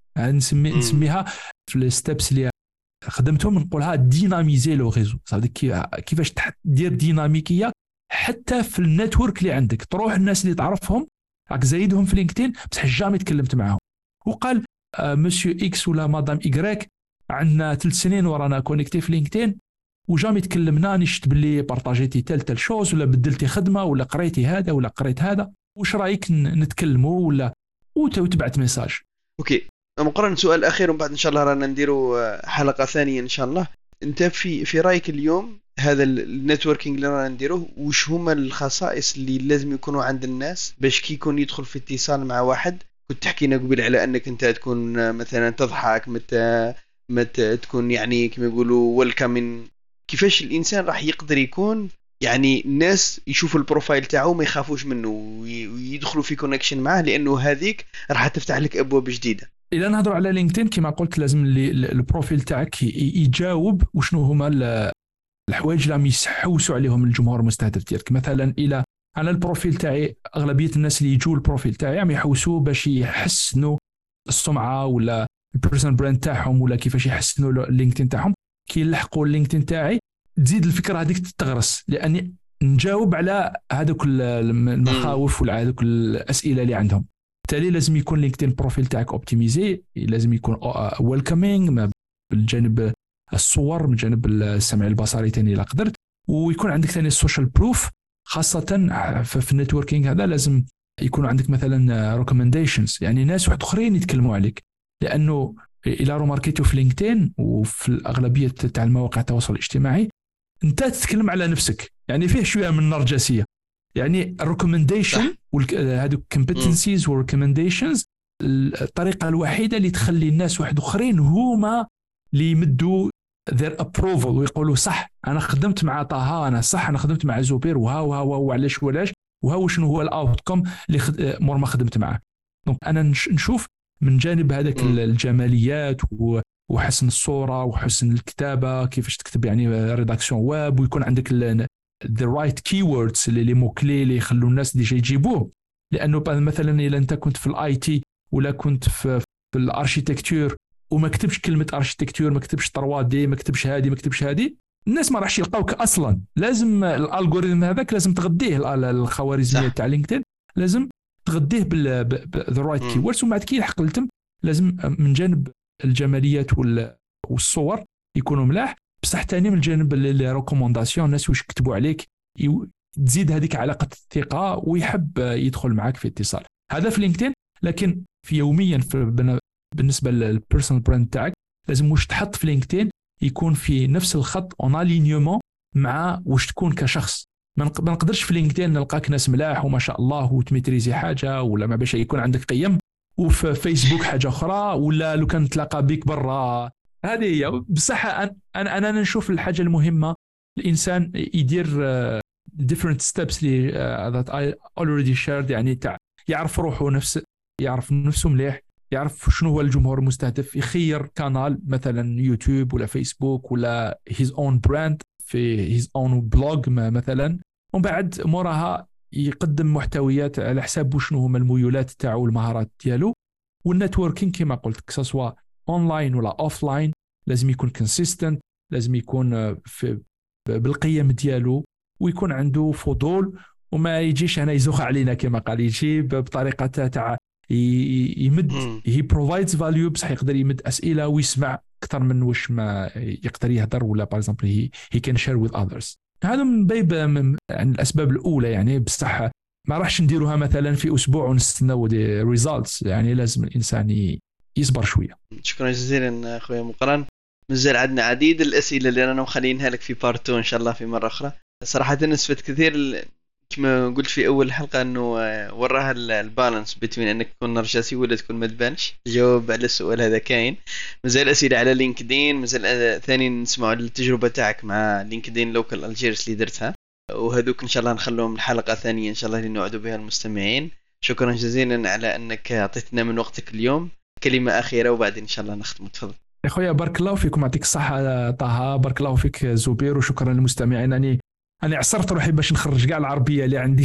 نسميها في الستبس اللي خدمتهم نقولها ديناميزي لو ريزو. كيفاش دير ديناميكيه حتى في النتورك اللي عندك. تروح الناس اللي تعرفهم راك زايدهم في لينكدين بصح جامي تكلمت معاهم وقال مسيو اكس ولا مدام ايغريك عندنا 3 سنين ورانا كونيكتي في لينكدين وجامي تكلمنا نشت باللي بارطاجيتي تل شوز ولا بدلتي خدمه ولا قريتي هذا ولا قريت هذا واش رايك نتكلموا ولا وتبعت ميساج. اوكي مقارنة سؤال اخير ومن بعد ان شاء الله رانا نديروا حلقه ثانيه ان شاء الله. انت في رايك اليوم هذا النتوركينج اللي رانا نديروه وش هما الخصائص اللي لازم يكونوا عند الناس باش كي يكون يدخل في اتصال مع واحد؟ كنت تحكينا قبل على انك انت تكون مثلا تضحك متى تكون يعني كما يقولوا ويلكمين. كيفاش الانسان راح يقدر يكون يعني الناس يشوفوا البروفايل تاعه ما يخافوش منه ويدخلوا في كونكشن معه لانه هذيك راح تفتح لك ابواب جديده؟ اذا نهضروا على لينكدين كما قلت لازم البروفيل تاعك يجاوب وشنو هما الحوايج اللي يحوسوا عليهم الجمهور المستهدف ديالك. مثلا الى انا البروفيل تاعي اغلبيه الناس اللي يجوا البروفيل تاعي عم يحوسوا باش يحسنوا السمعه ولا البيرسونال براند تاعهم ولا كيفاش يحسنوا اللينكدين تاعهم. كي يلحقوا اللينكدين تاعي تزيد الفكره هذيك تتغرس لاني نجاوب على هذوك المخاوف ولا هذوك الاسئله اللي عندهم. بالتالي لازم يكون لينكدين بروفيل تاعك اوبتيميزي، لازم يكون ويلكمينغ بالجانب الصور من جانب السمع البصري ثاني الا قدرت، ويكون عندك ثاني السوشيال بروف خاصه في النتوركينغ. هذا لازم يكون عندك مثلا ريكومنديشنز يعني ناس واحد اخرين يتكلموا عليك، لانه الى روماركيتو في لينكدين وفي الاغلبيه تاع المواقع التواصل الاجتماعي انت تتكلم على نفسك يعني فيه شويه من النرجسيه. يعني الريكومنديشن هذوك كومبتنسيز وريكومنديشنز الطريقه الوحيده اللي تخلي الناس واحد اخرين هما اللي يمدوا their approval ويقولوا صح انا خدمت مع طه، انا صح انا خدمت مع زبير وها وعلاش وها شنو هو الاوتكم اللي مور ما خدمت معه. دونك انا نشوف من جانب هذاك الجماليات وحسن الصوره وحسن الكتابه كيفاش تكتب يعني ريداكسيون ويب ويكون عندك the right keywords اللي موكلي اللي يخلوا الناس ديجا يجيبوه. لانه مثلا اذا انت كنت في الاي تي ولا كنت في الاركيتكتور وما كتبش كلمه اركيتكتور ما كتبش 3 دي ما كتبش هذه الناس ما راحش يلقاوك اصلا. لازم الالغوريثم هذاك لازم تغديه الخوارزميه تاع لينكدين لازم تغديه ذا رايت كيوردز وبعد كي يلحق لتم لازم من جانب الجماليات والصور يكونوا ملاح بصح ثاني من جانب الريكومونداسيون الناس واش يكتبوا عليك تزيد هذيك علاقه الثقه ويحب يدخل معك في اتصال. هذا في لينكدين. لكن في يوميا بالنسبه للبيرسونال براند تاعك لازم واش تحط في لينكدين يكون في نفس الخط اون الينيومون مع واش تكون كشخص. ما نقدرش في لينكدين نلقاك ناس ملاح وما شاء الله وتميتريزي حاجه ولا ما باش يكون عندك قيم وفي فيسبوك حاجه اخرى ولا لو كان تلاقى بك برا. هذه هي بصح انا نشوف الحاجه المهمه الانسان يدير different steps that I already shared يعني تاع يعرف روحه يعرف نفسه مليح يعرف شنو هو الجمهور المستهدف، يخير قناه مثلا يوتيوب ولا فيسبوك ولا هيز اون براند في هيز اون بلوج مثلا، ومن بعد موراها يقدم محتويات على حساب شنو هما الميولات تاعو والمهارات ديالو. والنتوركينج كما قلت كسوا اونلاين ولا اوفلاين لازم يكون كونسيستنت، لازم يكون بالقيم ديالو، ويكون عنده فضول وما يجيش هنا يزوخ علينا كما قال، يجي بطريقه تاع يمد هي بروفايدز فاليو، بصح يقدر يمد اسئله ويسمع اكثر من واش ما يقدر يهضر، ولا باغ اكزومبل هي كان شير وذ اذرز. هذا من باب عن الاسباب الاولى يعني. بصح ما راحش نديروها مثلا في اسبوع ونستناو دي ريزالتس، يعني لازم الانسان يصبر شويه. شكرا جزيلا اخويا مقرن. مازال عندنا عديد الاسئله اللي رانا مخلينها لك في بارت 2 ان شاء الله في مره اخرى. صراحه نسبت كثير كما قلت في اول الحلقه انه وراها البالانس بين انك تكون نرجسي ولا تكون ما تبانش. جاوب على السؤال هذا كاين. مازال اسئله على لينكدين، مازال ثاني نسمعوا التجربه تاعك مع لينكدين لوكال الجيرس اللي درتها، وهذوك ان شاء الله نخلوهم الحلقه الثانيه ان شاء الله لنوعدوا بها المستمعين. شكرا جزيلا على انك اعطيتنا من وقتك اليوم. كلمه اخيره وبعدين ان شاء الله نختم. تفضل يا خويا. بارك الله فيكم، يعطيك الصحه طه. بارك الله فيك زبير، وشكرا للمستمعين. أنا عصرت روحي باش نخرج كاع العربية اللي عندي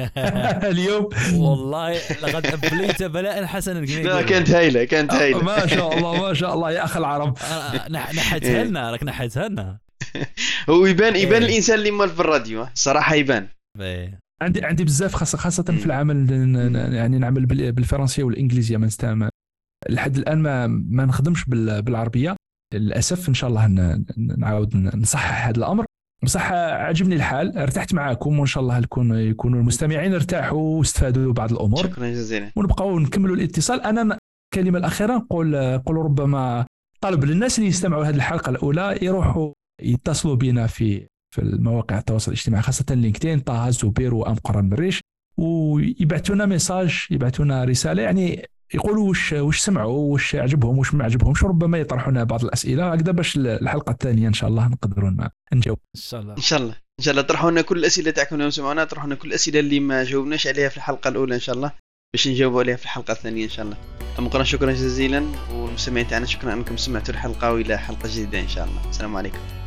اليوم. والله لقد أبليت بلاء حسنا. لا كانت هايلة ما شاء الله ما شاء الله يا أخي العرب. نحتها لنا، راك نحتها لنا. هو يبان الإنسان اللي مال في الراديو صراحة يبان. عندي بزاف خاصة في العمل، يعني نعمل بالفرنسية والإنجليزية. ما نستعمل لحد الآن ما نخدمش بالعربية للأسف. إن شاء الله نعاود نصحح هذا الأمر. بصح عجبني الحال، ارتحت معاكم، وان شاء الله يكونوا المستمعين ارتاحوا واستفادوا بعض الامور. شكرا جزيلا. ونبقاو نكملوا الاتصال. انا الكلمه الاخيره نقول ربما طلب للناس اللي يستمعوا هذه الحلقه الاولى يروحوا يتصلوا بنا في المواقع التواصل الاجتماعي، خاصه لينكدين طه زبير وام قرن مريش، ويبعثوا لنا ميساج، يبعثوا لنا رساله، يعني يقولوا واش سمعوا، واش عجبهم، واش ما عجبهمش. ربما يطرحوا لنا بعض الاسئله هكذا باش الحلقه الثانيه ان شاء الله نقدروا نجاوب. ان شاء الله طرحوا لنا كل الاسئله تاعكم لو سمعونا. طرحوا لنا كل الاسئله اللي ما جاوبناش عليها في الحلقه الاولى ان شاء الله باش نجاوبوا عليها في الحلقه الثانيه ان شاء الله. مقرن شكرا جزيلا، والمستمعين تاعنا شكرا انكم سمعتوا الحلقه، والى حلقه جديده ان شاء الله. السلام عليكم.